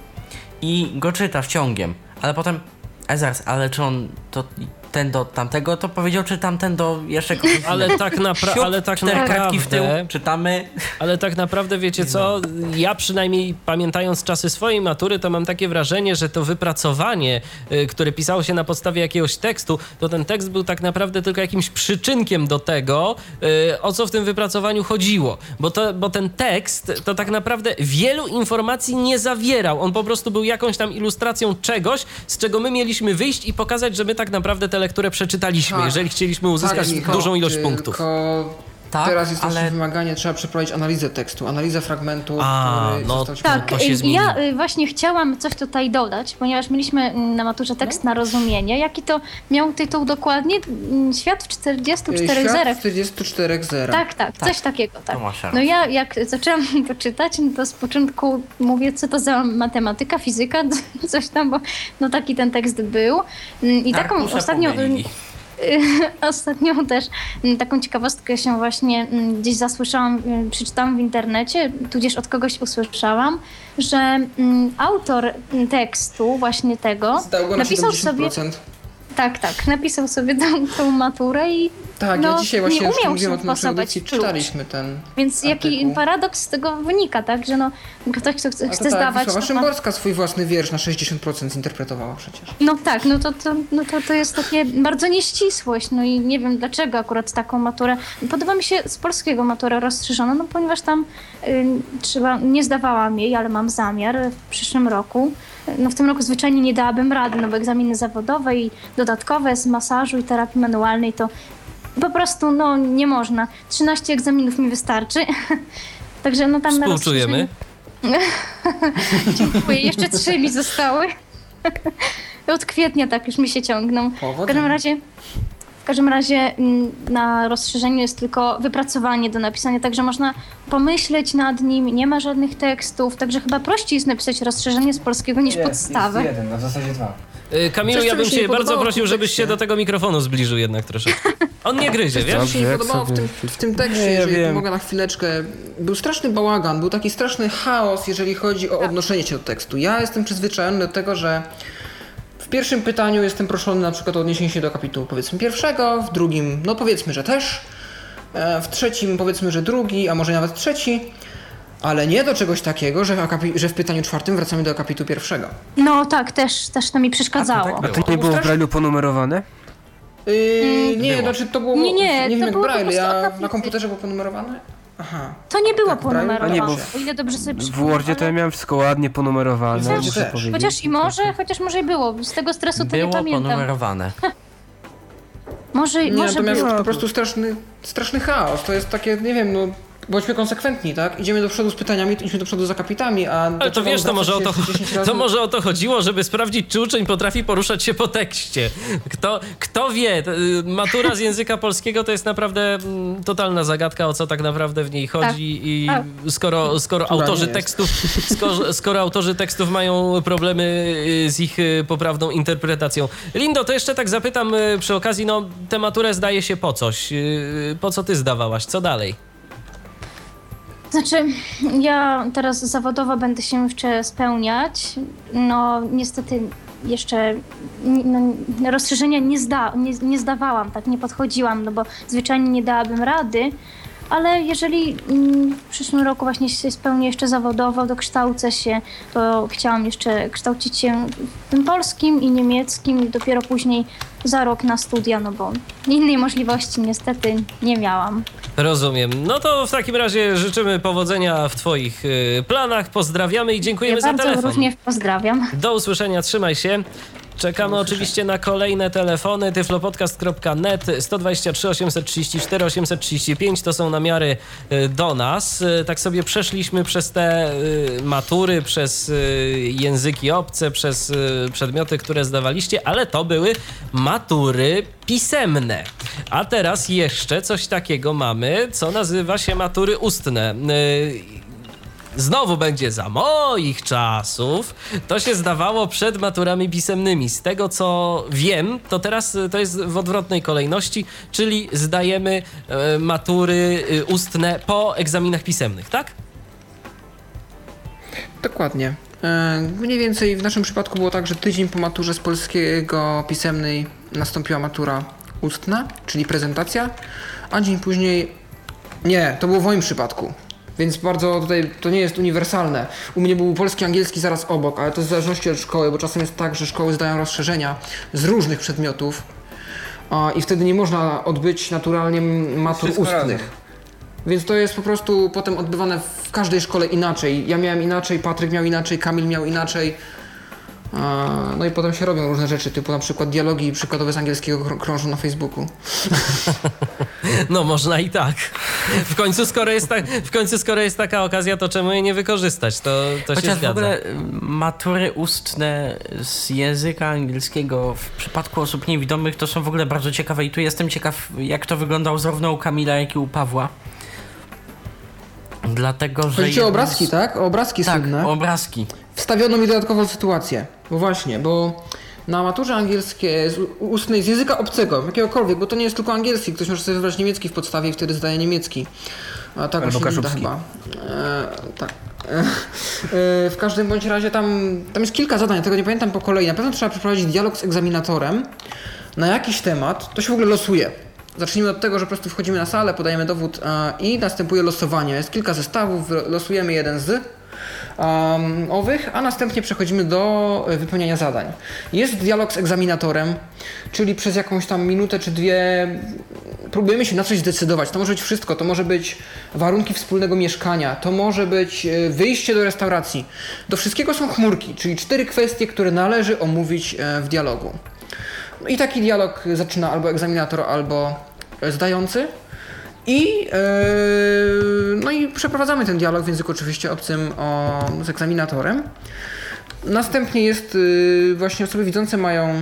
i go czytasz ciągiem, ale potem, a zaraz, ale czy on to ten do tamtego to powiedział, czy tamten do jeszcze kogoś Ale innego? tak, napra- Siup, ale tak cztery kartki w tył, naprawdę... czytamy. Ale tak naprawdę, wiecie co, ja przynajmniej pamiętając czasy swojej matury, to mam takie wrażenie, że to wypracowanie, y, które pisało się na podstawie jakiegoś tekstu, to ten tekst był tak naprawdę tylko jakimś przyczynkiem do tego, y, o co w tym wypracowaniu chodziło. Bo, to, bo ten tekst to tak naprawdę wielu informacji nie zawierał. On po prostu był jakąś tam ilustracją czegoś, z czego my mieliśmy wyjść i pokazać, że my tak naprawdę tę lekturę przeczytaliśmy, Tak. jeżeli chcieliśmy uzyskać Michał, dużą ilość tylko punktów. Tak, teraz jest ale- ale... wymaganie, trzeba przeprowadzić analizę tekstu, analizę fragmentu, A, który no został ci Tak, To się y, zmieni. ja y, właśnie chciałam coś tutaj dodać, ponieważ mieliśmy mm, na maturze tekst na rozumienie. Jaki to miał tytuł dokładnie? Mm, Świat w czterdziestu czterech Świat zerach. w czterdziestu czterech zerach. Tak, tak, coś takiego, tak. To masz rację. No ja jak zaczęłam to czytać, no to z początku mówię, co to za matematyka, fizyka, coś tam, bo no taki ten tekst był. Mm, I taką Arkusze ostatnią... pomylili. Ostatnią też mm, taką ciekawostkę się właśnie mm, gdzieś zasłyszałam, y, przeczytałam w internecie, tudzież od kogoś usłyszałam, że mm, autor mm, tekstu właśnie tego Zdał go na napisał siedemdziesiąt sobie, procent. tak, tak, napisał sobie tą, tą maturę i Tak, no, ja dzisiaj właśnie nie już umiał mówiłem się o tym naszej wpasować audycji, w klucz. czytaliśmy ten Więc jaki artykuł. paradoks z tego wynika, tak, że no ktoś, kto chce, A to chce tak, zdawać... Wisława to ma- Szymborska swój własny wiersz na sześćdziesiąt procent zinterpretowała przecież. No tak, no to, to, no to, to jest takie bardzo nieścisłość, no i nie wiem dlaczego akurat taką maturę. Podoba mi się z polskiego maturę rozszerzono, no ponieważ tam y, trzeba, nie zdawałam jej, ale mam zamiar w przyszłym roku. No w tym roku zwyczajnie nie dałabym rady, no bo egzaminy zawodowe i dodatkowe z masażu i terapii manualnej to po prostu no nie można. trzynaście egzaminów mi wystarczy. Także no tam na Współczujemy. Dziękuję. Jeszcze trzy mi zostały. Od kwietnia tak już mi się ciągną. W Powodzenia. każdym razie, w każdym razie mm, na rozszerzeniu jest tylko wypracowanie do napisania, także można pomyśleć nad nim, nie ma żadnych tekstów, także chyba prościej jest napisać rozszerzenie z polskiego niż podstawę. Jest jeden, a w zasadzie dwa. Y, Kamilu, Coś, co ja bym mi się cię nie bardzo podobało w prosił, tym żebyś się tekście. do tego mikrofonu zbliżył jednak troszeczkę. On nie gryzie, Co wiesz? mi się nie jak podobało w tym, sobie- w tym tekście, Nie, ja jeżeli wiem. mogę na chwileczkę, był straszny bałagan, był taki straszny chaos, jeżeli chodzi o odnoszenie się do tekstu. Ja jestem przyzwyczajony do tego, że w pierwszym pytaniu jestem proszony na przykład o odniesienie się do kapitułu powiedzmy pierwszego, w drugim no powiedzmy, że też, e, w trzecim powiedzmy, że drugi, a może nawet trzeci, ale nie do czegoś takiego, że w, akapi- że w pytaniu czwartym wracamy do akapitu pierwszego. No tak, też, też to mi przeszkadzało. A to A to nie było w Braille'u ponumerowane? Yy, nie, Było. znaczy to było, Nie, nie, nie to wiem jak było po Braille, prostu ja akapity. na komputerze było ponumerowane? Aha. To nie było Tak, w Braille'u? ponumerowane, A nie, bo o ile dobrze sobie W przypomnę, Wordzie to ja ale- miałem wszystko ładnie ponumerowane, W Wordzie muszę też. powiedzieć. Chociaż i może, chociaż może i było. Z tego stresu to nie Było pamiętam. ponumerowane. Może, Nie, może natomiast było. po prostu straszny, straszny chaos. To jest takie, nie wiem, no bądźmy konsekwentni, tak? Idziemy do przodu z pytaniami, idźmy do przodu z akapitami, a... Ale to wiesz, to może, o to, razy... to może o to chodziło, żeby sprawdzić, czy uczeń potrafi poruszać się po tekście. Kto, kto wie, matura z języka polskiego to jest naprawdę mm, totalna zagadka, o co tak naprawdę w niej chodzi. Tak. I skoro, skoro autorzy tekstów, skoro, skoro autorzy tekstów mają problemy z ich poprawną interpretacją. Lindo, to jeszcze tak zapytam przy okazji, no tę maturę zdaje się po coś. Po co ty zdawałaś? Co dalej? Znaczy, ja teraz zawodowo będę się jeszcze spełniać. No niestety jeszcze no, rozszerzenia nie, zda, nie, nie zdawałam, tak nie podchodziłam, no bo zwyczajnie nie dałabym rady. Ale jeżeli w przyszłym roku właśnie się spełnię jeszcze zawodowo, dokształcę się, to chciałam jeszcze kształcić się w tym polskim i niemieckim i dopiero później za rok na studia, no bo innej możliwości niestety nie miałam. Rozumiem. No to w takim razie życzymy powodzenia w twoich y, planach, pozdrawiamy i dziękujemy ja za telefon. Bardzo również pozdrawiam. Do usłyszenia, trzymaj się. Czekamy oczywiście na kolejne telefony. tyflopodcast kropka net sto dwadzieścia trzy osiemset trzydzieści cztery osiemset trzydzieści pięć to są namiary do nas. Tak sobie przeszliśmy przez te matury, przez języki obce, przez przedmioty, które zdawaliście, ale to były matury pisemne. A teraz jeszcze coś takiego mamy, co nazywa się matury ustne. Znowu będzie za moich czasów. To się zdawało przed maturami pisemnymi. Z tego co wiem, to teraz to jest w odwrotnej kolejności, czyli zdajemy e, matury e, ustne po egzaminach pisemnych, tak? Dokładnie. E, mniej więcej w naszym przypadku było tak, że tydzień po maturze z polskiego pisemnej nastąpiła matura ustna, czyli prezentacja, a dzień później... Nie, to było w moim przypadku. Więc bardzo tutaj to nie jest uniwersalne. U mnie był polski, angielski zaraz obok, ale to w zależności od szkoły, bo czasem jest tak, że szkoły zdają rozszerzenia z różnych przedmiotów a, i wtedy nie można odbyć naturalnie matur Wszystko ustnych. razem. Więc to jest po prostu potem odbywane w każdej szkole inaczej. Ja miałem inaczej, Patryk miał inaczej, Kamil miał inaczej. A, no i potem się robią różne rzeczy, typu na przykład dialogi przykładowe z angielskiego krążą na Facebooku. No można i tak. W końcu skoro jest, ta, w końcu, skoro jest taka okazja, to czemu jej nie wykorzystać? To, to się Chociaż zgadza. w ogóle matury ustne z języka angielskiego w przypadku osób niewidomych to są w ogóle bardzo ciekawe i tu jestem ciekaw, jak to wyglądało zarówno u Kamila, jak i u Pawła. Dlatego, że... Chodzi o obrazki, z... tak? O obrazki tak, słynne. o obrazki. Wstawiono mi dodatkową sytuację, bo właśnie, bo na maturze angielskiej, z ustnej, z języka obcego, jakiegokolwiek, bo to nie jest tylko angielski, ktoś może sobie wybrać niemiecki w podstawie i wtedy zdaje niemiecki. A tak albo właśnie chyba. E, tak. E, e, w każdym bądź razie tam, tam jest kilka zadań, tego nie pamiętam po kolei. Na pewno trzeba przeprowadzić dialog z egzaminatorem na jakiś temat, to się w ogóle losuje. Zacznijmy od tego, że po prostu wchodzimy na salę, podajemy dowód e, i następuje losowanie. Jest kilka zestawów, losujemy jeden z um, owych, a następnie przechodzimy do wypełniania zadań. Jest dialog z egzaminatorem, czyli przez jakąś tam minutę czy dwie próbujemy się na coś zdecydować. To może być wszystko, to może być warunki wspólnego mieszkania, to może być wyjście do restauracji. Do wszystkiego są chmurki, czyli cztery kwestie, które należy omówić w dialogu. I taki dialog zaczyna albo egzaminator, albo zdający. I, yy, no i przeprowadzamy ten dialog w języku oczywiście obcym o, z egzaminatorem. Następnie jest yy, właśnie osoby widzące mają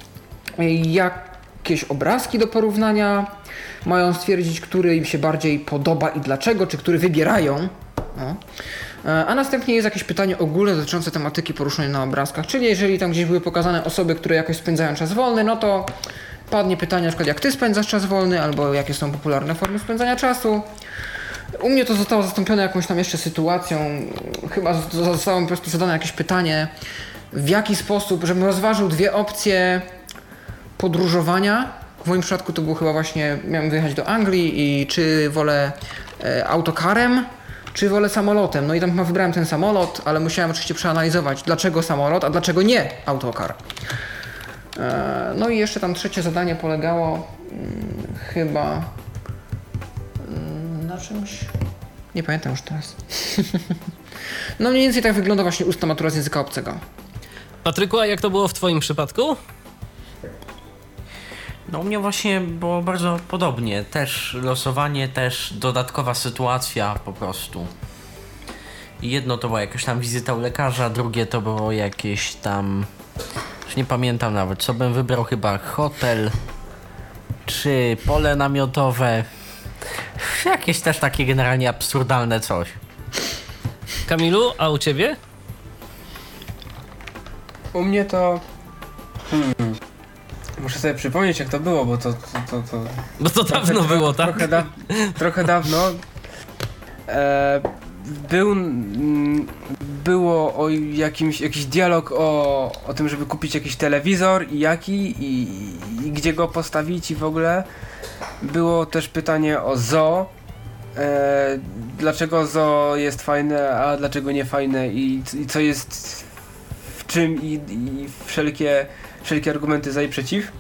jakieś obrazki do porównania, mają stwierdzić, który im się bardziej podoba i dlaczego, czy który wybierają. No. A następnie jest jakieś pytanie ogólne dotyczące tematyki poruszonej na obrazkach, czyli jeżeli tam gdzieś były pokazane osoby, które jakoś spędzają czas wolny, no to padnie pytanie na przykład jak ty spędzasz czas wolny, albo jakie są popularne formy spędzania czasu. U mnie to zostało zastąpione jakąś tam jeszcze sytuacją, chyba zostało mi po prostu zadane jakieś pytanie, w jaki sposób, żebym rozważył dwie opcje podróżowania. W moim przypadku to było chyba właśnie, miałem wyjechać do Anglii i czy wolę e, autokarem, czy wolę samolotem. No i tam chyba wybrałem ten samolot, ale musiałem oczywiście przeanalizować, dlaczego samolot, a dlaczego nie autokar. E, no i jeszcze tam trzecie zadanie polegało hmm, chyba hmm, na czymś... Nie pamiętam już teraz. No mniej więcej tak wygląda właśnie ustna matura z języka obcego. Patryku, a jak to było w twoim przypadku? No u mnie właśnie było bardzo podobnie. Też losowanie, też dodatkowa sytuacja po prostu. Jedno to była jakaś tam wizyta u lekarza, drugie to było jakieś tam... Już nie pamiętam nawet, co bym wybrał, chyba hotel czy pole namiotowe. Jakieś też takie generalnie absurdalne coś. Kamilu, a u ciebie? U mnie to... Hmm. Muszę sobie przypomnieć, jak to było, bo to... to, to, to... Bo to dawno trochę, było, tak? Trochę, da... trochę dawno. E, był... m, Było o jakimś, jakiś dialog o, o tym, żeby kupić jakiś telewizor i jaki i, i gdzie go postawić i w ogóle. Było też pytanie o zoo. E, dlaczego zoo jest fajne, a dlaczego nie fajne i, i co jest w czym i, i wszelkie, wszelkie argumenty za i przeciw.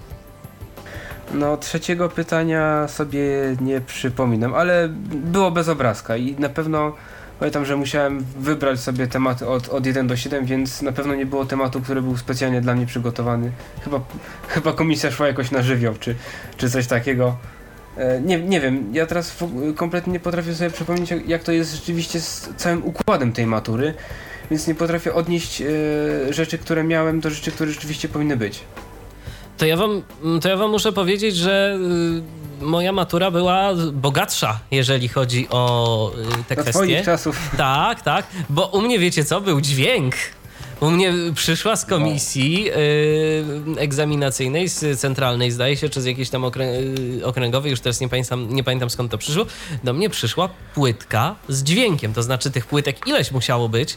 No, trzeciego pytania sobie nie przypominam, ale było bez obrazka i na pewno pamiętam, że musiałem wybrać sobie tematy od, od jeden do siedem, więc na pewno nie było tematu, który był specjalnie dla mnie przygotowany. Chyba, chyba komisja szła jakoś na żywioł, czy, czy coś takiego. E, nie, nie wiem, ja teraz w, kompletnie nie potrafię sobie przypomnieć, jak, jak to jest rzeczywiście z całym układem tej matury, więc nie potrafię odnieść e, rzeczy, które miałem, do rzeczy, które rzeczywiście powinny być. To ja wam, to ja wam muszę powiedzieć, że y, moja matura była bogatsza, jeżeli chodzi o y, te Za kwestie. twoich czasów. Tak, tak, bo u mnie, wiecie co, był dźwięk. U mnie przyszła z komisji y, egzaminacyjnej, z centralnej zdaje się, czy z jakiejś tam okrę, y, okręgowej, już teraz nie pamiętam, nie pamiętam skąd to przyszło, do mnie przyszła płytka z dźwiękiem, to znaczy tych płytek ileś musiało być,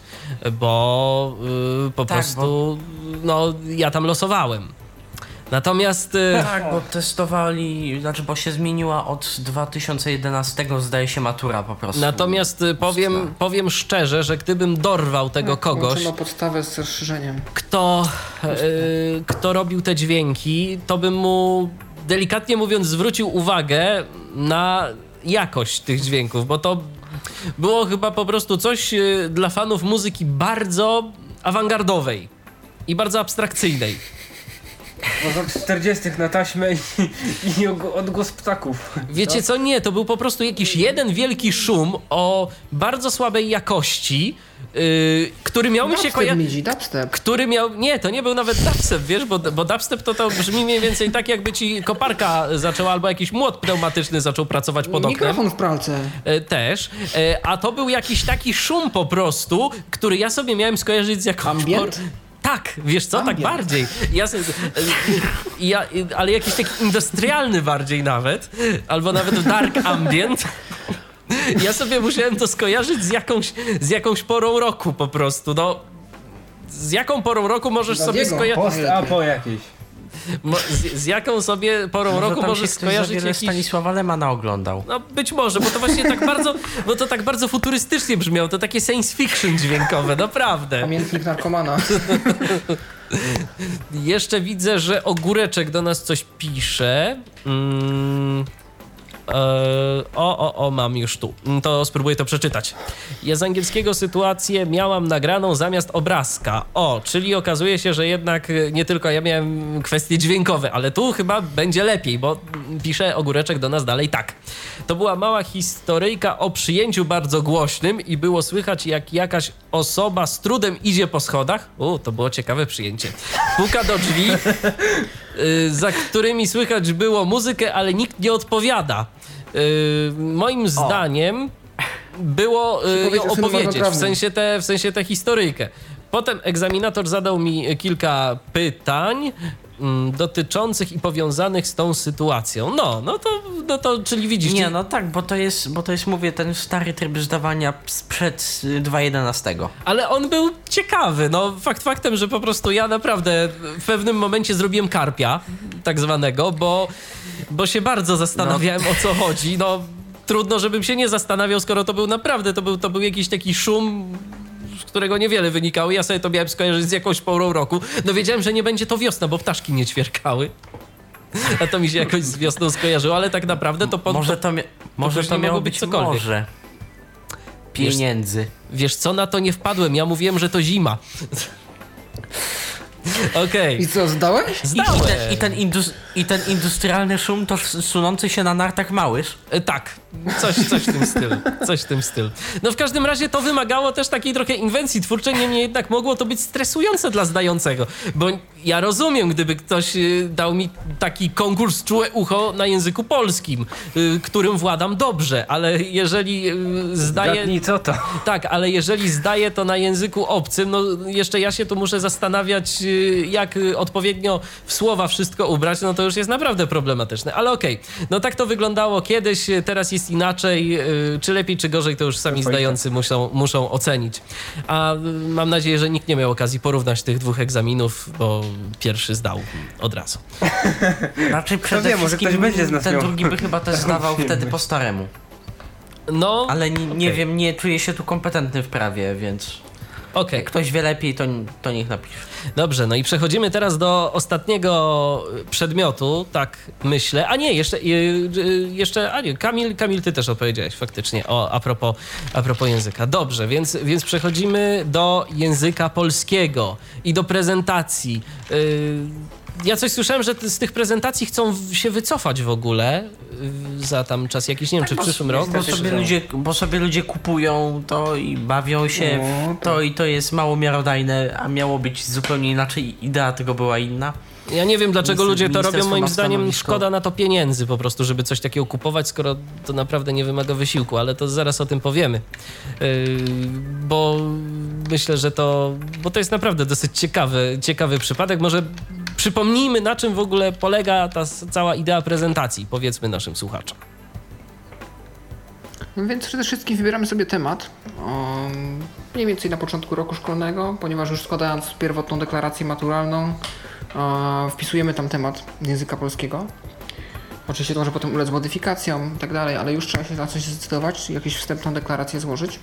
bo y, po Tak, prostu, bo- no ja tam losowałem. Natomiast... y, Tak, bo testowali, znaczy bo się zmieniła od dwa tysiące jedenastego, zdaje się, matura po prostu. Natomiast y, powiem, powiem szczerze, że gdybym dorwał tego kogoś, Łączymy podstawę z rozszerzeniem. kto, y, kto robił te dźwięki, to bym mu delikatnie mówiąc zwrócił uwagę na jakość tych dźwięków, bo to było chyba po prostu coś y, dla fanów muzyki bardzo awangardowej i bardzo abstrakcyjnej. Może czterdziestych na taśmę i, i odgłos ptaków. Wiecie co? Nie, to był po prostu jakiś jeden wielki szum o bardzo słabej jakości, yy, który miał mi się Dubstep kojarzyć. midzi, dubstep. Który miał. Nie, to nie był nawet dubstep, wiesz, bo, bo dubstep to, to brzmi mniej więcej tak, jakby ci koparka zaczęła albo jakiś młot pneumatyczny zaczął pracować pod oknem. Mikrofon w pralce. E, Też. E, a to był jakiś taki szum po prostu, który ja sobie miałem skojarzyć z jakąś... Ambient? Tak, wiesz co, Ambient. tak bardziej. Ja, se- e, ja, ale jakiś taki industrialny bardziej nawet, albo nawet dark ambient. Ja sobie musiałem to skojarzyć z jakąś, z jakąś porą roku po prostu, no. Z jaką porą roku możesz sobie Bladiego. skojarzyć... Post-apo jakieś. Mo- z, z jaką sobie porą Może roku tam możesz się ktoś za skojarzyć wiele jakiś... Stanisława Lemana oglądał. No być może, bo to właśnie tak bardzo, bo to tak bardzo futurystycznie brzmiało, to takie science fiction dźwiękowe, naprawdę. Pamiętnik narkomana. Jeszcze widzę, że Ogóreczek do nas coś pisze. Mm, e, o, o, o, mam już tu. Mm, To spróbuję to przeczytać. Ja z angielskiego sytuację miałam nagraną zamiast obrazka. O, czyli okazuje się, że jednak e, nie tylko ja miałem kwestie dźwiękowe, ale tu chyba będzie lepiej, bo mm, pisze Ogóreczek do nas dalej tak. To była mała historyjka o przyjęciu bardzo głośnym i było słychać, jak jakaś osoba z trudem idzie po schodach. U, to było ciekawe przyjęcie. Puka do drzwi, y, za którymi słychać było muzykę, ale nikt nie odpowiada. Y, moim zdaniem było y, Przypowiedź ją o synu opowiedzieć, w marnotrawnym. sensie tę w sensie tę historyjkę. Potem egzaminator zadał mi kilka pytań mm, dotyczących i powiązanych z tą sytuacją. No, no to, no to czyli widzisz... Nie, ty- no tak, bo to jest, bo to jest, mówię, ten stary tryb zdawania sprzed y, dwa tysiące jedenastego. Ale on był ciekawy, no fakt faktem, że po prostu ja naprawdę w pewnym momencie zrobiłem karpia, tak zwanego, bo, bo się bardzo zastanawiałem, o co chodzi. No trudno, żebym się nie zastanawiał, skoro to był naprawdę, to był, to był jakiś taki szum, z którego niewiele wynikało. Ja sobie to miałem skojarzyć z jakąś porą roku. No wiedziałem, że nie będzie to wiosna, bo ptaszki nie ćwierkały. A to mi się jakoś z wiosną skojarzyło, ale tak naprawdę to... Po, Może to, mia- może później to miało mogło być być cokolwiek. morze pieniędzy. Wiesz co, na to nie wpadłem. Ja mówiłem, że to zima. Okej. I co, zdałeś? I, i, Zdałem. ten, i, ten indus, I ten industrialny szum to sunący się na nartach małyż? E, Tak, coś, coś w tym stylu, coś w tym stylu. No w każdym razie to wymagało też takiej trochę inwencji twórczej, niemniej jednak mogło to być stresujące dla zdającego, bo ja rozumiem, gdyby ktoś y, dał mi taki konkurs Czułe Ucho na języku polskim, y, którym władam dobrze, ale jeżeli y, zdaję... Zgadnij, co to? Tak, ale jeżeli zdaję to na języku obcym, no jeszcze ja się tu muszę zastanawiać, y, jak y, odpowiednio w słowa wszystko ubrać, no to już jest naprawdę problematyczne, ale okej. No tak to wyglądało kiedyś, y, teraz jest inaczej, y, czy lepiej, czy gorzej, to już sami zdający muszą, muszą ocenić. A y, mam nadzieję, że nikt nie miał okazji porównać tych dwóch egzaminów, bo pierwszy zdał od razu. Raczej przede wie, może wszystkim ktoś będzie z nas ten miał drugi by chyba też zdawał wtedy po staremu. No, Ale nie, nie Okej. wiem, nie czuję się tu kompetentny w prawie, więc okej. jak ktoś wie lepiej, to, to niech napisze. Dobrze, no i przechodzimy teraz do ostatniego przedmiotu, tak myślę. A nie, jeszcze, y, y, jeszcze a nie, Kamil, Kamil, ty też opowiedziałeś faktycznie o, a propos, a propos języka. Dobrze, więc, więc przechodzimy do języka polskiego i do prezentacji. Y, Ja coś słyszałem, że t- z tych prezentacji chcą w- się wycofać w ogóle y, za tam czas jakiś, nie wiem, czy w przyszłym roku. Bo Niestety, sobie, że- ludzie, bo sobie ludzie kupują to i bawią się No, w to i to jest mało miarodajne, a miało być zupełnie inaczej. Idea tego była inna. Ja nie wiem, dlaczego Minister- ludzie to robią. ministerstwo Moim ma zdaniem stanowisko. szkoda na to pieniędzy po prostu, żeby coś takiego kupować, skoro to naprawdę nie wymaga wysiłku, ale to zaraz o tym powiemy. Yy, bo myślę, że to... Bo to jest naprawdę dosyć ciekawy, ciekawy przypadek. Może przypomnijmy, na czym w ogóle polega ta s- cała idea prezentacji, powiedzmy naszym słuchaczom. No więc przede wszystkim wybieramy sobie temat um, mniej więcej na początku roku szkolnego, ponieważ już składając pierwotną deklarację maturalną e, wpisujemy tam temat języka polskiego. Oczywiście to może potem ulec modyfikacjom i tak dalej, ale już trzeba się na coś zdecydować, jakąś wstępną deklarację złożyć.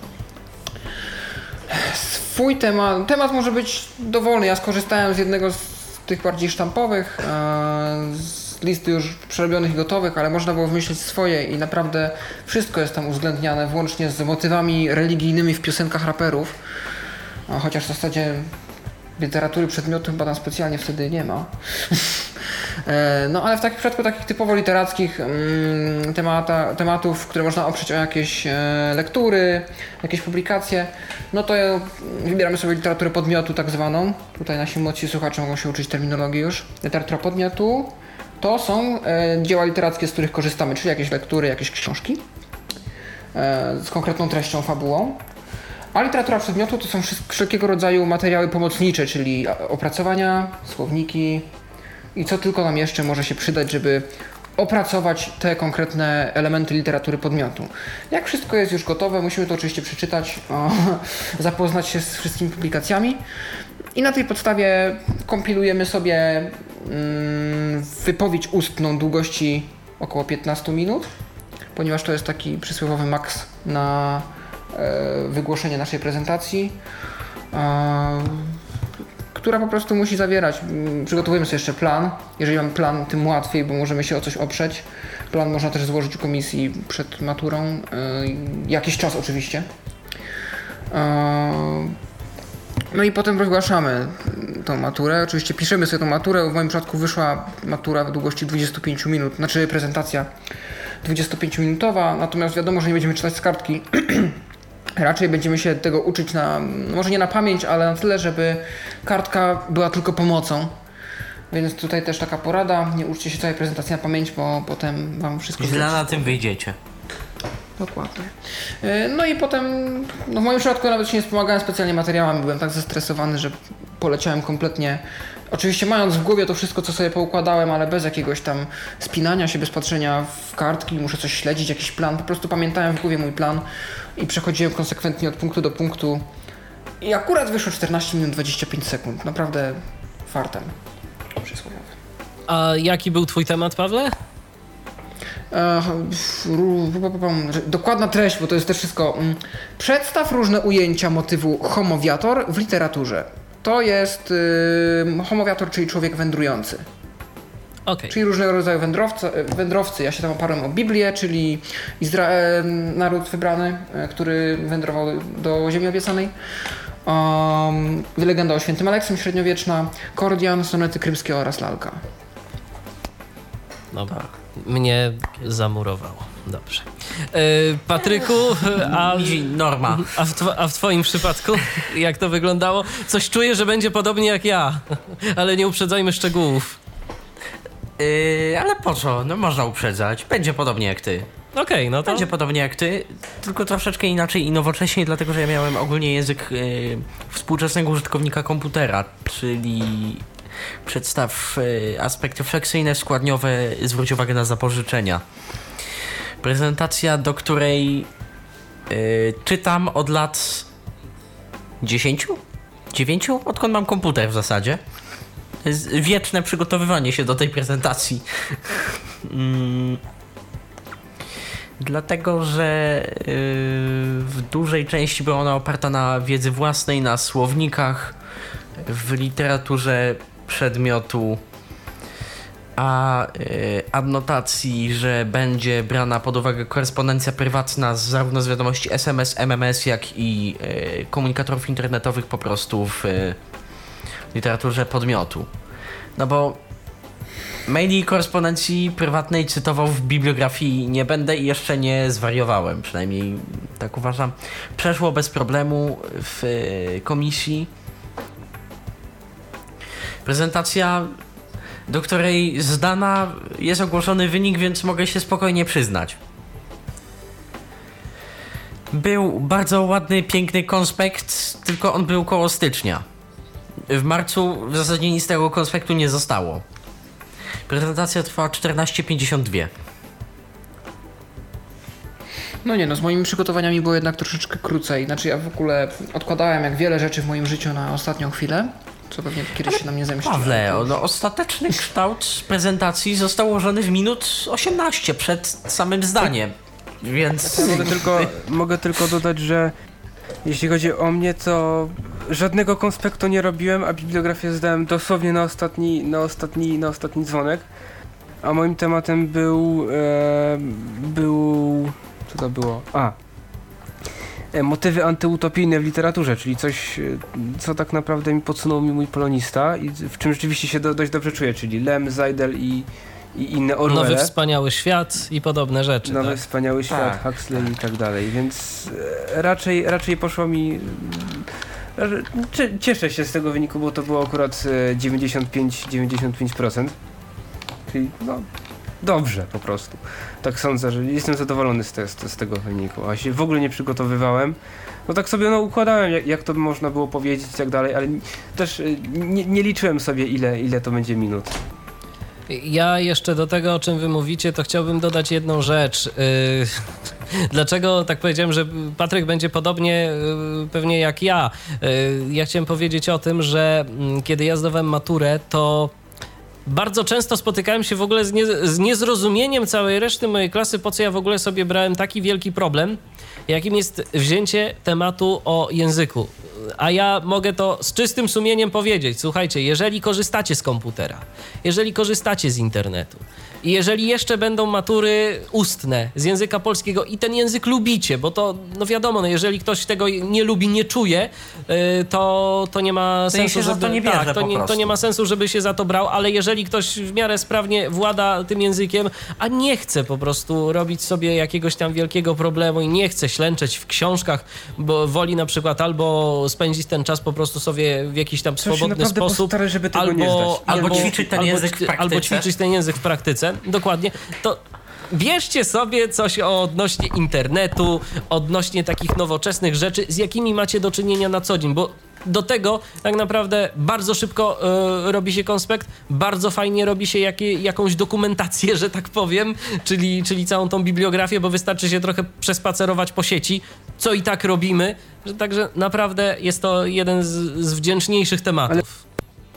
Swój temat, temat może być dowolny. Ja skorzystałem z jednego z tych bardziej sztampowych, e, z listy już przerobionych i gotowych, ale można było wymyślić swoje i naprawdę wszystko jest tam uwzględniane, włącznie z motywami religijnymi w piosenkach raperów. A chociaż w zasadzie literatury przedmiotu chyba tam specjalnie wtedy nie ma. E, No ale w takim przypadku takich typowo literackich mm, temata, tematów, które można oprzeć o jakieś e, lektury, jakieś publikacje, no to e, wybieramy sobie literaturę podmiotu tak zwaną. Tutaj nasi młodsi słuchacze mogą się uczyć terminologii już. Literatura podmiotu to są e, dzieła literackie, z których korzystamy, czyli jakieś lektury, jakieś książki e, z konkretną treścią, fabułą. A literatura przedmiotu to są wszys- wszelkiego rodzaju materiały pomocnicze, czyli a- opracowania, słowniki i co tylko nam jeszcze może się przydać, żeby opracować te konkretne elementy literatury podmiotu. Jak wszystko jest już gotowe, musimy to oczywiście przeczytać, o, zapoznać się z wszystkimi publikacjami i na tej podstawie kompilujemy sobie mm, wypowiedź ustną długości około piętnaście minut, ponieważ to jest taki przysłowiowy maks na e, wygłoszenie naszej prezentacji, e, która po prostu musi zawierać. Mm, Przygotowujemy sobie jeszcze plan. Jeżeli mamy plan, tym łatwiej, bo możemy się o coś oprzeć. Plan można też złożyć u komisji przed maturą. e, Jakiś czas oczywiście. E, No i potem rozgłaszamy tą maturę. Oczywiście piszemy sobie tą maturę. W moim przypadku wyszła matura w długości dwadzieścia pięć minut, znaczy prezentacja dwudziestopięciominutowa, natomiast wiadomo, że nie będziemy czytać z kartki. Raczej będziemy się tego uczyć na, no może nie na pamięć, ale na tyle, żeby kartka była tylko pomocą. Więc tutaj też taka porada, nie uczcie się całej prezentacji na pamięć, bo potem wam wszystko Źle zleci. na tym wyjdziecie. Dokładnie. Yy, No i potem, no w moim przypadku nawet się nie wspomagałem specjalnie materiałami, byłem tak zestresowany, że poleciałem kompletnie, oczywiście mając w głowie to wszystko, co sobie poukładałem, ale bez jakiegoś tam spinania się, bez patrzenia w kartki, muszę coś śledzić, jakiś plan, po prostu pamiętałem w głowie mój plan i przechodziłem konsekwentnie od punktu do punktu i akurat wyszło czternaście minut dwadzieścia pięć sekund, naprawdę fartem przysłowiowy. A jaki był twój temat, Pawle? E, ru- ru- ru- ru- Dokładna treść, bo to jest też wszystko. mm, Przedstaw różne ujęcia motywu homowiator w literaturze. To jest y, homowiator, czyli człowiek wędrujący. Okej. Czyli różnego rodzaju wędrowca, wędrowcy. Ja się tam oparłem o Biblię, czyli Izrael, naród wybrany, e, który wędrował do ziemi obiecanej. um, Legenda o Świętym Aleksym średniowieczna, Kordian, sonety krymskie oraz lalka. No, tak. Mnie zamurowało. Dobrze. Yy, Patryku, a, norma. A w, tw- a w twoim przypadku jak to wyglądało? Coś czuję, że będzie podobnie jak ja, ale nie uprzedzajmy szczegółów. Yy, ale po co? No można uprzedzać. Będzie podobnie jak ty. Okej, okay, no to... Będzie podobnie jak ty, tylko troszeczkę inaczej i nowocześniej, dlatego że ja miałem ogólnie język yy, współczesnego użytkownika komputera, czyli przedstaw yy, aspekty fleksyjne, składniowe, zwróć uwagę na zapożyczenia. Prezentacja, do której yy, czytam od lat dziesięciu? dziewięciu? Odkąd mam komputer w zasadzie. To jest wieczne przygotowywanie się do tej prezentacji. mm. Dlatego, że yy, w dużej części była ona oparta na wiedzy własnej, na słownikach, w literaturze przedmiotu, a yy, adnotacji, że będzie brana pod uwagę korespondencja prywatna zarówno z wiadomości S M S, M M S, jak i yy, komunikatorów internetowych po prostu w yy, literaturze podmiotu. No bo maili i korespondencji prywatnej cytował w bibliografii nie będę i jeszcze nie zwariowałem, przynajmniej tak uważam. Przeszło bez problemu w komisji. Prezentacja, do której zdana jest ogłoszony wynik, więc mogę się spokojnie przyznać. Był bardzo ładny, piękny konspekt, tylko on był koło stycznia. W marcu w zasadzie nic z tego konspektu nie zostało. Prezentacja trwała czternaście pięćdziesiąt dwa. No nie no, z moimi przygotowaniami było jednak troszeczkę krócej. Znaczy ja w ogóle odkładałem jak wiele rzeczy w moim życiu na ostatnią chwilę, co pewnie kiedyś się na mnie zemści. Pawle, no, ostateczny kształt prezentacji został ułożony w minut osiemnaście przed samym zdaniem, więc... Ja mogę tylko, mogę tylko dodać, że jeśli chodzi o mnie, to żadnego konspektu nie robiłem, a bibliografię zdałem dosłownie na ostatni, na ostatni, na ostatni dzwonek. A moim tematem był, e, był, co to było? A, e, motywy antyutopijne w literaturze, czyli coś, co tak naprawdę mi podsunął mi mój polonista i w czym rzeczywiście się do, dość dobrze czuję, czyli Lem, Seidel i i inne Orwelle. Nowy Wspaniały Świat i podobne rzeczy. Nowy tak? Wspaniały Świat, tak, Huxley tak. i tak dalej, więc raczej, raczej poszło mi... Cieszę się z tego wyniku, bo to było akurat dziewięćdziesiąt pięć do dziewięćdziesięciu pięciu procent. Czyli no dobrze po prostu. Tak sądzę, że jestem zadowolony z, te, z tego wyniku, a się w ogóle nie przygotowywałem. No tak sobie no układałem, jak, jak to by można było powiedzieć i tak dalej, ale też nie, nie liczyłem sobie ile, ile to będzie minut. Ja jeszcze do tego, o czym wy mówicie, to chciałbym dodać jedną rzecz. Yy, dlaczego tak powiedziałem, że Patryk będzie podobnie yy, pewnie jak ja. Yy, ja chciałem powiedzieć o tym, że yy, kiedy ja zdawałem maturę, to bardzo często spotykałem się w ogóle z, nie, z niezrozumieniem całej reszty mojej klasy, po co ja w ogóle sobie brałem taki wielki problem, jakim jest wzięcie tematu o języku. A ja mogę to z czystym sumieniem powiedzieć. Słuchajcie, jeżeli korzystacie z komputera, jeżeli korzystacie z internetu i jeżeli jeszcze będą matury ustne z języka polskiego i ten język lubicie, bo to, no wiadomo, no jeżeli ktoś tego nie lubi, nie czuje, to, to nie ma to sensu, się żeby... za to nie bierze, tak, to, nie, to nie ma sensu, żeby się za to brał, ale jeżeli ktoś w miarę sprawnie włada tym językiem, a nie chce po prostu robić sobie jakiegoś tam wielkiego problemu i nie chce ślęczeć w książkach, bo woli na przykład albo spędzić ten czas po prostu sobie w jakiś tam Trzeba swobodny się naprawdę sposób, postarać, żeby tego albo, nie zdać. Albo ćwiczyć ten albo, język w praktyce. Albo ćwiczyć ten język w praktyce, dokładnie, to bierzcie sobie coś odnośnie internetu, odnośnie takich nowoczesnych rzeczy, z jakimi macie do czynienia na co dzień, bo do tego tak naprawdę bardzo szybko y, robi się konspekt, bardzo fajnie robi się jakie, jakąś dokumentację, że tak powiem, czyli, czyli całą tą bibliografię, bo wystarczy się trochę przespacerować po sieci, co i tak robimy, że także naprawdę jest to jeden z, z wdzięczniejszych tematów. Ale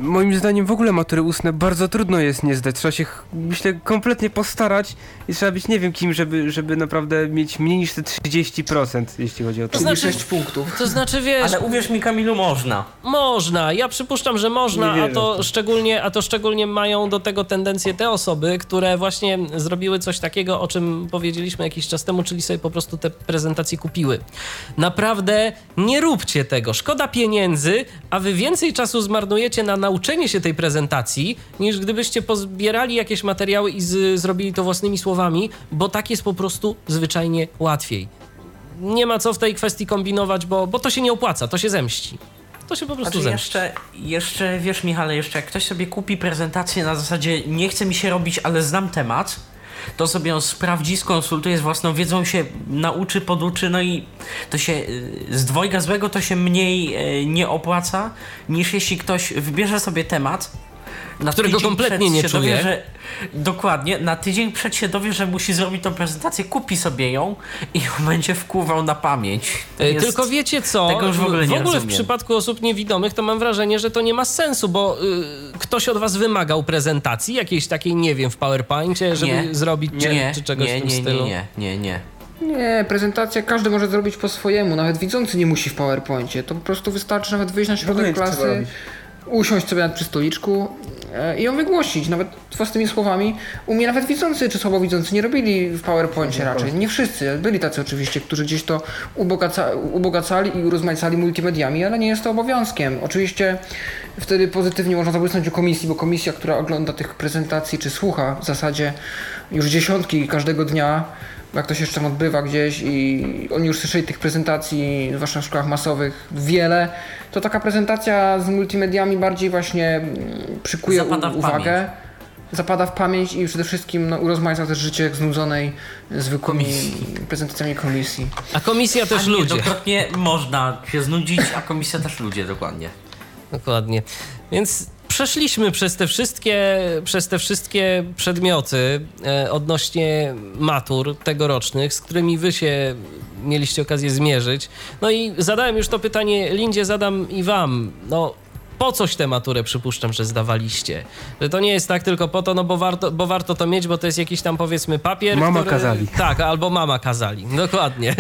moim zdaniem w ogóle matury ustne bardzo trudno jest nie zdać. Trzeba się, myślę, kompletnie postarać i trzeba być nie wiem kim, żeby, żeby naprawdę mieć mniej niż te trzydzieści procent, jeśli chodzi o to. To znaczy- sześć punktów. To znaczy, wiesz... Ale uwierz mi, Kamilu, można. Można, ja przypuszczam, że można, Nie a wierzę w to, to. szczególnie, a to szczególnie mają do tego tendencję te osoby, które właśnie zrobiły coś takiego, o czym powiedzieliśmy jakiś czas temu, czyli sobie po prostu te prezentacje kupiły. Naprawdę nie róbcie tego, szkoda pieniędzy, a wy więcej czasu zmarnujecie na nauczenie się tej prezentacji, niż gdybyście pozbierali jakieś materiały i z, zrobili to własnymi słowami, bo tak jest po prostu zwyczajnie łatwiej. Nie ma co w tej kwestii kombinować, bo, bo to się nie opłaca, to się zemści. To się po prostu Znaczy zemści. jeszcze, jeszcze, wiesz Michale, jeszcze jak ktoś sobie kupi prezentację na zasadzie nie chce mi się robić, ale znam temat, to sobie ją sprawdzi, skonsultuje z własną wiedzą, się nauczy, poduczy, no i to się y, z dwojga złego to się mniej y, nie opłaca, niż jeśli ktoś wybierze sobie temat, na Którego tydzień kompletnie przed nie się czuje. Dowie, że, dokładnie, na tydzień przed się dowie, że musi zrobić tą prezentację, kupi sobie ją i ją będzie wkuwał na pamięć. To E, jest- Tylko wiecie co, tego już w ogóle nie w ogóle w rozumiem. przypadku osób niewidomych to mam wrażenie, że to nie ma sensu, bo y, ktoś od was wymagał prezentacji jakiejś takiej, nie wiem, w PowerPoincie, żeby Nie. zrobić czy, nie, czy czegoś nie, w tym nie, stylu. nie, nie, nie, nie. Nie, prezentacja każdy może zrobić po swojemu, nawet widzący nie musi w PowerPoincie. To po prostu wystarczy nawet wyjść na ogóle środek nie trzeba klasy, robić. usiąść sobie przy stoliczku e, i ją wygłosić, nawet własnymi słowami. U mnie nawet widzący czy słabowidzący nie robili w PowerPoincie raczej. Nie wszyscy. Byli tacy oczywiście, którzy gdzieś to ubogaca, ubogacali i urozmaicali multimediami, ale nie jest to obowiązkiem. Oczywiście wtedy pozytywnie można zabłysnąć o komisji, bo komisja, która ogląda tych prezentacji czy słucha w zasadzie już dziesiątki każdego dnia, jak to się jeszcze tam odbywa gdzieś i oni już słyszeli tych prezentacji, zwłaszcza w szkołach masowych, wiele, to taka prezentacja z multimediami bardziej właśnie mm, przykuje Zapada u, w uwagę, pamięć. zapada w pamięć i przede wszystkim no, urozmaica też życie znudzonej zwykłymi prezentacjami komisji. A komisja też A ludzie. niejednokrotnie można się znudzić, a komisja też ludzie, dokładnie. Dokładnie. Więc przeszliśmy przez te wszystkie, przez te wszystkie przedmioty e, odnośnie matur tegorocznych, z którymi wy się mieliście okazję zmierzyć. No i zadałem już to pytanie Lindzie, zadam i wam. No, po coś tę maturę przypuszczam, że zdawaliście? Że to nie jest tak tylko po to, no bo warto, bo warto to mieć, bo to jest jakiś tam powiedzmy papier, Mama który... kazali. Tak, albo mama kazali, dokładnie.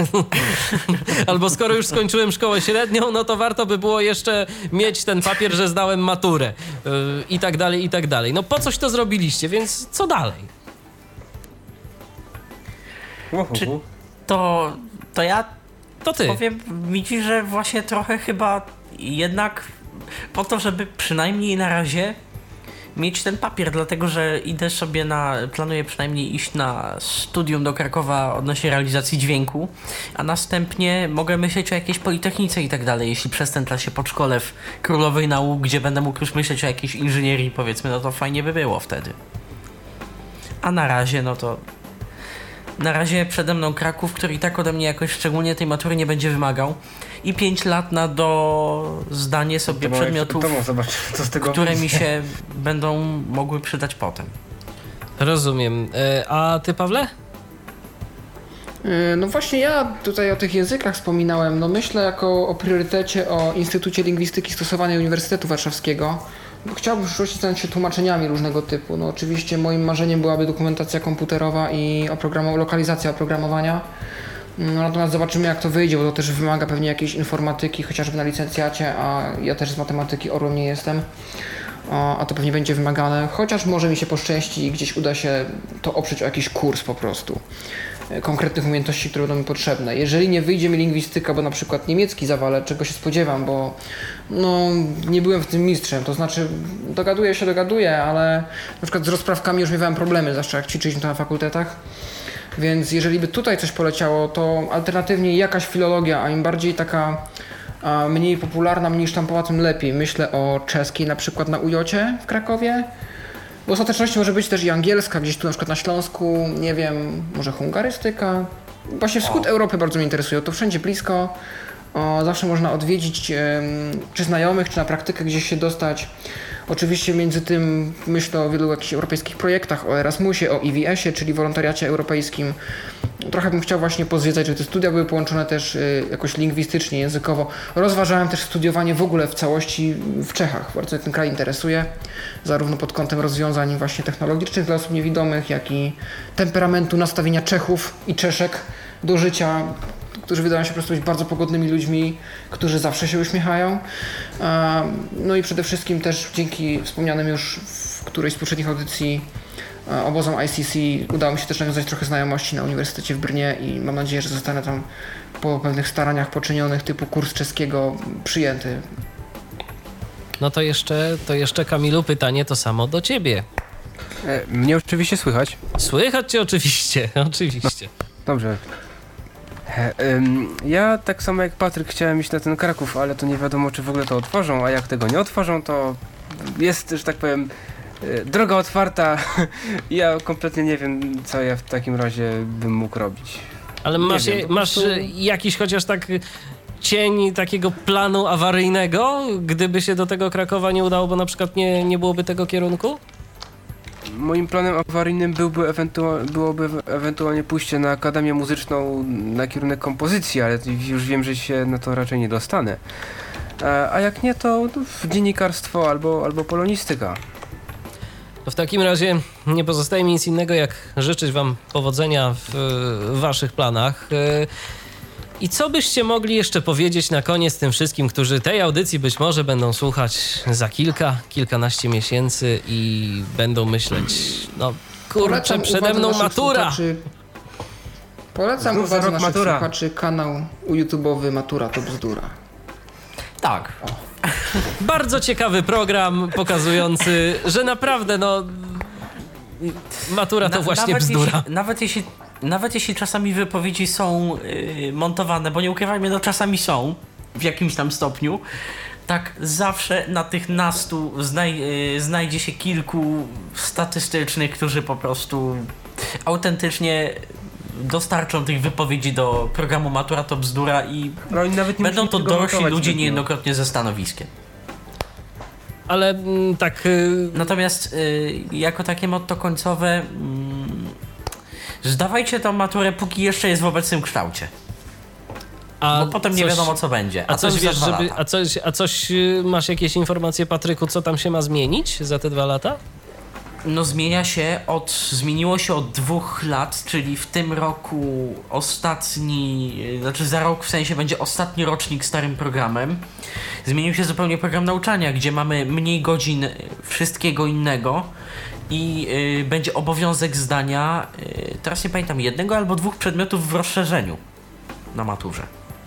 Albo skoro już skończyłem szkołę średnią, no to warto by było jeszcze mieć ten papier, że zdałem maturę yy, i tak dalej, i tak dalej. No po coś to zrobiliście, więc co dalej? Uhu. Czy- To, to ja To ty. powiem mi, że właśnie trochę chyba jednak po to, żeby przynajmniej na razie mieć ten papier, dlatego że idę sobie na, planuję przynajmniej iść na studium do Krakowa odnośnie realizacji dźwięku, a następnie mogę myśleć o jakiejś politechnice i tak dalej, jeśli przez ten czas się podszkolę w Królowej Nauk, gdzie będę mógł już myśleć o jakiejś inżynierii, powiedzmy, no to fajnie by było wtedy. A na razie, no to na razie przede mną Kraków, który i tak ode mnie jakoś szczególnie tej matury nie będzie wymagał i pięć lat na do zdanie sobie To przedmiotów, to zobacz, co z tego które mi się będą mogły przydać potem. Rozumiem. E, a ty, Pawle? Yy, No właśnie ja tutaj o tych językach wspominałem. No myślę jako o priorytecie o Instytucie Lingwistyki Stosowanej Uniwersytetu Warszawskiego, bo chciałbym w przyszłości zająć się tłumaczeniami różnego typu. No oczywiście moim marzeniem byłaby dokumentacja komputerowa i oprogramow- lokalizacja oprogramowania. No, natomiast zobaczymy jak to wyjdzie, bo to też wymaga pewnie jakiejś informatyki, chociażby na licencjacie, a ja też z matematyki orłem nie jestem. A a to pewnie będzie wymagane, chociaż może mi się poszczęści i gdzieś uda się to oprzeć o jakiś kurs po prostu e, konkretnych umiejętności, które będą mi potrzebne. Jeżeli nie wyjdzie mi lingwistyka, bo na przykład niemiecki zawalę, czego się spodziewam, bo no, nie byłem w tym mistrzem, to znaczy dogaduję się, dogaduję, ale na przykład z rozprawkami już miewałem problemy, zwłaszcza jak ćwiczyliśmy to na fakultetach. Więc jeżeli by tutaj coś poleciało, to alternatywnie jakaś filologia, a im bardziej taka a mniej popularna, mniej sztampowa, tym lepiej. Myślę o czeskiej na przykład na ujocie w Krakowie. W ostateczności może być też i angielska, gdzieś tu na przykład na Śląsku, nie wiem, może hungarystyka. Właśnie wschód Europy bardzo mnie interesuje, to wszędzie blisko. O, zawsze można odwiedzić em, czy znajomych, czy na praktykę gdzieś się dostać. Oczywiście między tym myślę o wielu jakichś europejskich projektach, o Erasmusie, o I W S-ie, czyli wolontariacie europejskim. Trochę bym chciał właśnie pozwiedzać, żeby te studia były połączone też jakoś lingwistycznie, językowo. Rozważałem też studiowanie w ogóle w całości w Czechach. Bardzo mnie ten kraj interesuje, zarówno pod kątem rozwiązań właśnie technologicznych dla osób niewidomych, jak i temperamentu, nastawienia Czechów i Czeszek do życia, którzy wydają się po prostu być bardzo pogodnymi ludźmi, którzy zawsze się uśmiechają. No i przede wszystkim też dzięki wspomnianym już w którejś z poprzednich audycji obozom I C C udało mi się też nawiązać trochę znajomości na Uniwersytecie w Brnie i mam nadzieję, że zostanę tam po pewnych staraniach poczynionych typu kurs czeskiego przyjęty. No to jeszcze, to jeszcze Kamilu pytanie to samo do ciebie. E, mnie oczywiście słychać. Słychać cię oczywiście, oczywiście. No, dobrze. E, ym, ja tak samo jak Patryk chciałem iść na ten Kraków, ale to nie wiadomo, czy w ogóle to otworzą, a jak tego nie otworzą, to jest, że tak powiem, e, droga otwarta. Ja kompletnie nie wiem, co ja w takim razie bym mógł robić. Ale masz, wiem, je, po masz prostu- jakiś chociaż tak cień takiego planu awaryjnego, gdyby się do tego Krakowa nie udało, bo na przykład nie, nie byłoby tego kierunku? Moim planem awaryjnym byłby ewentua- byłoby ewentualnie pójście na Akademię Muzyczną na kierunek kompozycji, ale już wiem, że się na to raczej nie dostanę. E, A jak nie, to w dziennikarstwo albo, albo polonistyka. To w takim razie nie pozostaje mi nic innego, jak życzyć wam powodzenia w, w waszych planach. I co byście mogli jeszcze powiedzieć na koniec tym wszystkim, którzy tej audycji być może będą słuchać za kilka, kilkanaście miesięcy i będą myśleć, no kurczę, Polecam przede uwadze mną naszych matura. słuchaczy- Polecam Znów za uwadze rok naszych matura. słuchaczy kanał YouTube'owy Matura to bzdura. Tak. Bardzo ciekawy program pokazujący, że naprawdę no matura to Na- właśnie nawet bzdura. Jeśli, nawet, jeśli, nawet jeśli czasami wypowiedzi są yy, montowane, bo nie ukrywajmy, no czasami są w jakimś tam stopniu, tak zawsze na tych nastu znaj, yy, znajdzie się kilku statystycznych, którzy po prostu autentycznie dostarczą tych wypowiedzi do programu Matura to bzdura i No, oni nawet nie będą muszą to tego dorośli montować ludzie zbytnio. niejednokrotnie ze stanowiskiem. Ale mm, tak... y, Natomiast y, jako takie motto końcowe mm, zdawajcie tą maturę, póki jeszcze jest w obecnym kształcie. a Bo potem nie coś- wiadomo, co będzie. A, A to coś już za wiesz, dwa żeby, lata. a coś, a coś y, masz jakieś informacje, Patryku, co tam się ma zmienić za te dwa lata? No zmienia się od, zmieniło się od dwóch lat, czyli w tym roku ostatni, y, znaczy za rok w sensie będzie ostatni rocznik starym programem. Zmienił się zupełnie program nauczania, gdzie mamy mniej godzin y, wszystkiego innego i y, będzie obowiązek zdania, y, teraz nie pamiętam, jednego albo dwóch przedmiotów w rozszerzeniu na maturze.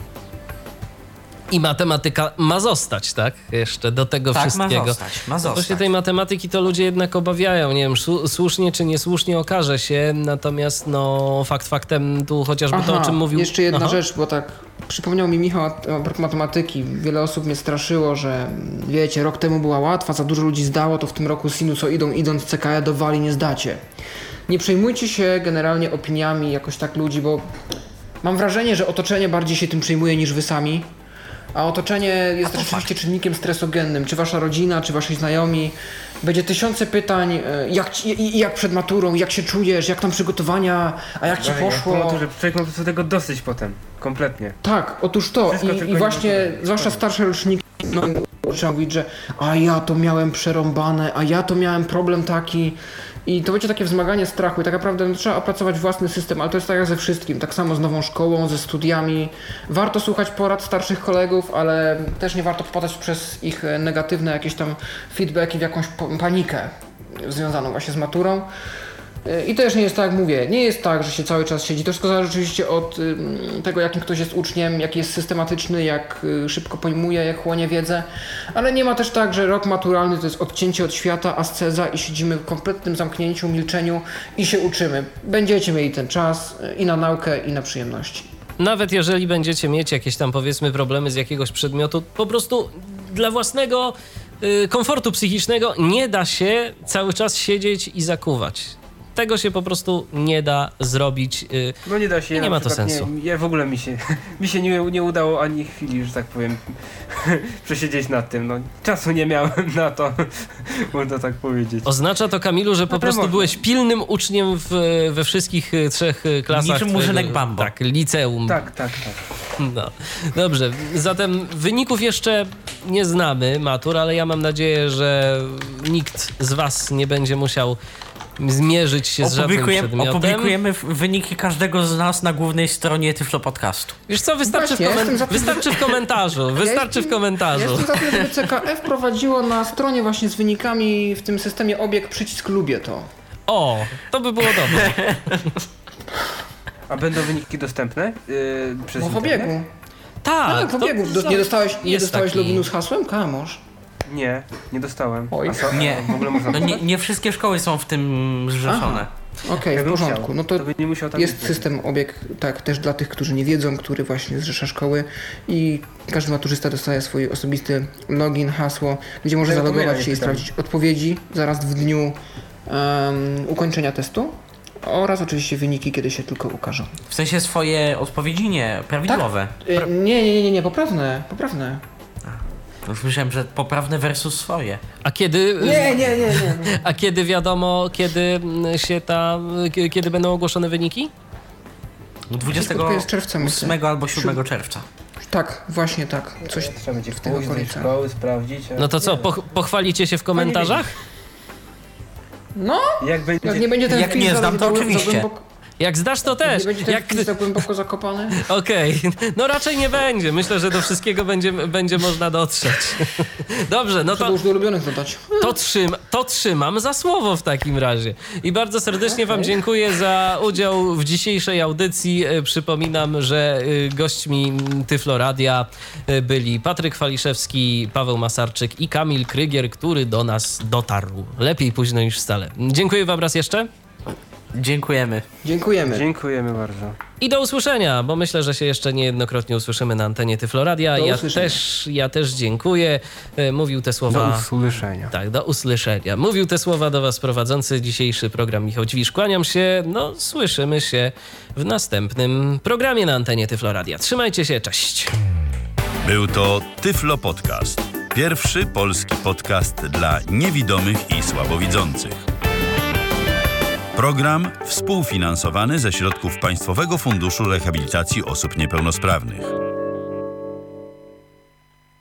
I matematyka ma zostać, tak? Jeszcze do tego Tak, wszystkiego. ma zostać, ma zostać. Właśnie tej matematyki to ludzie jednak obawiają. Nie wiem, słu- słusznie czy niesłusznie okaże się. Natomiast no fakt faktem tu chociażby to, o czym mówił... jeszcze jedna Aha. rzecz, bo tak przypomniał mi Michał a propos matematyki. Wiele osób mnie straszyło, że wiecie, rok temu była łatwa, za dużo ludzi zdało, to w tym roku sinusoidą idąc C K E do wali nie zdacie. Nie przejmujcie się generalnie opiniami jakoś tak ludzi, bo mam wrażenie, że otoczenie bardziej się tym przejmuje niż wy sami. A otoczenie jest też oczywiście czynnikiem stresogennym. Czy wasza rodzina, czy wasi znajomi. Będzie tysiące pytań, e, jak, ci- i- i jak przed maturą, jak się czujesz, jak tam przygotowania, a jak ci Dalej, poszło. Po maturze człowiek ma po prostu tego dosyć potem. Kompletnie. Tak, otóż to. Wszystko I, tylko i nie właśnie, może. zwłaszcza starsze roczniki, no, trzeba mówić, że a ja to miałem przerąbane, a ja to miałem problem taki. I to będzie takie wzmaganie strachu i tak naprawdę no, trzeba opracować własny system, ale to jest tak jak ze wszystkim, tak samo z nową szkołą, ze studiami. Warto słuchać porad starszych kolegów, ale też nie warto popadać przez ich e, negatywne jakieś tam feedbacki w jakąś po- panikę związaną właśnie z maturą. E, I też nie jest tak, jak mówię, nie jest tak, że się cały czas siedzi. To wszystko zależy oczywiście od ym, tego, jakim ktoś jest uczniem, jaki jest systematyczny, jak y, szybko pojmuje, jak chłonie wiedzę. Ale nie ma też tak, że rok maturalny to jest odcięcie od świata, asceza i siedzimy w kompletnym zamknięciu, milczeniu i się uczymy. Będziecie mieli ten czas y, i na naukę, i na przyjemności. Nawet jeżeli będziecie mieć jakieś tam powiedzmy problemy z jakiegoś przedmiotu, po prostu dla własnego y, komfortu psychicznego nie da się cały czas siedzieć i zakuwać. tego się po prostu nie da zrobić. y, No nie da się. Nie na ma to przykład sensu. Nie, ja w ogóle mi się, mi się nie, nie udało ani chwili, że tak powiem, przesiedzieć nad tym. No, czasu nie miałem na to, można tak powiedzieć. Oznacza to, Kamilu, że po No to prostu można. byłeś pilnym uczniem w, we wszystkich y, trzech y, klasach. Niczym twojego- Murzynek Bambo. Tak, liceum. Tak, tak, tak. No. Dobrze, zatem wyników jeszcze nie znamy matur, ale ja mam nadzieję, że nikt z was nie będzie musiał zmierzyć się z żadnym Opublikujemy, przedmiotem. opublikujemy w- wyniki każdego z nas na głównej stronie Tyflo Podcastu. Wiesz co, wystarczy, Właśnie, w, ja komen- jestem za tym, wystarczy w komentarzu, wystarczy w Ja komentarzu. jestem za tym, żeby C K F prowadziło na stronie właśnie z wynikami w tym systemie obieg przycisk lubię to. O, to by było dobre. A będą wyniki dostępne yy, przez Bo w internet? obiegu. Tak, Tak, w to- obiegu. Do, nie dostałeś, nie jest dostałeś taki- loginu z hasłem? Kamosz. Nie, nie dostałem. Oj. A co, Nie. a w ogóle można No nie, nie wszystkie szkoły są w tym zrzeszone. Okej, Ja w bym porządku. chciał. No to To by nie musiał tam jest być. system obieg, tak, też dla tych, którzy nie wiedzą, który właśnie zrzesza szkoły i każdy maturzysta dostaje swój osobisty login, hasło, gdzie może Ja zalogować odpowiadam, się i nie pytam. sprawdzić odpowiedzi zaraz w dniu um, ukończenia testu oraz oczywiście wyniki, kiedy się tylko ukażą. W sensie swoje odpowiedzi nie, prawidłowe. Y, nie, nie, nie, nie, poprawne, poprawne. Już myślałem, że poprawne versus swoje. A kiedy... Nie, nie, nie, nie. A kiedy wiadomo, kiedy mm, się ta... k- kiedy będą ogłoszone wyniki? dwudziestego Tylko jest czerwca, myślę. ósmego albo siódmego czerwca. Tak, właśnie tak. Coś Trzeba będzie w tych pójść do tej okolicach. szkoły, sprawdzić. a- No to co, nie poch- pochwalicie się w komentarzach? No, wiem. Jak będzie... jak nie będzie ten Jak wpis nie za- znam, to za- za oczywiście. głęboko- Jak zdasz, to Jak też. nie będzie ten Jak... wpis za głęboko zakopany? Okej, no raczej nie będzie. Myślę, że do wszystkiego będzie, będzie można dotrzeć. Dobrze, no Trzeba to, już do ulubionych dodać. to, trzym, to trzymam za słowo w takim razie. I bardzo serdecznie wam dziękuję za udział w dzisiejszej audycji. E, Przypominam, że e, gośćmi Tyflo Radia e, byli Patryk Waliszewski, Paweł Masarczyk i Kamil Krygier, który do nas dotarł. Lepiej późno niż wcale. Dziękuję wam raz jeszcze. Dziękujemy. Dziękujemy. Dziękujemy bardzo. I do usłyszenia, bo myślę, że się jeszcze niejednokrotnie usłyszymy na antenie Tyflo Radia. Do Ja usłyszenia. też, ja też dziękuję. E, Mówił te Do słowa... usłyszenia. Tak, do usłyszenia. Mówił te słowa do was prowadzący dzisiejszy program Michał Ćwisz. Kłaniam się, no słyszymy się w następnym programie na antenie Tyflo Radia. Trzymajcie się, cześć. Był to Tyflo Podcast. Pierwszy polski podcast dla niewidomych i słabowidzących. Program współfinansowany ze środków Państwowego Funduszu Rehabilitacji Osób Niepełnosprawnych.